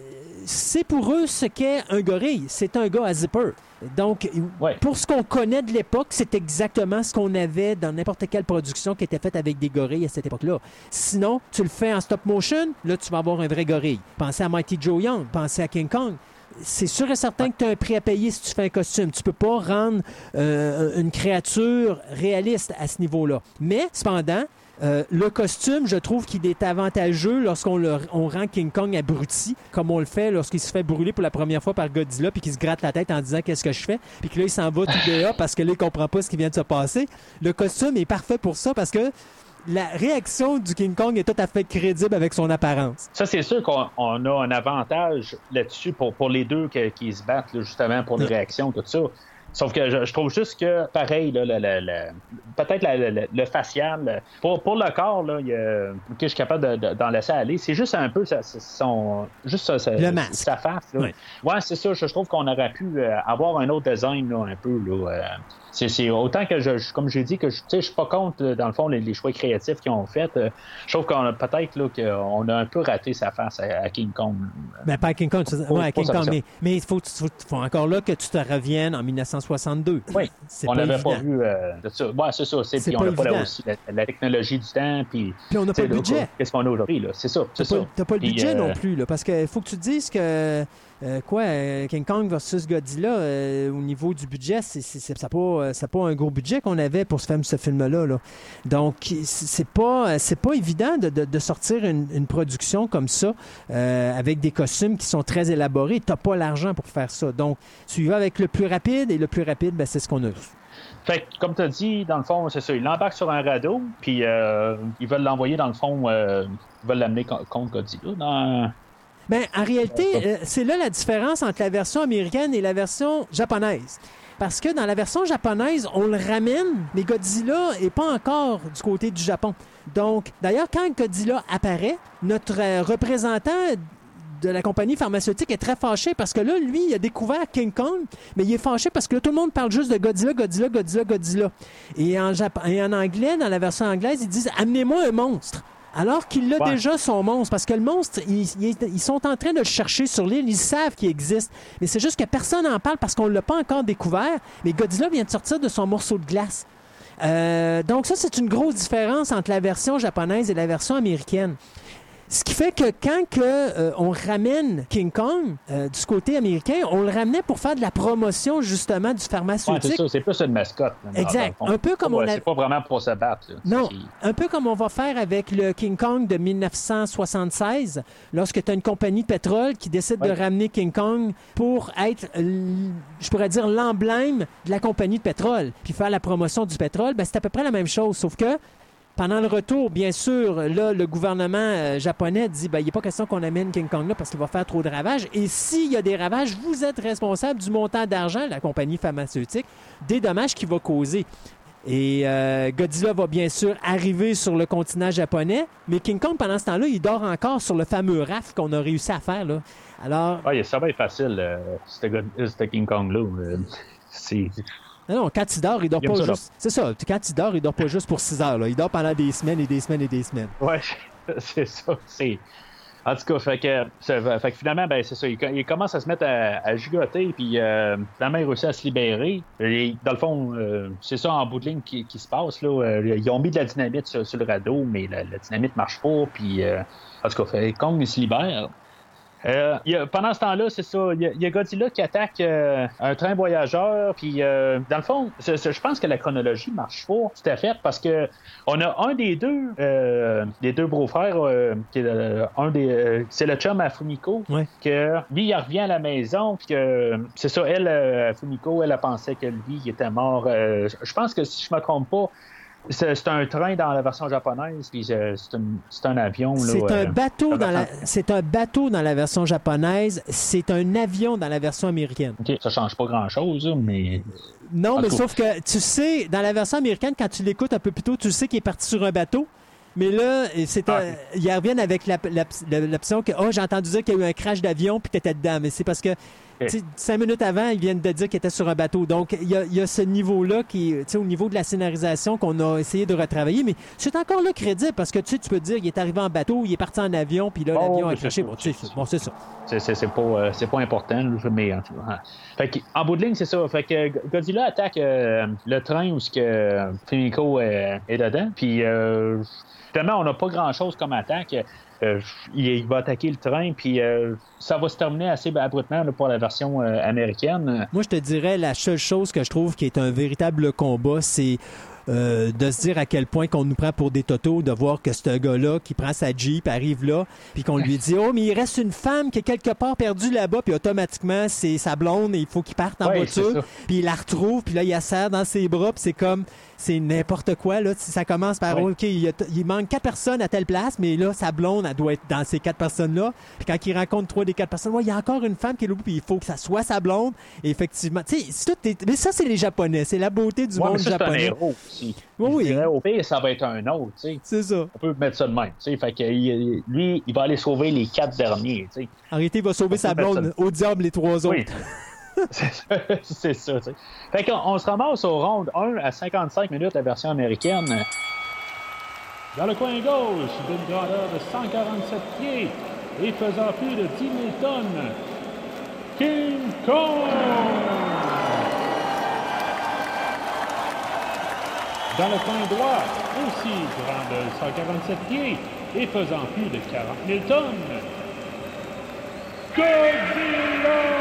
c'est pour eux ce qu'est un gorille. C'est un gars à zipper. Donc, ouais. Pour ce qu'on connaît de l'époque, c'est exactement ce qu'on avait dans n'importe quelle production qui était faite avec des gorilles à cette époque-là. Sinon, tu le fais en stop motion, là, tu vas avoir un vrai gorille. Pensez à Mighty Joe Young, pensez à King Kong. C'est sûr et certain que tu as un prix à payer si tu fais un costume. Tu peux pas rendre euh, une créature réaliste à ce niveau-là. Mais, cependant, Euh, le costume, je trouve qu'il est avantageux lorsqu'on le, on rend King Kong abruti, comme on le fait lorsqu'il se fait brûler pour la première fois par Godzilla, puis qu'il se gratte la tête en disant « Qu'est-ce que je fais? » Puis que là, il s'en va tout dehors parce que là, il comprend pas ce qui vient de se passer. Le costume est parfait pour ça parce que la réaction du King Kong est tout à fait crédible avec son apparence. Ça, c'est sûr qu'on on a un avantage là-dessus pour, pour les deux qui, qui se battent, là, justement, pour les réactions, tout ça. Sauf que je, je trouve juste que, pareil, là, la, la, la, peut-être la, la, le facial, pour, pour le corps, là, il y a, que je suis capable de, de, d'en laisser aller, c'est juste un peu sa, son, juste sa, sa, le masque. Sa face. Là. Oui. Ouais, c'est ça. Je, je trouve qu'on aurait pu euh, avoir un autre design, là, un peu. Là, euh, c'est, c'est autant que, je, comme j'ai dit, que je ne suis pas contre, dans le fond, les, les choix créatifs qu'ils ont fait. Euh, je trouve qu'on a peut-être là, qu'on a un peu raté sa face à, à King Kong. Ben, pas à King Kong, oui, à King Kong, mais, mais il faut, faut, faut encore là que tu te reviennes en dix-neuf cent soixante-deux. Oui, c'est on n'avait pas vu euh, de ça. Ouais, c'est ça. C'est, c'est puis on n'a pas là aussi la, la technologie du temps. Puis, puis on n'a pas le budget. Là, qu'est-ce qu'on a aujourd'hui? Là? C'est ça. C'est t'as, ça. Pas, t'as pas le puis, budget euh... non plus, là, parce qu'il faut que tu te dises que euh, quoi, euh, King Kong versus Godzilla, euh, au niveau du budget, c'est, c'est, c'est, c'est, pas, c'est pas un gros budget qu'on avait pour ce, film, ce film-là. Là. Donc, c'est pas, c'est pas évident de, de, de sortir une, une production comme ça euh, avec des costumes qui sont très élaborés. Tu n'as pas l'argent pour faire ça. Donc, tu y vas avec le plus rapide et le plus rapide, ben, c'est ce qu'on a. Fait que, comme tu as dit, dans le fond, c'est ça. Ils l'embarquent sur un radeau, puis euh, ils veulent l'envoyer, dans le fond, euh, ils veulent l'amener contre Godzilla. Dans... Bien, en réalité, euh, c'est là la différence entre la version américaine et la version japonaise. Parce que dans la version japonaise, on le ramène, mais Godzilla n'est pas encore du côté du Japon. Donc, d'ailleurs, quand Godzilla apparaît, notre euh, représentant de la compagnie pharmaceutique est très fâché parce que là, lui, il a découvert King Kong, mais il est fâché parce que là, tout le monde parle juste de Godzilla, Godzilla, Godzilla, Godzilla. Et en, Jap- et en anglais, dans la version anglaise, ils disent « Amenez-moi un monstre ». Alors qu'il a ouais. déjà son monstre, parce que le monstre, ils, ils, ils sont en train de le chercher sur l'île, ils savent qu'il existe. Mais c'est juste que personne n'en parle parce qu'on ne l'a pas encore découvert. Mais Godzilla vient de sortir de son morceau de glace. Euh, donc ça, c'est une grosse différence entre la version japonaise et la version américaine. Ce qui fait que quand que, euh, on ramène King Kong euh, du côté américain, on le ramenait pour faire de la promotion justement du pharmaceutique. Ouais, c'est ça, c'est plus une mascotte. Exact. Un peu comme ouais, on a... C'est pas vraiment pour se battre. Là. Non, un peu comme on va faire avec le King Kong de dix-neuf cent soixante-seize, lorsque tu as une compagnie de pétrole qui décide ouais. de ramener King Kong pour être, je pourrais dire, l'emblème de la compagnie de pétrole, puis faire la promotion du pétrole, ben, c'est à peu près la même chose, sauf que pendant le retour, bien sûr, là, le gouvernement euh, japonais dit ben, il n'est pas question qu'on amène King Kong là parce qu'il va faire trop de ravages. Et s'il y a des ravages, vous êtes responsable du montant d'argent de la compagnie pharmaceutique, des dommages qu'il va causer. Et euh, Godzilla va bien sûr arriver sur le continent japonais, mais King Kong, pendant ce temps-là, il dort encore sur le fameux raft qu'on a réussi à faire. Là. Alors... Ouais, ça va être facile, euh, c'était King Kong-là. Euh, c'est... Non, quand il dort, il dort il pas juste... Ça, c'est ça, quand il dort, il dort pas juste pour six heures. Là. Il dort pendant des semaines et des semaines et des semaines. Ouais, c'est ça. C'est... En tout cas, fait que, fait que finalement, ben, c'est ça. Il, il commence à se mettre à, à gigoter, puis euh, finalement, il réussit à se libérer. Et, dans le fond, euh, c'est ça en bout de ligne qui, qui se passe. Là. Euh, ils ont mis de la dynamite sur, sur le radeau, mais la, la dynamite marche pas. Puis, euh, en tout cas, fait, Kong, il se libère. Euh, y a, pendant ce temps-là, c'est ça, il y, y a Godzilla qui attaque euh, un train voyageur, puis euh, dans le fond, c'est, c'est, je pense que la chronologie marche pas tout à fait, parce que on a un des deux, euh, des deux beaux-frères, euh, qui est euh, un des, euh, c'est le chum à Fumiko, ouais. que lui, il revient à la maison, puis que c'est ça, elle, euh, Fumiko, elle a pensé que lui, il était mort. Euh, je pense que si je me trompe pas, C'est, c'est un train dans la version japonaise, puis c'est, c'est, un, c'est un avion. Là, c'est, un euh, bateau dans la, c'est un bateau dans la version japonaise, c'est un avion dans la version américaine. OK, ça change pas grand-chose, mais... Non, en mais tout... sauf que, tu sais, dans la version américaine, quand tu l'écoutes un peu plus tôt, tu sais qu'il est parti sur un bateau. Mais là, c'est un, ah. ils reviennent avec la, la, la, l'option que, oh, j'ai entendu dire qu'il y a eu un crash d'avion puis que tu étais dedans. Mais c'est parce que, okay. cinq minutes avant, ils viennent de dire qu'il était sur un bateau. Donc, il y a, il y a ce niveau-là qui, tu sais, au niveau de la scénarisation qu'on a essayé de retravailler. Mais c'est encore là crédible parce que, tu sais, tu peux te dire, il est arrivé en bateau, il est parti en avion, puis là, oh, l'avion a crashé. Bon, c'est, bon, c'est ça. C'est, c'est, c'est, pas, euh, c'est pas important, mais en tout cas. Fait que, en bout de ligne, c'est ça. Fait que Godzilla attaque euh, le train où ce que Fumiko euh, est dedans. Puis, euh, finalement, on n'a pas grand-chose comme attaque. Euh, il, il va attaquer le train, puis euh, ça va se terminer assez abruptement là, pour la version euh, américaine. Moi, je te dirais, la seule chose que je trouve qui est un véritable combat, c'est euh, de se dire à quel point qu'on nous prend pour des totos, de voir que ce gars-là qui prend sa Jeep arrive là, puis qu'on lui dit « Oh, mais il reste une femme qui est quelque part perdue là-bas, puis automatiquement, c'est sa blonde et il faut qu'il parte en ouais, voiture. » Puis il la retrouve, puis là, il la serre dans ses bras, puis c'est comme... C'est n'importe quoi, là. Ça commence par, oui. OK, il, y a, il manque quatre personnes à telle place, mais là, sa blonde, elle doit être dans ces quatre personnes-là. Puis quand il rencontre trois des quatre personnes, ouais, il y a encore une femme qui est là, puis il faut que ça soit sa blonde. Et effectivement, tu sais, tout est... mais ça, c'est les Japonais. C'est la beauté du ouais, monde mais ça, japonais. C'est un héros aussi. Oui, oui. Je dirais, au pire, ça va être un autre, tu sais. C'est ça. On peut mettre ça de même, tu sais. Fait que lui, il va aller sauver les quatre derniers, tu sais. En réalité, il va sauver sa blonde, au diable les trois autres. Oui. C'est ça, tu sais. Fait qu'on on se ramasse au round un à cinquante-cinq minutes, la version américaine. Dans le coin gauche, d'une grandeur de cent quarante-sept pieds et faisant plus de dix mille tonnes, King Kong! Dans le coin droit, aussi grand de cent quarante-sept pieds et faisant plus de quarante mille tonnes, Godzilla!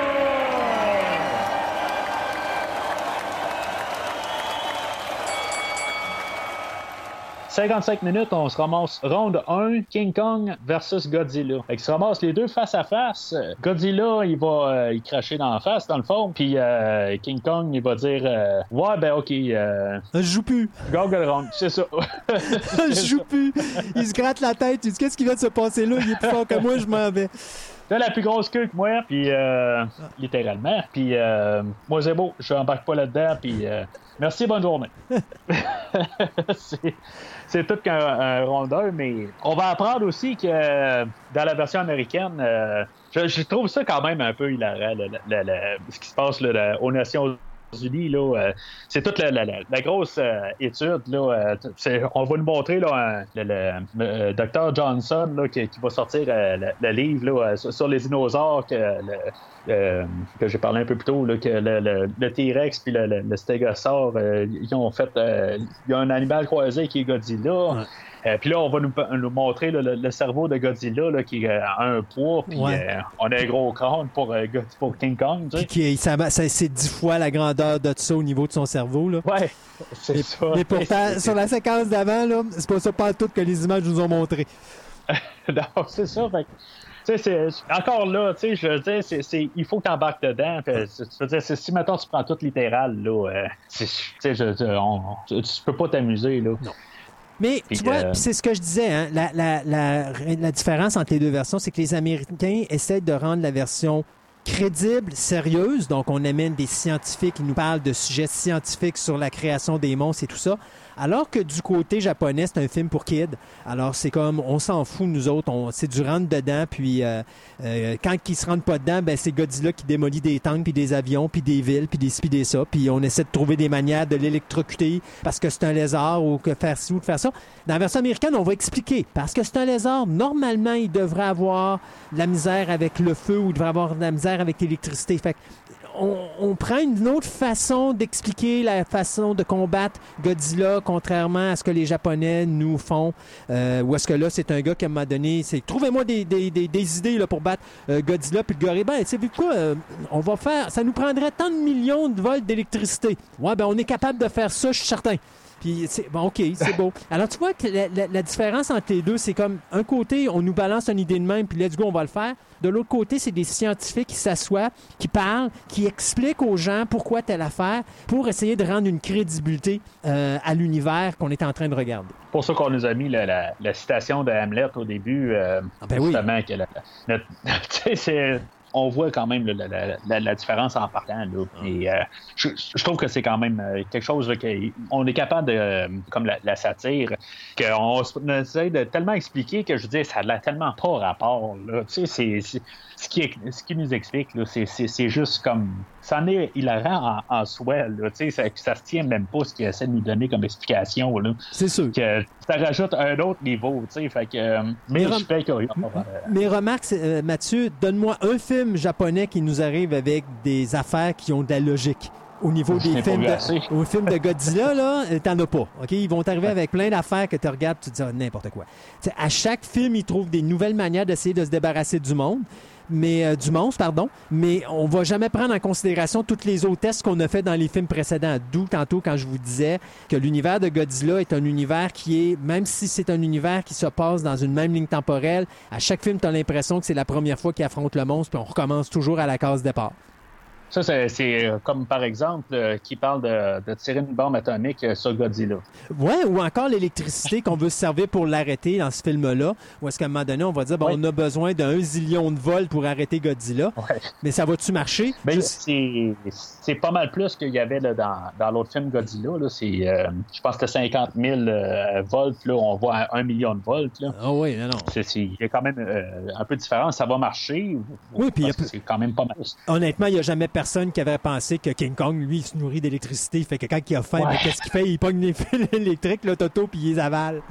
cinquante-cinq minutes, on se ramasse round un, King Kong versus Godzilla. Fait qu'ils se ramassent les deux face à face. Godzilla, il va euh, il cracher dans la face, dans le fond. Puis euh, King Kong, il va dire euh, ouais, ben ok. Euh, je joue plus. Goggle round, c'est ça. Je joue plus. Il se gratte la tête. Il dit qu'est-ce qui vient de se passer là? Il est plus fort que moi, je m'en vais. T'as la plus grosse queue que moi, puis euh, littéralement. Puis euh, moi, c'est beau, je n'embarque pas là-dedans, puis euh, merci, bonne journée. c'est, c'est tout qu'un un rondeur, mais on va apprendre aussi que euh, dans la version américaine, euh, je, je trouve ça quand même un peu hilarant, là, la, la, la, ce qui se passe là, la, aux Nations Unis, là, euh, c'est toute la, la, la, la grosse euh, étude. Là, euh, c'est, on va nous montrer là, un, le, le, le docteur Johnson là, qui, qui va sortir euh, le, le livre là, sur, sur les dinosaures que, le, euh, que j'ai parlé un peu plus tôt, là, que le, le, le T-Rex puis le, le, le Stégosaure, euh, ils ont fait. Euh, il y a un animal croisé qui est Godzilla. Ouais. Euh, puis là, on va nous, nous montrer là, le, le cerveau de Godzilla là, qui a un poids, puis ouais. euh, on a un gros crâne pour, euh, pour King Kong. Tu sais. Puis ça, ça, c'est dix fois la grandeur de ça au niveau de son cerveau. Là. Ouais, c'est et, ça. Mais pourtant, c'est, sur la séquence d'avant, là, c'est pas ça pas tout que les images nous ont montré. Non, c'est ça. Fait tu sais, c'est, encore là, tu sais, je veux dire, c'est, c'est, il faut que tu embarques dedans. Fait, tu veux dire, c'est, si maintenant tu prends tout littéral, là, euh, tu sais, je, on, tu, tu peux pas t'amuser, là. Non. Mais puis, tu vois, euh... c'est ce que je disais, hein, la, la, la, la différence entre les deux versions, c'est que les Américains essaient de rendre la version crédible, sérieuse. Donc, on amène des scientifiques qui nous parlent de sujets scientifiques sur la création des monstres et tout ça. Alors que du côté japonais, c'est un film pour kids. Alors, c'est comme, on s'en fout, nous autres. On, c'est du rentre-dedans, puis euh, euh, quand ils se rentrent pas dedans, ben c'est Godzilla qui démolit des tanks, puis des avions, puis des villes, puis des ci, puis des ça. Puis on essaie de trouver des manières de l'électrocuter parce que c'est un lézard ou que faire ci ou de faire ça. Dans la version américaine, on va expliquer. Parce que c'est un lézard, normalement, il devrait avoir de la misère avec le feu ou il devrait avoir de la misère avec l'électricité. Fait que On, on prend une autre façon d'expliquer la façon de combattre Godzilla, contrairement à ce que les Japonais nous font. Euh, ou est-ce que là, c'est un gars qui, à un moment donné, c'est trouvez-moi des, des, des, des idées là, pour battre euh, Godzilla, puis le gars, ben, tu sais, vu quoi, euh, on va faire, ça nous prendrait tant de millions de volts d'électricité. Ouais, ben, on est capable de faire ça, je suis certain. Puis, c'est, bon, OK, c'est beau. Alors, tu vois que la, la, la différence entre les deux, c'est comme, un côté, on nous balance une idée de même, puis let's go, on va le faire. De l'autre côté, c'est des scientifiques qui s'assoient, qui parlent, qui expliquent aux gens pourquoi telle affaire, pour essayer de rendre une crédibilité euh, à l'univers qu'on est en train de regarder. Pour ça qu'on nous a mis la, la, la citation de Hamlet au début, euh, ah ben justement, oui. que la, la, tu sais, c'est... On voit quand même là, la, la, la, la différence en partant. Là. Et, euh, je, je trouve que c'est quand même euh, quelque chose là, qu'on est capable de, euh, comme la, la satire, qu'on essaie de tellement expliquer que je veux dire, ça n'a tellement pas rapport. Là. Tu sais, c'est, c'est, ce, qui est, ce qui nous explique, là, c'est, c'est, c'est juste comme. Ça en est hilarant en, en soi. Là. Tu sais, ça, ça se tient même pas ce qu'il essaie de nous donner comme explication. Là. C'est sûr. Que ça rajoute un autre niveau. Tu sais, fait que. Euh, mais je fais qu'il y a. Mais remarque, euh, Mathieu, donne-moi un film japonais qui nous arrive avec des affaires qui ont de la logique. Au niveau je des films de, au film de Godzilla, là, t'en as pas. OK? Ils vont t'arriver avec plein d'affaires que tu regardes, tu te dis ah, n'importe quoi. T'sais, à chaque film, ils trouvent des nouvelles manières d'essayer de se débarrasser du monde. Mais euh, du monstre, pardon, mais on va jamais prendre en considération tous les autres tests qu'on a fait dans les films précédents. D'où tantôt quand je vous disais que l'univers de Godzilla est un univers qui est, même si c'est un univers qui se passe dans une même ligne temporelle, à chaque film, tu as l'impression que c'est la première fois qu'il affronte le monstre, puis on recommence toujours à la case départ. Ça, c'est, c'est comme, par exemple, euh, qui parle de, de tirer une bombe atomique euh, sur Godzilla. Oui, ou encore l'électricité qu'on veut se servir pour l'arrêter dans ce film-là, où est-ce qu'à un moment donné, on va dire, bon, oui. on a besoin d'un zillion de volts pour arrêter Godzilla, ouais. mais ça va-tu marcher? Ben, Juste... c'est, c'est pas mal plus qu'il y avait là, dans, dans l'autre film Godzilla. Là, c'est, euh, je pense que c'était cinquante mille euh, volts. Là, on voit un million de volts. Là. Ah oui, non, non. C'est, c'est, il y a quand même euh, un peu de différence. Ça va marcher. Oui, puis c'est quand même pas mal. Honnêtement, il n'y a jamais personne qui avait pensé que King Kong, lui, il se nourrit d'électricité. Fait que quand il a faim, ouais. qu'est-ce qu'il fait? Il pogne les fils électriques, le toto, puis il les avale.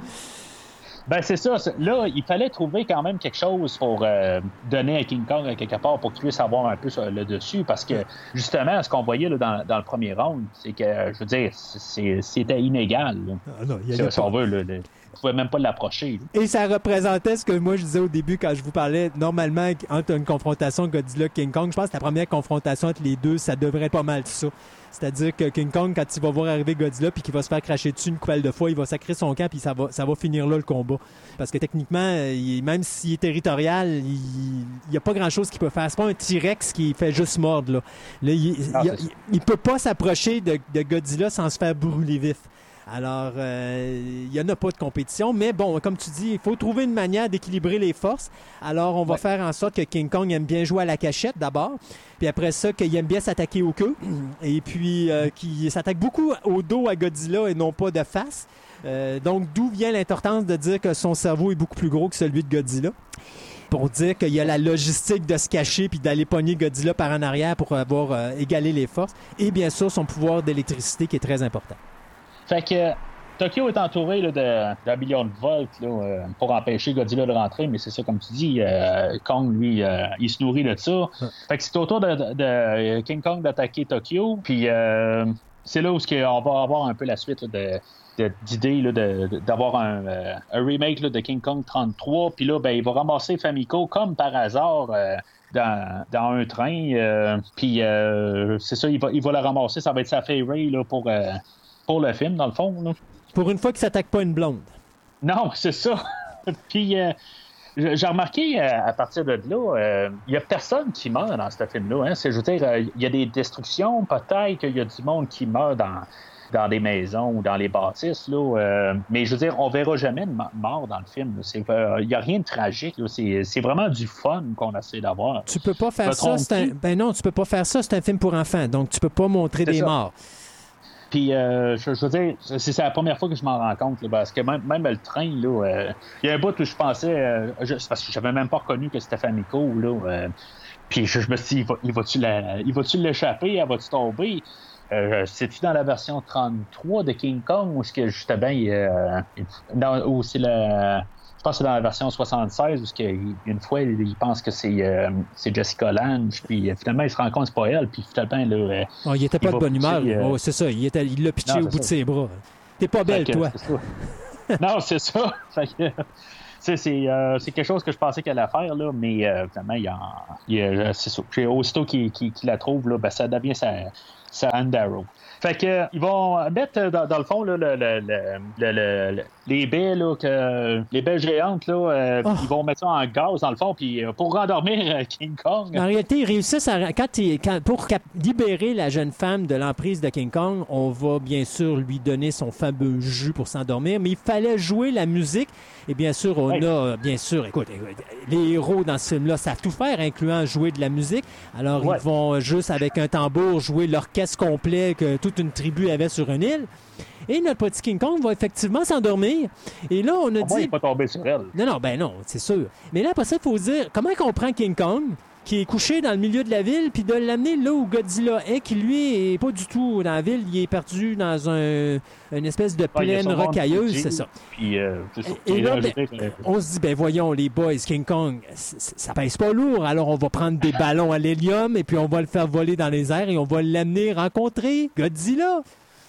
Ben, c'est ça. C'est... Là, il fallait trouver quand même quelque chose pour euh, donner à King Kong, quelque part, pour qu'il puisse avoir un peu le dessus. Parce que, justement, ce qu'on voyait là, dans, dans le premier round, c'est que, je veux dire, c'est, c'était inégal. Ah non, il y si, si on veut, là, le... on pouvait même pas l'approcher. Là. Et ça représentait ce que moi je disais au début quand je vous parlais. Normalement, entre une confrontation Godzilla-King Kong, je pense que la première confrontation entre les deux, ça devrait être pas mal ça. C'est-à-dire que King Kong, quand il va voir arriver Godzilla puis qu'il va se faire cracher dessus une coupelle de fois, il va sacrer son camp puis ça va, ça va finir là le combat. Parce que techniquement, il, même s'il est territorial, il n'y a pas grand-chose qu'il peut faire. C'est pas un T-Rex qui fait juste mordre. Là. Là, il, ah, il, il, il peut pas s'approcher de, de Godzilla sans se faire brûler vif. Alors, euh, il n'y en a pas de compétition, mais bon, comme tu dis, il faut trouver une manière d'équilibrer les forces. Alors, on va ouais. faire en sorte que King Kong aime bien jouer à la cachette d'abord, puis après ça, qu'il aime bien s'attaquer au queue, et puis euh, qu'il s'attaque beaucoup au dos à Godzilla et non pas de face. Euh, donc, d'où vient l'importance de dire que son cerveau est beaucoup plus gros que celui de Godzilla? Pour dire qu'il y a la logistique de se cacher puis d'aller pogner Godzilla par en arrière pour avoir euh, égalé les forces, et bien sûr, son pouvoir d'électricité qui est très important. Fait que Tokyo est entouré là, de, d'un million de volts là, euh, pour empêcher Godzilla de rentrer, mais c'est ça, comme tu dis, euh, Kong, lui, euh, il se nourrit de ça. Ouais. Fait que c'est au tour de, de, de King Kong d'attaquer Tokyo, puis euh, c'est là où on va avoir un peu la suite là, de, de, d'idée là, de, de, d'avoir un, euh, un remake là, de King Kong trente-trois, puis là, ben, il va ramasser Famiko comme par hasard. Euh, Dans, dans un train, euh, puis euh, c'est ça, il va, il va la ramasser, ça va être sa favorite là, pour, euh, pour le film, dans le fond. Là. Pour une fois qu'il ne s'attaque pas une blonde. Non, c'est ça. Puis, euh, j'ai remarqué, euh, à partir de là, il euh, n'y a personne qui meurt dans ce film-là. Hein. C'est, je veux dire, il euh, y a des destructions, peut-être qu'il y a du monde qui meurt dans, dans des maisons ou dans les bâtisses. Là, euh, mais je veux dire, on verra jamais de mort dans le film. Il n'y euh, a rien de tragique. Là. C'est, c'est vraiment du fun qu'on essaie d'avoir. Tu peux pas faire ça. C'est un... Ben non, tu peux pas faire ça. C'est un film pour enfants. Donc, tu peux pas montrer c'est des ça. morts. Puis, euh, je, je veux dire, c'est, c'est la première fois que je m'en rends compte, là, parce que même, même le train, il euh, y a un bout où je pensais, euh, je, parce que j'avais même pas reconnu que c'était Famiko, là. Euh, puis, je, je me suis dit, il, va, il va-tu, la, il va-tu l'échapper, elle va-tu tomber? Euh, c'est-tu dans la version trente-trois de King Kong, ou est-ce que justement, il, euh, dans, ou c'est la... Je pense que c'est dans la version soixante-seize, où une fois, il, il pense que c'est, euh, c'est Jessica Lange, puis euh, finalement, il se rend compte que c'est pas elle, puis finalement, là... Euh, oh, il était pas de bonne humeur. Euh... Oh, c'est ça, il, était, il l'a pitché non, au bout ça. de ses bras. T'es pas belle, que, toi. C'est non, c'est ça. Fait que, c'est, c'est, euh, c'est quelque chose que je pensais qu'elle allait faire, là, mais euh, finalement, il, en, il euh, c'est ça. Puis, aussitôt qu'il, qu'il, qu'il la trouve, là, ben, ça devient sa, sa Anne Darrow. Fait que ils vont mettre dans, dans le fond là, le, le, le, le, le, les baies là, que, les baies géantes là, euh, oh. Ils vont mettre ça en gaz dans le fond puis pour rendormir euh, King Kong. En réalité, ils réussissent à, quand, ils, quand pour cap- libérer la jeune femme de l'emprise de King Kong, on va bien sûr lui donner son fameux jus pour s'endormir, mais il fallait jouer la musique et bien sûr on ouais. a bien sûr écoute, écoute les héros dans ce film-là savent tout faire, incluant jouer de la musique. Alors ouais. Ils vont juste avec un tambour jouer l'orchestre complet que toute une tribu avait sur une île. Et notre petit King Kong va effectivement s'endormir. Et là, on a Au dit... moins, il n'est pas tombé sur elle. Non, non, ben non, c'est sûr. Mais là, après ça, il faut dire, comment on prend King Kong, qui est couché dans le milieu de la ville, puis de l'amener là où Godzilla est, qui lui est pas du tout dans la ville, il est perdu dans un, une espèce de plaine ah, rocailleuse, c'est ça. Puis, euh, c'est ça. Et, et là, ben, on se dit, ben voyons, les boys, King Kong, ça pèse pas lourd, alors on va prendre des ballons à l'hélium, et puis on va le faire voler dans les airs, et on va l'amener rencontrer Godzilla.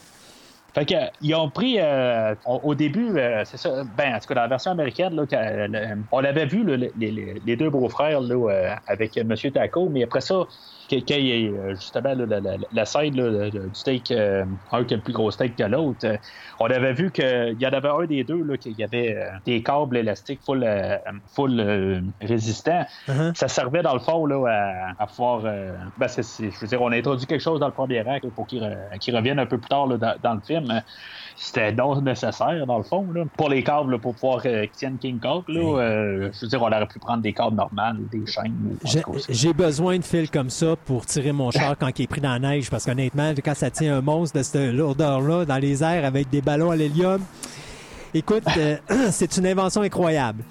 Fait que, ils ont pris, euh, au début, euh, c'est ça, ben, en tout cas, dans la version américaine, là, euh, on avait vu là, les, les, les deux beaux-frères là, euh, avec M. Taco, mais après ça, quand il y a justement là, la, la, la side là, du steak, euh, un qui a le plus gros steak que l'autre, euh, on avait vu qu'il y en avait un des deux, là, qu'il y avait euh, des câbles élastiques full, euh, full euh, résistants. Uh-huh. Ça servait dans le fond là, à, à pouvoir... Euh, ben, c'est, c'est, je veux dire, on a introduit quelque chose dans le premier acte pour qu'il, euh, qu'il revienne un peu plus tard là, dans, dans le film. C'était donc nécessaire, dans le fond, là, pour les câbles, là, pour pouvoir euh, qu'ils tiennent King Kong. Là, oui. euh, je veux dire, on aurait pu prendre des câbles normales ou des chaînes. Ou, j'ai, j'ai besoin de fils comme ça pour tirer mon char quand il est pris dans la neige, parce qu'honnêtement, quand ça tient un monstre de cette lourdeur-là dans les airs avec des ballons à l'hélium, écoute, euh, c'est une invention incroyable.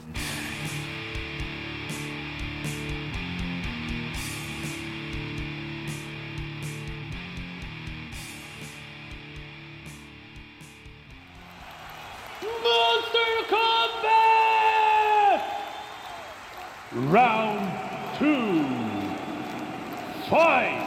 Round two. Fight!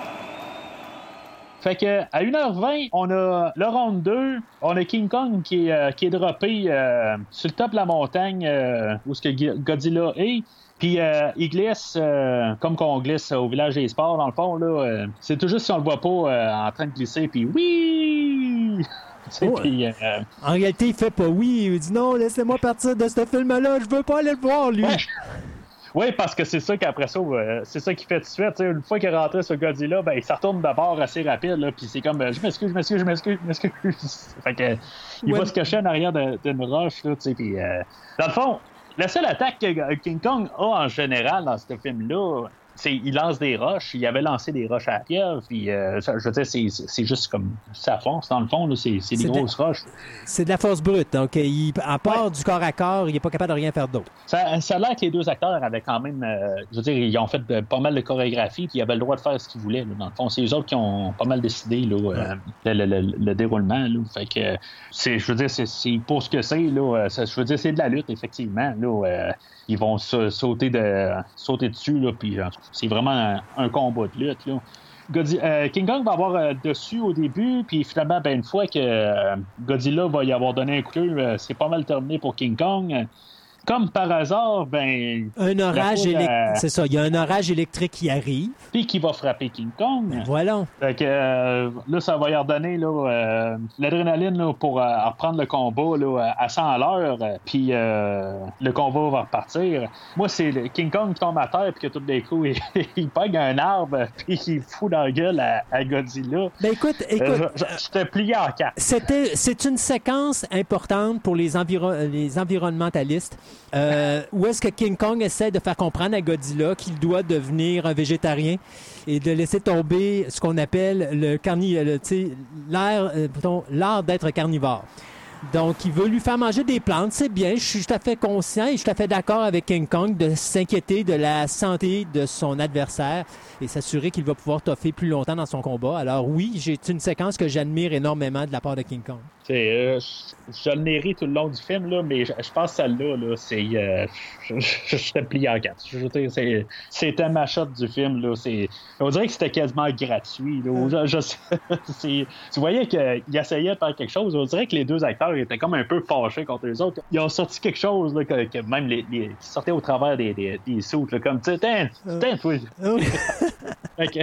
Fait que à une heure vingt, on a le round deux, on a King Kong qui est, euh, qui est droppé euh, sur le top de la montagne euh, où ce que Godzilla est. Puis euh, il glisse, euh, comme qu'on glisse au village des sports, dans le fond, là, euh, c'est tout juste si on le voit pas euh, en train de glisser, puis oui! Oh, puis, euh, en réalité, il fait pas oui, il dit non, laissez-moi partir de ce film-là, je veux pas aller le voir, lui! Oui, parce que c'est ça qu'après ça, euh, c'est ça qu'il fait tout de suite. T'sais, une fois qu'il est rentré sur Godzilla, ben, il se retourne d'abord assez rapide, là, puis c'est comme, euh, je m'excuse, je m'excuse, je m'excuse, je m'excuse. Fait que, il ouais. va se cacher en arrière de, d'une roche, là, tu sais, puis euh, dans le fond, la seule attaque que King Kong a en général dans ce film-là, c'est il lance des roches. Il avait lancé des roches à la pieuvre, puis euh, ça, je veux dire, c'est, c'est juste comme sa force, dans le fond, là, c'est, c'est des c'est grosses de... roches. C'est de la force brute, donc il, à part ouais. du corps à corps, il n'est pas capable de rien faire d'autre. Ça, ça a l'air que les deux acteurs avaient quand même, euh, je veux dire, ils ont fait de, pas mal de chorégraphie, puis ils avaient le droit de faire ce qu'ils voulaient, là, dans le fond. C'est eux autres qui ont pas mal décidé là, ouais. euh, le, le, le, le déroulement, là. Fait que, c'est, je veux dire, c'est, c'est pour ce que c'est, là, ça, je veux dire, c'est de la lutte, effectivement, là, euh, ils vont sa- sauter, de, sauter dessus, là, puis c'est vraiment un, un combat de lutte, là. Godzi- euh, King Kong va avoir euh, dessus au début, puis finalement, ben, une fois que euh, Godzilla va y avoir donné un coup, euh, c'est pas mal terminé pour King Kong. comme par hasard, ben... Un orage électrique, à... c'est ça, il y a un orage électrique qui arrive. Puis qui va frapper King Kong. Ben voilà. Fait que euh, là, ça va y redonner là, euh, l'adrénaline là, pour euh, reprendre le combat là, à cent à l'heure, puis euh, le combat va repartir. Moi, c'est le King Kong qui tombe à terre, puis que tout d'un coup, il, il pogne un arbre, puis il fout dans la gueule à, à Godzilla. Ben écoute, écoute... Euh, je, je, je te plié en quatre. C'était, c'est une séquence importante pour les, enviro- les environnementalistes, euh, où est-ce que King Kong essaie de faire comprendre à Godzilla qu'il doit devenir un végétarien et de laisser tomber ce qu'on appelle le carni, le, l'art, euh, l'art d'être carnivore. Donc, il veut lui faire manger des plantes, c'est bien, je suis tout à fait conscient et je suis tout à fait d'accord avec King Kong de s'inquiéter de la santé de son adversaire et s'assurer qu'il va pouvoir toffer plus longtemps dans son combat. Alors oui, j'ai une séquence que j'admire énormément de la part de King Kong. Euh, je, je l'ai ri tout le long du film, là, mais je, je pense que celle-là, là, c'est. Euh, je, je, je te plie en quatre. Je veux dire, c'est, c'était ma shot du film. Là, c'est, on dirait que c'était quasiment gratuit. Là. Je, je, c'est, tu voyais qu'il essayait de faire quelque chose. On dirait que les deux acteurs étaient comme un peu fâchés contre les autres. Ils ont sorti quelque chose là, que, que même les, les, qui sortait au travers des, des, des soutes, là, comme, tu sais, tiens, tiens, toi. Okay.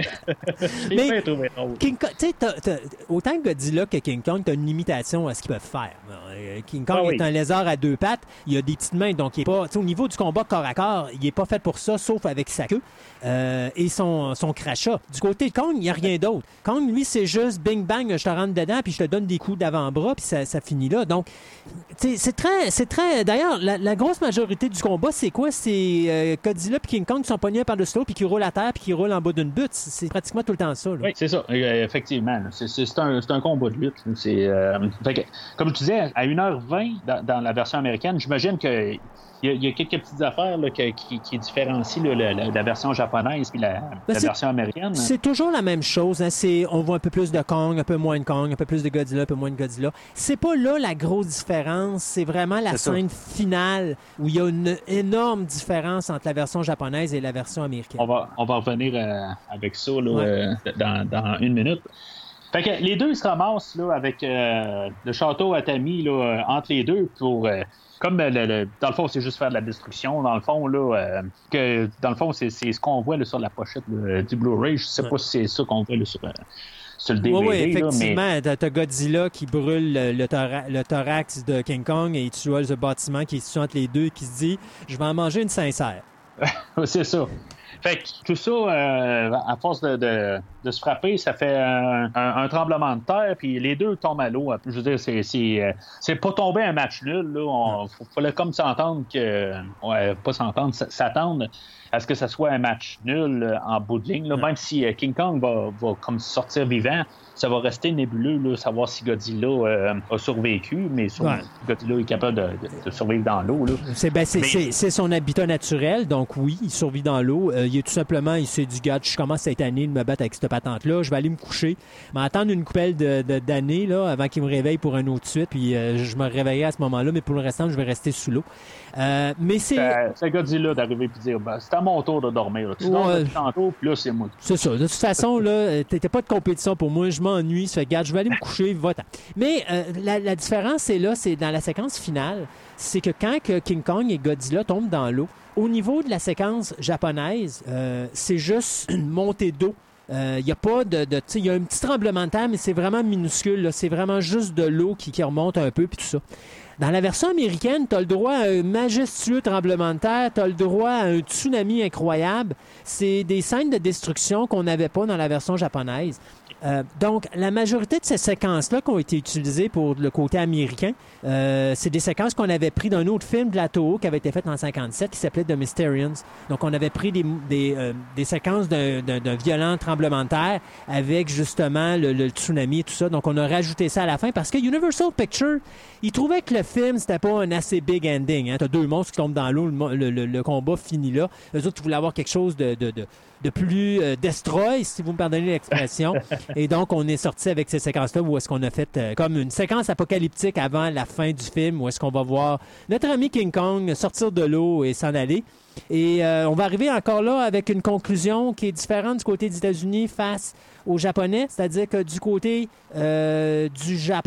Mais King Kong, tu sais, autant Godzilla que King Kong, t'as une limitation à ce qu'ils peuvent faire. King Kong ah, oui. est un lézard à deux pattes, il a des petites mains, donc il est pas, au niveau du combat corps à corps, il est pas fait pour ça, sauf avec sa queue euh, et son, son crachat. Du côté de Kong, il n'y a rien d'autre. Kong, lui, c'est juste bing bang, je te rentre dedans, puis je te donne des coups d'avant-bras, puis ça, ça finit là. Donc, c'est très, c'est très. D'ailleurs, la, la grosse majorité du combat, c'est quoi? C'est euh, Godzilla et King Kong qui sont pognés par-dessus l'autre, puis qui roulent à terre, puis qui roulent en bas d'une butte. C'est pratiquement tout le temps ça. Là. Oui, c'est ça, euh, effectivement. C'est, c'est, c'est, un, c'est un combat de lutte. C'est, euh, fait que, comme je disais, à une heure vingt dans, dans la version américaine, j'imagine que. Il y, a, il y a quelques petites affaires là, que, qui, qui différencient là, la, la, la version japonaise et la, la version américaine. C'est toujours la même chose. Hein. C'est, on voit un peu plus de Kong, un peu moins de Kong, un peu plus de Godzilla, un peu moins de Godzilla. C'est pas là la grosse différence. C'est vraiment la c'est scène ça. finale où il y a une énorme différence entre la version japonaise et la version américaine. On va, on va revenir euh, avec ça là, ouais. euh, dans, dans une minute. Fait que les deux ils se ramassent là, avec euh, le château Atami là, entre les deux pour... Euh, Comme le, le, dans le fond, c'est juste faire de la destruction. Dans le fond, là, euh, que dans le fond, c'est, c'est ce qu'on voit là, sur la pochette là, du Blu-ray. Je sais ouais. pas si c'est ça qu'on voit là, sur, euh, sur le D V D. Oui, oui, effectivement. Là, mais... T'as Godzilla qui brûle le, le, thora- le thorax de King Kong et tu vois le bâtiment qui est situé entre les deux qui se dit « Je vais en manger une sincère. » C'est ça. Fait que tout ça, euh, à force de, de, de se frapper, ça fait un, un, un tremblement de terre, puis les deux tombent à l'eau. Je veux dire, c'est, c'est, c'est pas tomber un match nul. Là. On, fallait comme s'entendre que... Ouais, pas s'entendre, s'attendre à ce que ça soit un match nul en bout de ligne. Là. Même si King Kong va, va comme sortir vivant, ça va rester nébuleux, là, savoir si Godzilla euh, a survécu, mais sur, ouais. Godzilla est capable de, de, de survivre dans l'eau. Là. C'est, ben, c'est, mais... c'est, c'est son habitat naturel, donc oui, il survit dans l'eau. Euh, il est tout simplement, il s'est dit, regarde, je commence cette année de me battre avec cette patente-là, je vais aller me coucher, m'attendre une coupelle de, de, d'années là, avant qu'il me réveille pour un autre suite, puis euh, je me réveillerai à ce moment-là, mais pour le restant, je vais rester sous l'eau. Euh, mais c'est... Euh, c'est Godzilla d'arriver et de dire, ben, c'est à mon tour de dormir. Là. Tu ouais. dors depuis tantôt, puis là, c'est moi. C'est ça. De toute façon, là, t'étais pas de compétition pour moi, je m'ennuie, ça fait, regarde, je vais aller me coucher, va-t'en. Mais euh, la, la différence, c'est là, c'est dans la séquence finale, c'est que quand que King Kong et Godzilla tombent dans l'eau, au niveau de la séquence japonaise, euh, c'est juste une montée d'eau. Il euh, n'y a pas de... de il y a un petit tremblement de terre, mais c'est vraiment minuscule. Là. C'est vraiment juste de l'eau qui, qui remonte un peu, puis tout ça. Dans la version américaine, tu as le droit à un majestueux tremblement de terre, tu as le droit à un tsunami incroyable. C'est des scènes de destruction qu'on n'avait pas dans la version japonaise. Euh, donc, la majorité de ces séquences-là qui ont été utilisées pour le côté américain, euh, c'est des séquences qu'on avait prises d'un autre film de la Toho qui avait été fait en cinquante-sept qui s'appelait The Mysterians. Donc, on avait pris des, des, euh, des séquences d'un, d'un, d'un violent tremblement de terre avec justement le, le tsunami et tout ça. Donc, on a rajouté ça à la fin parce que Universal Pictures, ils trouvaient que le film, c'était pas un assez big ending. Hein. Tu as deux monstres qui tombent dans l'eau, le, le, le combat finit là. Eux autres, ils voulaient avoir quelque chose de... de, de de plus euh, destroy, si vous me pardonnez l'expression. Et donc, on est sorti avec ces séquences-là où est-ce qu'on a fait euh, comme une séquence apocalyptique avant la fin du film, où est-ce qu'on va voir notre ami King Kong sortir de l'eau et s'en aller. Et euh, on va arriver encore là avec une conclusion qui est différente du côté des États-Unis face aux Japonais, c'est-à-dire que du côté euh, du Japon,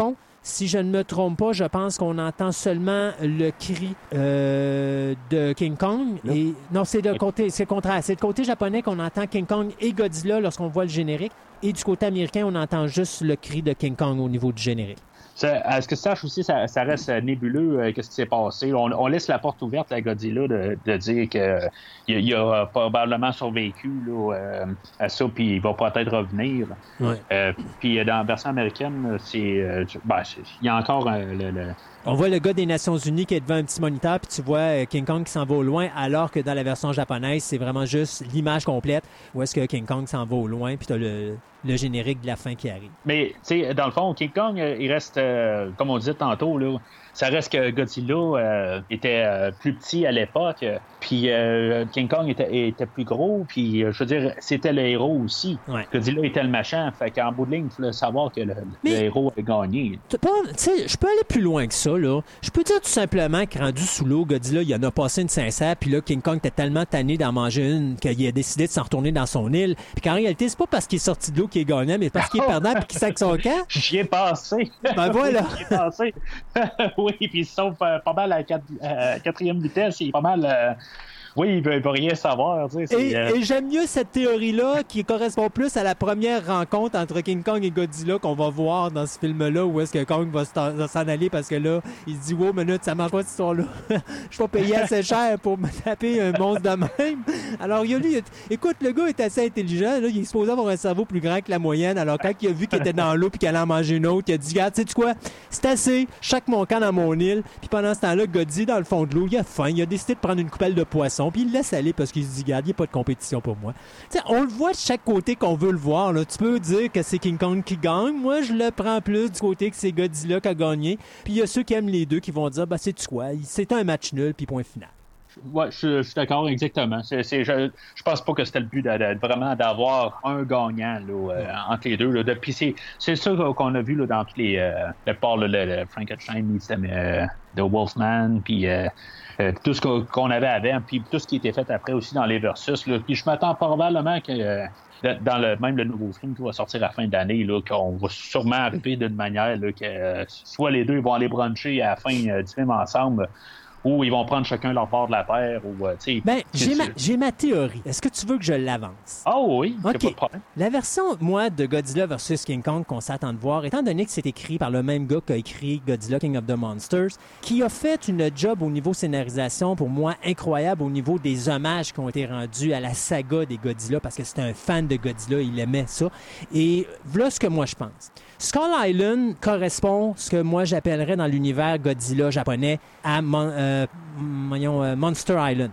Si je ne me trompe pas, je pense qu'on entend seulement le cri euh, de King Kong. Non. Et, non, c'est le côté, c'est le contraire. C'est le côté japonais qu'on entend King Kong et Godzilla lorsqu'on voit le générique. Et du côté américain, on entend juste le cri de King Kong au niveau du générique. Ça, à ce que tu saches aussi, ça, ça reste nébuleux, euh, qu'est-ce qui s'est passé. On, on laisse la porte ouverte à Godzilla de, de dire qu'il il a probablement survécu là, euh, à ça, puis il va peut-être revenir. Ouais. Euh, puis dans la version américaine, c'est, euh, ben, c'est, il y a encore euh, le, le... On voit le gars des Nations Unies qui est devant un petit moniteur, puis tu vois King Kong qui s'en va au loin, alors que dans la version japonaise, c'est vraiment juste l'image complète où est-ce que King Kong s'en va au loin, puis tu as le, le générique de la fin qui arrive. Mais, tu sais, dans le fond, King Kong, il reste, euh, comme on disait tantôt, là, ça reste que Godzilla euh, était euh, plus petit à l'époque, puis euh, King Kong était, était plus gros, puis euh, je veux dire, c'était le héros aussi. Ouais. Godzilla était le machin, fait qu'en bout de ligne, il fallait savoir que le, Mais, le héros a gagné. Tu sais, je peux aller plus loin que ça, là. Je peux dire tout simplement que rendu sous l'eau, Godzilla, il en a passé une sincère, puis là, King Kong était tellement tanné d'en manger une qu'il a décidé de s'en retourner dans son île, puis qu'en réalité, c'est pas parce qu'il est sorti de l'eau qu'il est gagnant, mais parce qu'il est perdant puis qu'il sac son camp. J'y ai passé. Ben voilà. J'y ai passé. Oui, puis il sauve euh, pas mal à la quatre, euh, quatrième vitesse, il est pas mal... Euh... Oui, il veut, il veut rien savoir. Tu sais, et, euh... et j'aime mieux cette théorie-là qui correspond plus à la première rencontre entre King Kong et Godzilla qu'on va voir dans ce film-là, où est-ce que Kong va s'en aller parce que là, il se dit « Wow, minute, ça marche pas cette histoire-là. Je suis pas payé assez cher pour me taper un monstre de même. » Alors, il a lu... Écoute, le gars est assez intelligent. Là, il est supposé avoir un cerveau plus grand que la moyenne. Alors, quand il a vu qu'il était dans l'eau puis qu'il allait en manger une autre, il a dit « Regarde, sais-tu quoi? C'est assez. Chaque mon camp dans mon île. » Puis pendant ce temps-là, Godzilla, dans le fond de l'eau, il a faim. Il a décidé de prendre une coupelle de poisson puis il laisse aller parce qu'il se dit, regarde, il n'y a pas de compétition pour moi. T'sais, on le voit de chaque côté qu'on veut le voir. Là. Tu peux dire que c'est King Kong qui gagne. Moi, je le prends plus du côté que c'est Godzilla qui a gagné. Puis il y a ceux qui aiment les deux qui vont dire, bah, c'est-tu quoi? C'est un match nul, puis point final. Ouais, je, je suis d'accord, exactement. C'est, c'est, je, je pense pas que c'était le but de, de, vraiment d'avoir un gagnant là, euh, entre les deux. Là. Puis c'est, c'est ça qu'on a vu là, dans tous les... Euh, le part, le, le Frankenstein, euh, The Wolfman, puis... Euh, Euh, tout ce qu'on avait avant, puis tout ce qui était fait après aussi dans les versus. Là. Puis je m'attends probablement que euh, dans le même le nouveau film qui va sortir à la fin d'année, là, qu'on va sûrement arriver d'une manière là, que euh, soit les deux vont aller bruncher à la fin euh, du film ensemble, ou ils vont prendre chacun leur part de la terre. Ou, euh, ben, j'ai ma, j'ai ma théorie. Est-ce que tu veux que je l'avance? Ah oh, oui, okay. c'est pas de problème. La version, moi, de Godzilla versus King Kong qu'on s'attend de voir, étant donné que c'est écrit par le même gars qui a écrit Godzilla King of the Monsters, qui a fait une job au niveau scénarisation, pour moi, incroyable au niveau des hommages qui ont été rendus à la saga des Godzilla, parce que c'était un fan de Godzilla, il aimait ça. Et voilà ce que moi, je pense. Skull Island correspond, ce que moi j'appellerais dans l'univers Godzilla japonais, à Mon- euh, voyons, euh, Monster Island.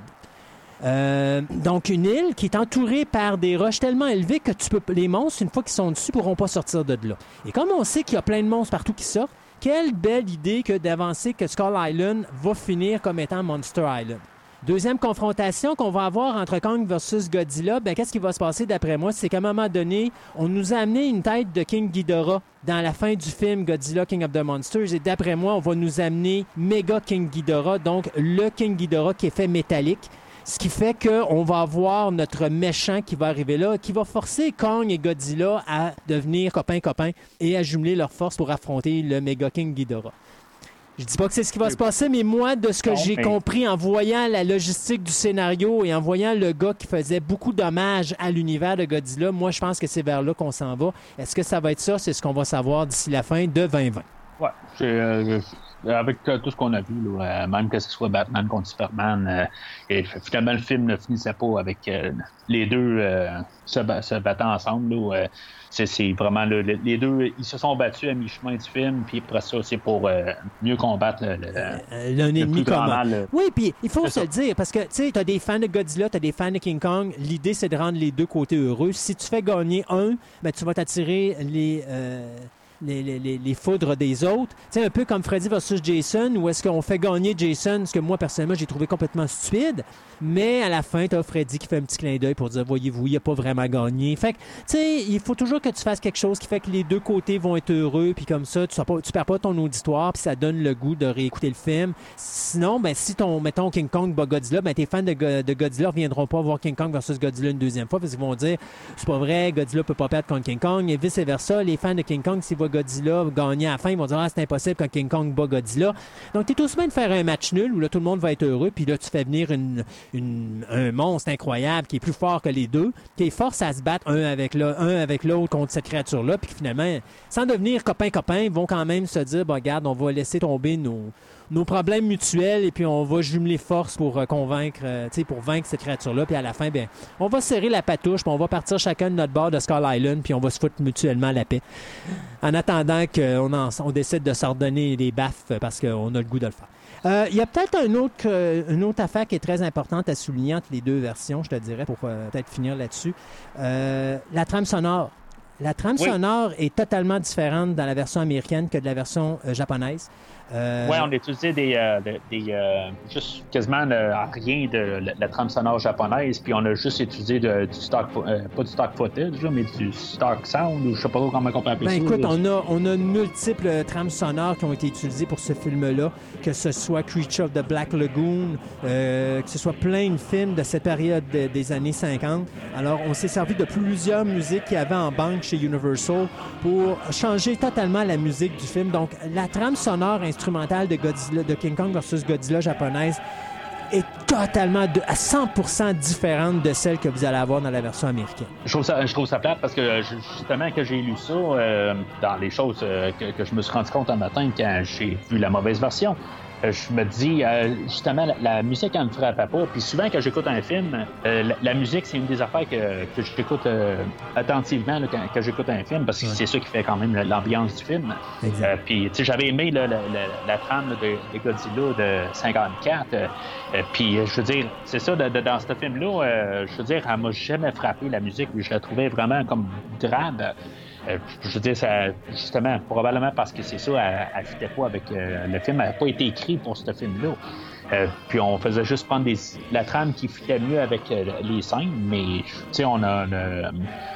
Euh, donc, une île qui est entourée par des roches tellement élevées que tu peux, les monstres, une fois qu'ils sont dessus, ne pourront pas sortir de là. Et comme on sait qu'il y a plein de monstres partout qui sortent, quelle belle idée que d'avancer que Skull Island va finir comme étant Monster Island. Deuxième confrontation qu'on va avoir entre Kong versus Godzilla, ben qu'est-ce qui va se passer d'après moi? C'est qu'à un moment donné, on nous a amené une tête de King Ghidorah dans la fin du film Godzilla King of the Monsters, et d'après moi, on va nous amener Mega King Ghidorah, donc le King Ghidorah qui est fait métallique. Ce qui fait qu'on va avoir notre méchant qui va arriver là, qui va forcer Kong et Godzilla à devenir copains-copains et à jumeler leurs forces pour affronter le Mega King Ghidorah. Je dis pas que c'est ce qui va se passer, mais moi, de ce que j'ai compris en voyant la logistique du scénario et en voyant le gars qui faisait beaucoup d'hommages à l'univers de Godzilla, moi, je pense que c'est vers là qu'on s'en va. Est-ce que ça va être ça? C'est ce qu'on va savoir d'ici la fin de vingt vingt. Ouais, c'est, euh, avec euh, tout ce qu'on a vu, là, euh, même que ce soit Batman contre Superman, euh, et finalement, le film ne finissait pas avec euh, les deux euh, se, ba- se battant ensemble. Là, euh, c'est, c'est vraiment, là, les deux, ils se sont battus à mi-chemin du film, puis après ça, c'est pour euh, mieux combattre le, le, euh, l'un ennemi commun. Mal, oui, puis il faut c'est se ça. le dire, parce que, tu sais, t'as des fans de Godzilla, t'as des fans de King Kong, l'idée, c'est de rendre les deux côtés heureux. Si tu fais gagner un, ben, tu vas t'attirer les... Euh, Les, les, les, les foudres des autres. Tu sais, un peu comme Freddy versus Jason, où est-ce qu'on fait gagner Jason, ce que moi, personnellement, j'ai trouvé complètement stupide. Mais à la fin, t'as Freddy qui fait un petit clin d'œil pour dire, voyez-vous, il n'a pas vraiment gagné. Fait que, tu sais, il faut toujours que tu fasses quelque chose qui fait que les deux côtés vont être heureux, puis comme ça, tu ne perds pas ton auditoire, puis ça donne le goût de réécouter le film. Sinon, ben, si ton, mettons, King Kong bat Godzilla, ben, tes fans de, de Godzilla ne reviendront pas voir King Kong versus Godzilla une deuxième fois, parce qu'ils vont dire, c'est pas vrai, Godzilla peut pas perdre contre King Kong, et vice-versa. Les fans de King Kong, s'ils voient Godzilla gagner à la fin. Ils vont dire « Ah, c'est impossible quand King Kong bat Godzilla. » Donc, tu es tout de même de faire un match nul où là, tout le monde va être heureux, puis là, tu fais venir une, une, un monstre incroyable qui est plus fort que les deux, qui est force à se battre un avec, le, un avec l'autre contre cette créature-là, puis finalement, sans devenir copains-copains, ils vont quand même se dire bah, « Regarde, on va laisser tomber nos... » nos problèmes mutuels et puis on va jumeler force pour euh, convaincre, euh, tu sais, pour vaincre cette créature-là. Puis à la fin, ben, on va serrer la patouche, puis on va partir chacun de notre bord de Skull Island, puis on va se foutre mutuellement la paix. En attendant qu'on en, on décide de s'ordonner des baffes parce qu'on a le goût de le faire. Euh, il y a peut-être un autre, euh, une autre affaire qui est très importante à souligner entre les deux versions, je te dirais, pour euh, peut-être finir là-dessus. Euh, la trame sonore. La trame oui. sonore est totalement différente dans la version américaine que de la version euh, japonaise. Euh... Oui, on a utilisé des, euh, des, des euh, juste quasiment euh, rien de la, la trame sonore japonaise, puis on a juste utilisé de, du stock, euh, pas du stock footage, là, mais du stock sound, ou je sais pas comment on peut appeler ben, ça. Écoute, là. on a, on a multiples trames sonores qui ont été utilisées pour ce film-là, que ce soit Creature of the Black Lagoon, euh, que ce soit plein de films de cette période de, des années cinquante. Alors, on s'est servi de plusieurs musiques qu'il y avait en banque chez Universal pour changer totalement la musique du film. Donc, la trame sonore instrumentale de, Godzilla, de King Kong versus Godzilla japonaise est totalement de, à cent pour cent différente de celle que vous allez avoir dans la version américaine. Je trouve ça, je trouve ça plate parce que justement que j'ai lu ça euh, dans les choses euh, que, que je me suis rendu compte un matin quand j'ai vu la mauvaise version. Je me dis, euh, justement, la, la musique, elle me frappe pas. Puis souvent, quand j'écoute un film, euh, la, la musique, c'est une des affaires que, que j'écoute euh, attentivement là, quand, quand j'écoute un film, parce que ouais. c'est ça qui fait quand même l'ambiance du film. Euh, puis, tu sais, j'avais aimé là, la, la, la trame là, de, de Godzilla de cinquante-quatre. Euh, puis, je veux dire, c'est ça, de, de, dans ce film-là, euh, je veux dire, elle m'a jamais frappé, la musique. Je la trouvais vraiment comme drabe. Euh, je veux dire, ça, justement, probablement parce que c'est ça, elle ne fitait pas avec euh, le film, elle n'a pas été écrit pour ce film-là. Euh, puis on faisait juste prendre des, la trame qui fitait mieux avec euh, les scènes, mais tu sais, on a. Le,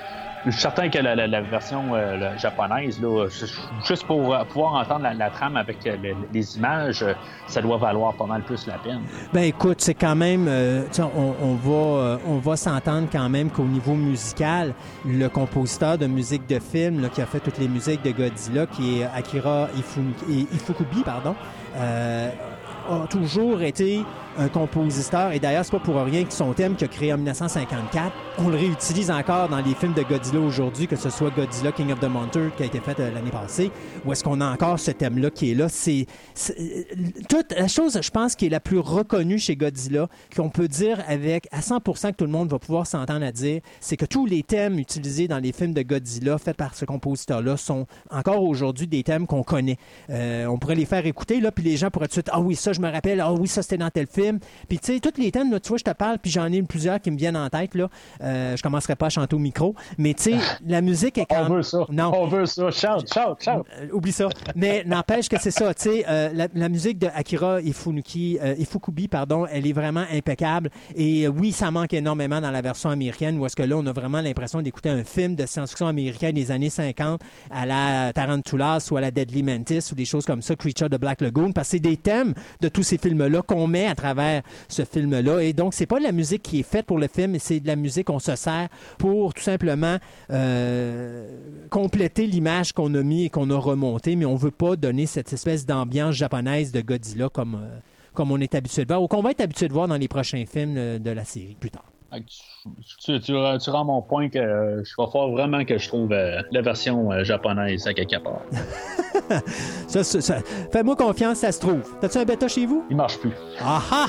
je suis certain que la, la, la version euh, la japonaise, là, juste pour euh, pouvoir entendre la, la trame avec euh, le, les images, euh, ça doit valoir pas mal plus la peine. Ben écoute, c'est quand même, euh, on, on va, euh, on va s'entendre quand même qu'au niveau musical, le compositeur de musique de film là, qui a fait toutes les musiques de Godzilla, qui est Akira Ifukube, pardon, euh, a toujours été un compositeur, et d'ailleurs, c'est pas pour rien que son thème qu'il a créé en dix-neuf cent cinquante-quatre, on le réutilise encore dans les films de Godzilla aujourd'hui, que ce soit Godzilla King of the Monsters qui a été fait euh, l'année passée, ou est-ce qu'on a encore ce thème-là qui est là. C'est, c'est toute la chose, je pense, qui est la plus reconnue chez Godzilla, qu'on peut dire avec à cent pour cent que tout le monde va pouvoir s'entendre à dire, c'est que tous les thèmes utilisés dans les films de Godzilla faits par ce compositeur-là sont encore aujourd'hui des thèmes qu'on connaît. Euh, on pourrait les faire écouter, là, puis les gens pourraient tout de suite, ah oui, ça, je me rappelle, ah oui, ça, c'était dans tel film. Puis, tu sais, tous les thèmes, là, tu vois, je te parle, puis j'en ai plusieurs qui me viennent en tête, là. Euh, je commencerai pas à chanter au micro, mais, tu sais, la musique est quand même... On veut ça. Non. On veut ça. Chante, chante, chante. Euh, oublie ça. Mais n'empêche que c'est ça, tu sais, euh, la, la musique de Akira Ifunuki, euh, Ifukube, pardon, elle est vraiment impeccable. Et euh, oui, ça manque énormément dans la version américaine, où est-ce que là, on a vraiment l'impression d'écouter un film de science-fiction américaine des années cinquante à la Tarantulas ou à la Deadly Mantis ou des choses comme ça, Creature de Black Lagoon, parce que c'est des thèmes de tous ces films-là qu'on met à travers ce film-là. Et donc, c'est pas de la musique qui est faite pour le film, mais c'est de la musique qu'on se sert pour tout simplement euh, compléter l'image qu'on a mis et qu'on a remontée, mais on veut pas donner cette espèce d'ambiance japonaise de Godzilla comme, euh, comme on est habitué de voir, ou qu'on va être habitué de voir dans les prochains films euh, de la série plus tard. Tu, tu, tu rends mon point que euh, je vais faire vraiment que je trouve euh, la version euh, japonaise à quelque part. ça, ça, ça. Fais-moi confiance, ça se trouve. T'as-tu un bêta chez vous? Il marche plus. Ah ah!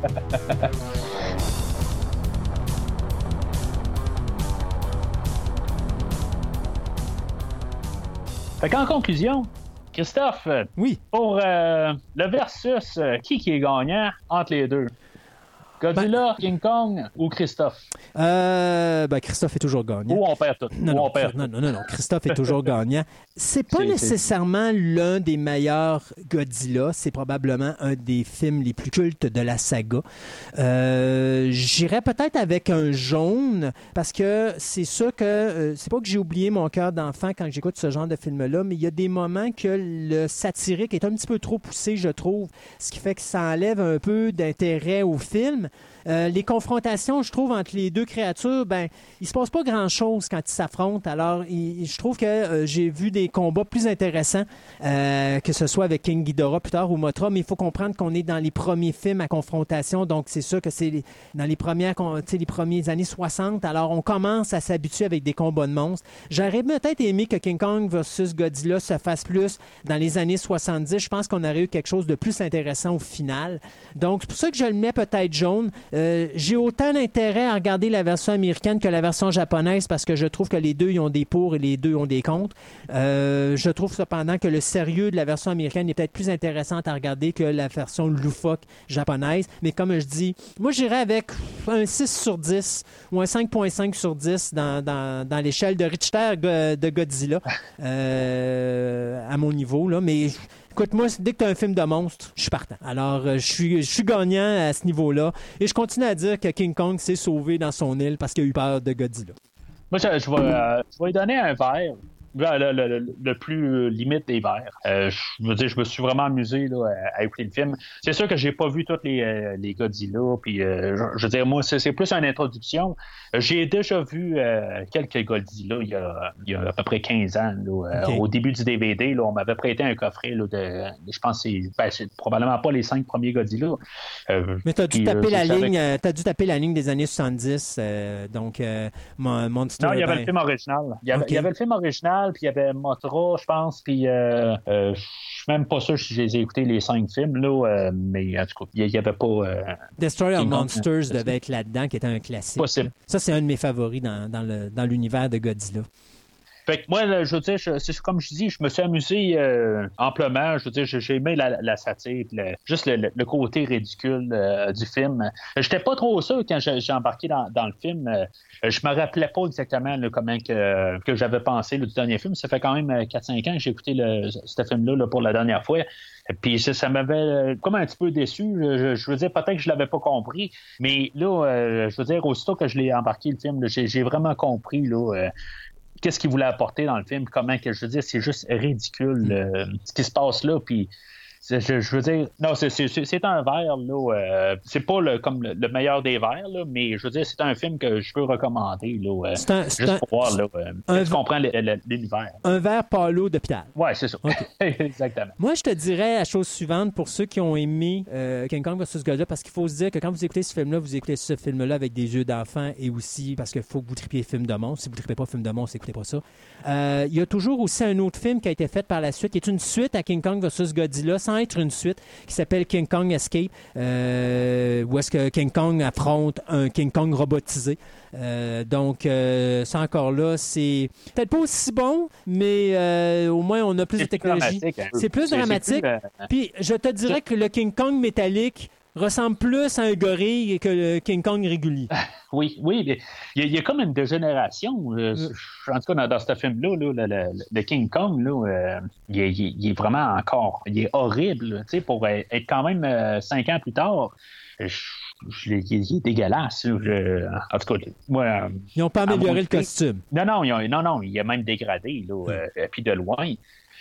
Fait qu'en conclusion, Christophe, oui. pour euh, le versus, euh, qui qui est gagnant entre les deux? Godzilla, ben, King Kong ou Christophe? Euh, ben Christophe est toujours gagnant. Ou on perd tout. Non, ou non, on perd non, tout. non, non, non, Christophe est toujours gagnant. C'est pas c'est, nécessairement c'est... l'un des meilleurs Godzilla. C'est probablement un des films les plus cultes de la saga. Euh, j'irais peut-être avec un jaune, parce que c'est sûr que... Euh, c'est pas que j'ai oublié mon cœur d'enfant quand j'écoute ce genre de film-là, mais il y a des moments que le satirique est un petit peu trop poussé, je trouve, ce qui fait que ça enlève un peu d'intérêt au film. Euh, les confrontations, je trouve, entre les deux créatures, ben, il se passe pas grand-chose quand ils s'affrontent. Alors, il, je trouve que euh, j'ai vu des combats plus intéressants, euh, que ce soit avec King Ghidorah plus tard ou Mothra, mais il faut comprendre qu'on est dans les premiers films à confrontation, donc c'est sûr que c'est les, dans les premières, les premières années soixante. Alors, on commence à s'habituer avec des combats de monstres. J'aurais peut-être aimé que King Kong versus Godzilla se fasse plus dans les années soixante-dix. Je pense qu'on aurait eu quelque chose de plus intéressant au final. Donc, c'est pour ça que je le mets peut-être jaune. Euh, j'ai autant d'intérêt à regarder la version américaine que la version japonaise parce que je trouve que les deux ils ont des pour et les deux ont des contre. Euh, je trouve cependant que le sérieux de la version américaine est peut-être plus intéressant à regarder que la version loufoque japonaise. Mais comme je dis, moi j'irais avec un six sur dix ou un cinq virgule cinq sur dix dans, dans, dans l'échelle de Richter de Godzilla euh, à mon niveau. Là. Mais écoute, moi, dès que tu as un film de monstre, je suis partant. Alors, je suis, je suis gagnant à ce niveau-là. Et je continue à dire que King Kong s'est sauvé dans son île parce qu'il a eu peur de Godzilla. Moi, je, je, vais, euh, je vais lui donner un verre. Le, le, le, le plus limite des verres. Euh, je veux dire, je me suis vraiment amusé là, à, à écouter le film. C'est sûr que j'ai pas vu tous les, euh, les Godzilla, puis euh, je, je veux dire, moi, c'est, c'est plus une introduction. J'ai déjà vu euh, quelques Godzilla il y, a, il y a à peu près quinze ans. Là, okay. euh, au début du D V D, là, on m'avait prêté un coffret là, de, je pense que c'est, ben, c'est probablement pas les cinq premiers Godzilla. Euh, Mais t'as dû, puis, taper euh, la ligne, avec... euh, t'as dû taper la ligne des années soixante-dix, euh, donc euh, Monster... Non, il y avait ben... le film original. Il y avait, okay. il y avait le film original, puis il y avait Mothra, je pense, puis euh, euh, je suis même pas sûr si j'ai écouté les cinq films, là, euh, mais en tout cas, il n'y avait pas... Euh, Destroyer of Monsters devait être là-dedans, qui était un classique. Possible. Ça, c'est un de mes favoris dans, dans, le, dans l'univers de Godzilla. Fait que moi, là, je veux dire, je, c'est comme je dis, je me suis amusé euh, amplement. Je veux dire, j'ai aimé la, la satire, le, juste le, le côté ridicule euh, du film. J'étais pas trop sûr quand j'ai, j'ai embarqué dans, dans le film. Euh, je me rappelais pas exactement là, comment que, que j'avais pensé là, du dernier film. Ça fait quand même quatre cinq ans que j'ai écouté le, ce film-là là, pour la dernière fois. Puis ça, ça m'avait comme un petit peu déçu. Je, je veux dire, peut-être que je l'avais pas compris. Mais là, euh, je veux dire, aussitôt que je l'ai embarqué, le film, là, j'ai, j'ai vraiment compris là, euh, qu'est-ce qu'il voulait apporter dans le film, comment que je veux dire, c'est juste ridicule euh, ce qui se passe là, puis je, je veux dire, non, c'est, c'est, c'est un verre, là, euh, c'est pas le, comme le, le meilleur des verres, là, mais je veux dire, c'est un film que je peux recommander, là, euh, un, juste un, pour voir, là, euh, un, tu comprends l'univers. Un verre palo d'hôpital. Ouais, c'est ça. Okay. Exactement. Moi, je te dirais la chose suivante, pour ceux qui ont aimé euh, King Kong versus Godzilla, parce qu'il faut se dire que quand vous écoutez ce film-là, vous écoutez ce film-là avec des yeux d'enfant et aussi parce qu'il faut que vous tripiez film de monstre. Si vous ne tripez pas film de monstre, écoutez pas ça. Euh, il y a toujours aussi un autre film qui a été fait par la suite, qui est une suite à King Kong versus Godzilla, sans être une suite, qui s'appelle King Kong Escape, euh, où est-ce que King Kong affronte un King Kong robotisé. Euh, donc, euh, ça encore là, c'est peut-être pas aussi bon, mais euh, au moins on a plus c'est de technologie. Plus c'est plus c'est, dramatique. C'est plus, euh... Puis, je te dirais que le King Kong métallique ressemble plus à un gorille que le King Kong régulier. Oui, oui. Il y, a, il y a comme une dégénération. Euh, mm. En tout cas, dans, dans ce film-là, là, le, le, le King Kong, là, euh, il, est, il est vraiment encore... Il est horrible. Pour être quand même euh, cinq ans plus tard, je, je, il, il est dégueulasse. Je, en tout cas, moi... Ils n'ont pas amélioré le costume. Non, non, ils ont, non, non, il a même dégradé, là, mm. euh, puis de loin.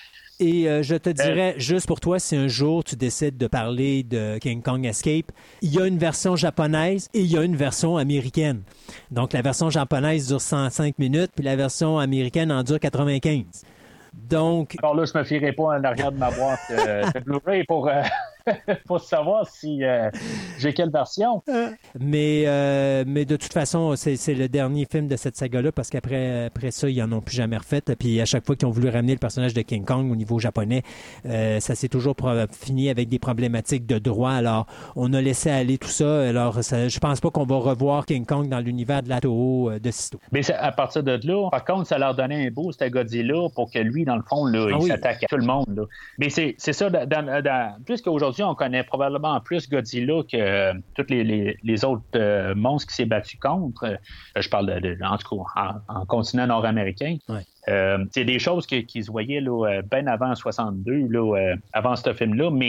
Et euh, je te dirais, euh, juste pour toi, si un jour tu décides de parler de King Kong Escape, il y a une version japonaise et il y a une version américaine. Donc, la version japonaise dure cent cinq minutes, puis la version américaine en dure quatre-vingt-quinze. Donc... Alors là, je me fierai pas en arrière de ma boîte euh, de Blu-ray pour... Euh... pour savoir si euh, j'ai quelle version. Mais, euh, mais de toute façon, c'est, c'est le dernier film de cette saga-là parce qu'après après ça, ils n'en ont plus jamais refait. Puis à chaque fois qu'ils ont voulu ramener le personnage de King Kong au niveau japonais, euh, ça s'est toujours pro- fini avec des problématiques de droit. Alors, on a laissé aller tout ça. Alors, ça, je pense pas qu'on va revoir King Kong dans l'univers de la Toho de sitôt. Mais c'est à partir de là, par contre, ça leur donnait un boost à Godzilla pour que lui, dans le fond, là, ah, il oui. s'attaque à tout le monde. Là. Mais c'est, c'est ça, dans, dans, plus qu'aujourd'hui, on connaît probablement plus Godzilla que euh, tous les, les, les autres euh, monstres qui s'est battu contre. Euh, je parle de, de, en tout cas en, en continent nord-américain. Ouais. Euh, c'est des choses qui, qui se voyaient là, bien avant soixante-deux, là, euh, avant ce film-là, mais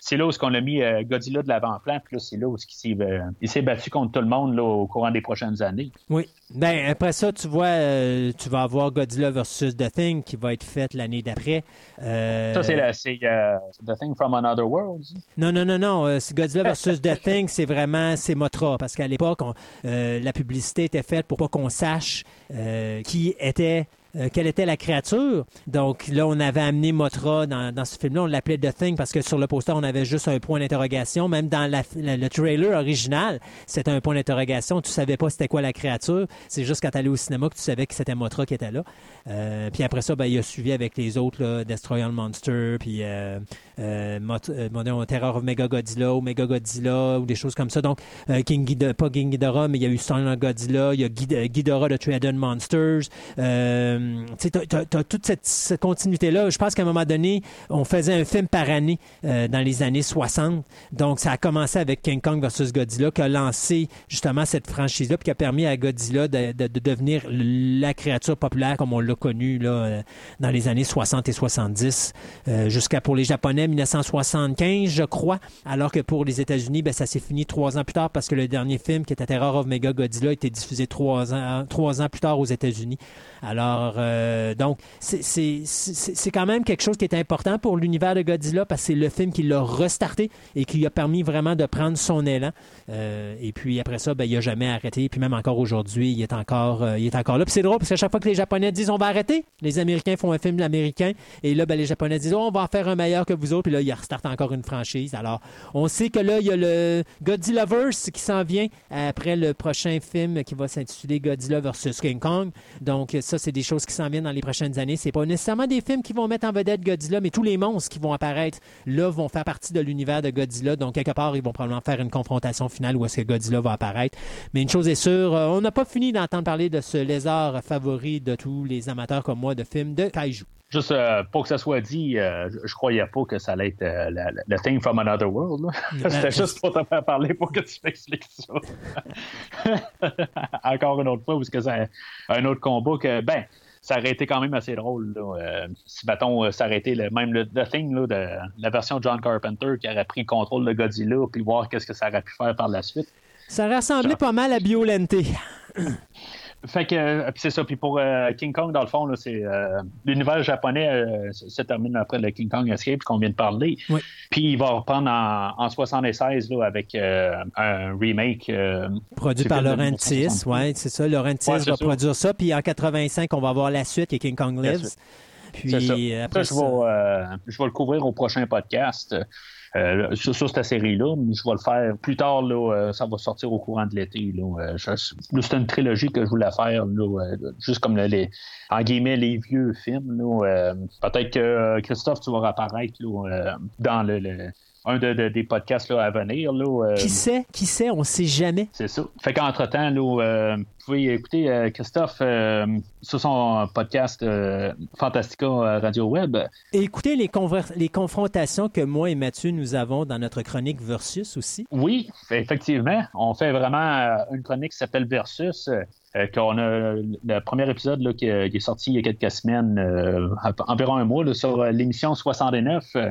c'est là où on a mis euh, Godzilla de l'avant-plan, puis là, c'est là où il s'est, euh, il s'est battu contre tout le monde là, au courant des prochaines années. Oui. Ben, après ça, tu vois, euh, tu vas avoir Godzilla versus The Thing qui va être faite l'année d'après. Euh... Ça, c'est, la, c'est uh, The Thing from Another World. Non, non, non, non. Euh, Godzilla versus The Thing, c'est vraiment, c'est Mothra. Parce qu'à l'époque, on, euh, la publicité était faite pour pas qu'on sache euh, qui était... Euh, quelle était la créature. Donc là, on avait amené Mothra dans, dans ce film-là. On l'appelait The Thing parce que sur le poster, on avait juste un point d'interrogation. Même dans la, la, le trailer original, c'était un point d'interrogation. Tu savais pas c'était quoi la créature. C'est juste quand tu allais au cinéma que tu savais que c'était Mothra qui était là. Euh, puis après ça, ben, il a suivi avec les autres, là, Destroy All Monster, puis euh, euh, Mot- euh, Terror of Mega Godzilla, ou Mega Godzilla, ou des choses comme ça. Donc, euh, King Ghidorah, pas King Ghidorah, mais il y a eu Silent Godzilla, il y a Ghid- Ghidorah de Three-Headed Monsters. Euh, tu as toute cette, cette continuité-là. Je pense qu'à un moment donné, on faisait un film par année euh, dans les années soixante. Donc, ça a commencé avec King Kong versus Godzilla, qui a lancé justement cette franchise-là, puis qui a permis à Godzilla de, de, de devenir la créature populaire comme on l'a connu là, euh, dans les années soixante et soixante-dix, euh, jusqu'à pour les Japonais, dix-neuf cent soixante-quinze, je crois, alors que pour les États-Unis, ben, ça s'est fini trois ans plus tard parce que le dernier film, qui était Terror of Mega Godzilla, a été diffusé trois ans, trois ans plus tard aux États-Unis. Alors, euh, donc, c'est, c'est, c'est, c'est quand même quelque chose qui est important pour l'univers de Godzilla parce que c'est le film qui l'a restarté et qui lui a permis vraiment de prendre son élan. Euh, et puis après ça, ben, il n'a jamais arrêté. Et puis même encore aujourd'hui, il est encore, euh, il est encore là. Puis c'est drôle parce qu'à chaque fois que les Japonais disent on va arrêter, les Américains font un film américain et là, ben, les Japonais disent oh, on va en faire un meilleur que vous autres. Puis là, ils restartent encore une franchise. Alors, on sait que là, il y a le Godzillaverse qui s'en vient après le prochain film qui va s'intituler Godzilla versus King Kong. Donc, ça, c'est des choses qui s'en viennent dans les prochaines années. C'est pas nécessairement des films qui vont mettre en vedette Godzilla, mais tous les monstres qui vont apparaître là vont faire partie de l'univers de Godzilla. Donc, quelque part, ils vont probablement faire une confrontation finale où est-ce que Godzilla va apparaître. Mais une chose est sûre, on n'a pas fini d'entendre parler de ce lézard favori de tous les amateurs comme moi de films de kaiju. Juste euh, pour que ça soit dit, euh, je, je croyais pas que ça allait être euh, le Thing from Another World. Là. C'était juste pour te faire parler pour que tu m'expliques ça. Encore une autre fois, parce que c'est un autre combat que, ben, ça aurait été quand même assez drôle. Là. Euh, si, mettons, ça aurait été le, même le The Thing, là, de la version de John Carpenter qui aurait pris le contrôle de Godzilla puis voir qu'est-ce que ça aurait pu faire par la suite. Ça ressemblait ça... pas mal à Biolente. Fait que euh, c'est ça. Puis pour euh, King Kong, dans le fond, là, c'est euh, l'univers japonais euh, se termine après le King Kong Escape qu'on vient de parler. Oui. Puis il va reprendre en, en soixante-seize là, avec euh, un remake. Euh, Produit par Laurentiis, oui, c'est ça. Laurentiis ouais, va ça. produire ça. Puis en quatre-vingt-cinq, on va avoir la suite qui est King Kong Lives. Puis ça. Après ça, ça... Je, vais, euh, je vais le couvrir au prochain podcast. Euh, sur, sur cette série-là, mais je vais le faire plus tard, là, euh, ça va sortir au courant de l'été. Là, euh, je, là, c'est une trilogie que je voulais faire, là, euh, juste comme le, les, en guillemets, les vieux films. Là, euh, peut-être que euh, Christophe, tu vas réapparaître là, euh, dans le, le un de, de, des podcasts là, à venir. Là, euh, qui sait? Qui sait? On ne sait jamais. C'est ça. Fait qu'entre-temps, là, euh, vous pouvez écouter euh, Christophe euh, sur son podcast euh, Fantastica Radio Web. Et écoutez les, conver- les confrontations que moi et Mathieu, nous avons dans notre chronique Versus aussi. Oui, effectivement. On fait vraiment une chronique qui s'appelle Versus. Euh, qu'on a le premier épisode là, qui, qui est sorti il y a quelques semaines, euh, environ un mois, là, sur l'émission soixante-neuf. Euh,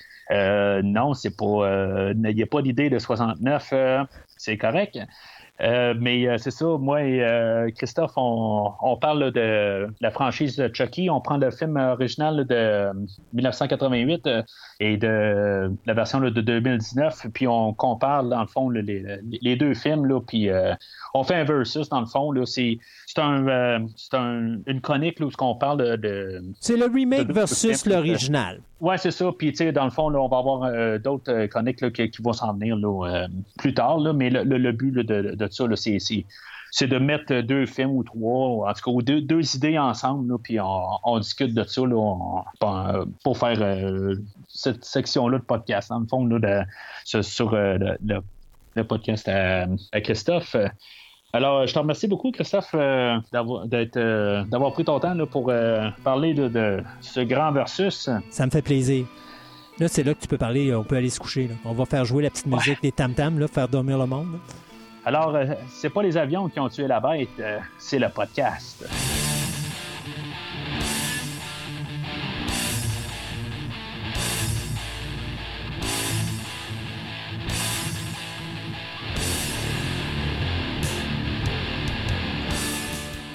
Euh, non, c'est pas. Il euh, n'y a pas d'idée de soixante-neuf, euh, c'est correct. Euh, mais euh, c'est ça, moi et euh, Christophe, on, on parle là, de la franchise de Chucky. On prend le film original là, de dix-neuf cent quatre-vingt-huit euh, et de la version là, de deux mille dix-neuf, puis on compare dans le fond là, les, les deux films, là, puis euh, on fait un versus dans le fond. Là, c'est, c'est, un, euh, c'est un, une chronique là, où on parle de, de... C'est le remake de, versus de, l'original. Oui, c'est ça. Puis, tu sais, dans le fond, là, on va avoir euh, d'autres euh, chroniques là, qui, qui vont s'en venir là, euh, plus tard. Là, mais le, le, le but là, de, de ça, là, c'est, c'est, c'est de mettre deux films ou trois, en tout cas, ou deux, deux idées ensemble, là, puis on, on discute de ça là, on, on, pour faire euh, cette section-là de podcast. Dans le fond, là, de, sur, sur euh, le, le, le podcast à, à Christophe. Alors, je te remercie beaucoup, Christophe, euh, d'avoir, d'être, euh, d'avoir pris ton temps là, pour euh, parler de, de ce grand versus. Ça me fait plaisir. Là, c'est là que tu peux parler, on peut aller se coucher. Là. On va faire jouer la petite musique ouais. des tam-tams, là, faire dormir le monde. Là. Alors, euh, c'est pas les avions qui ont tué la bête, euh, c'est le podcast.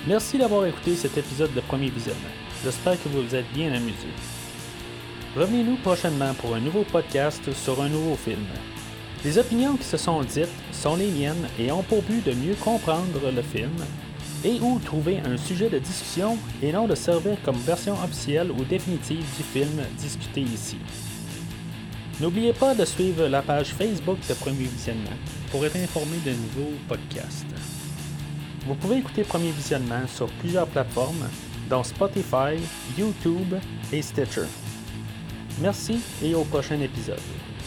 Merci d'avoir écouté cet épisode de Premier Visionnement. J'espère que vous vous êtes bien amusés. Revenez-nous prochainement pour un nouveau podcast sur un nouveau film. Les opinions qui se sont dites sont les miennes et ont pour but de mieux comprendre le film et ou trouver un sujet de discussion et non de servir comme version officielle ou définitive du film discuté ici. N'oubliez pas de suivre la page Facebook de Premier Visionnement pour être informé de nouveaux podcasts. Vous pouvez écouter Premier Visionnement sur plusieurs plateformes, dont Spotify, YouTube et Stitcher. Merci et au prochain épisode.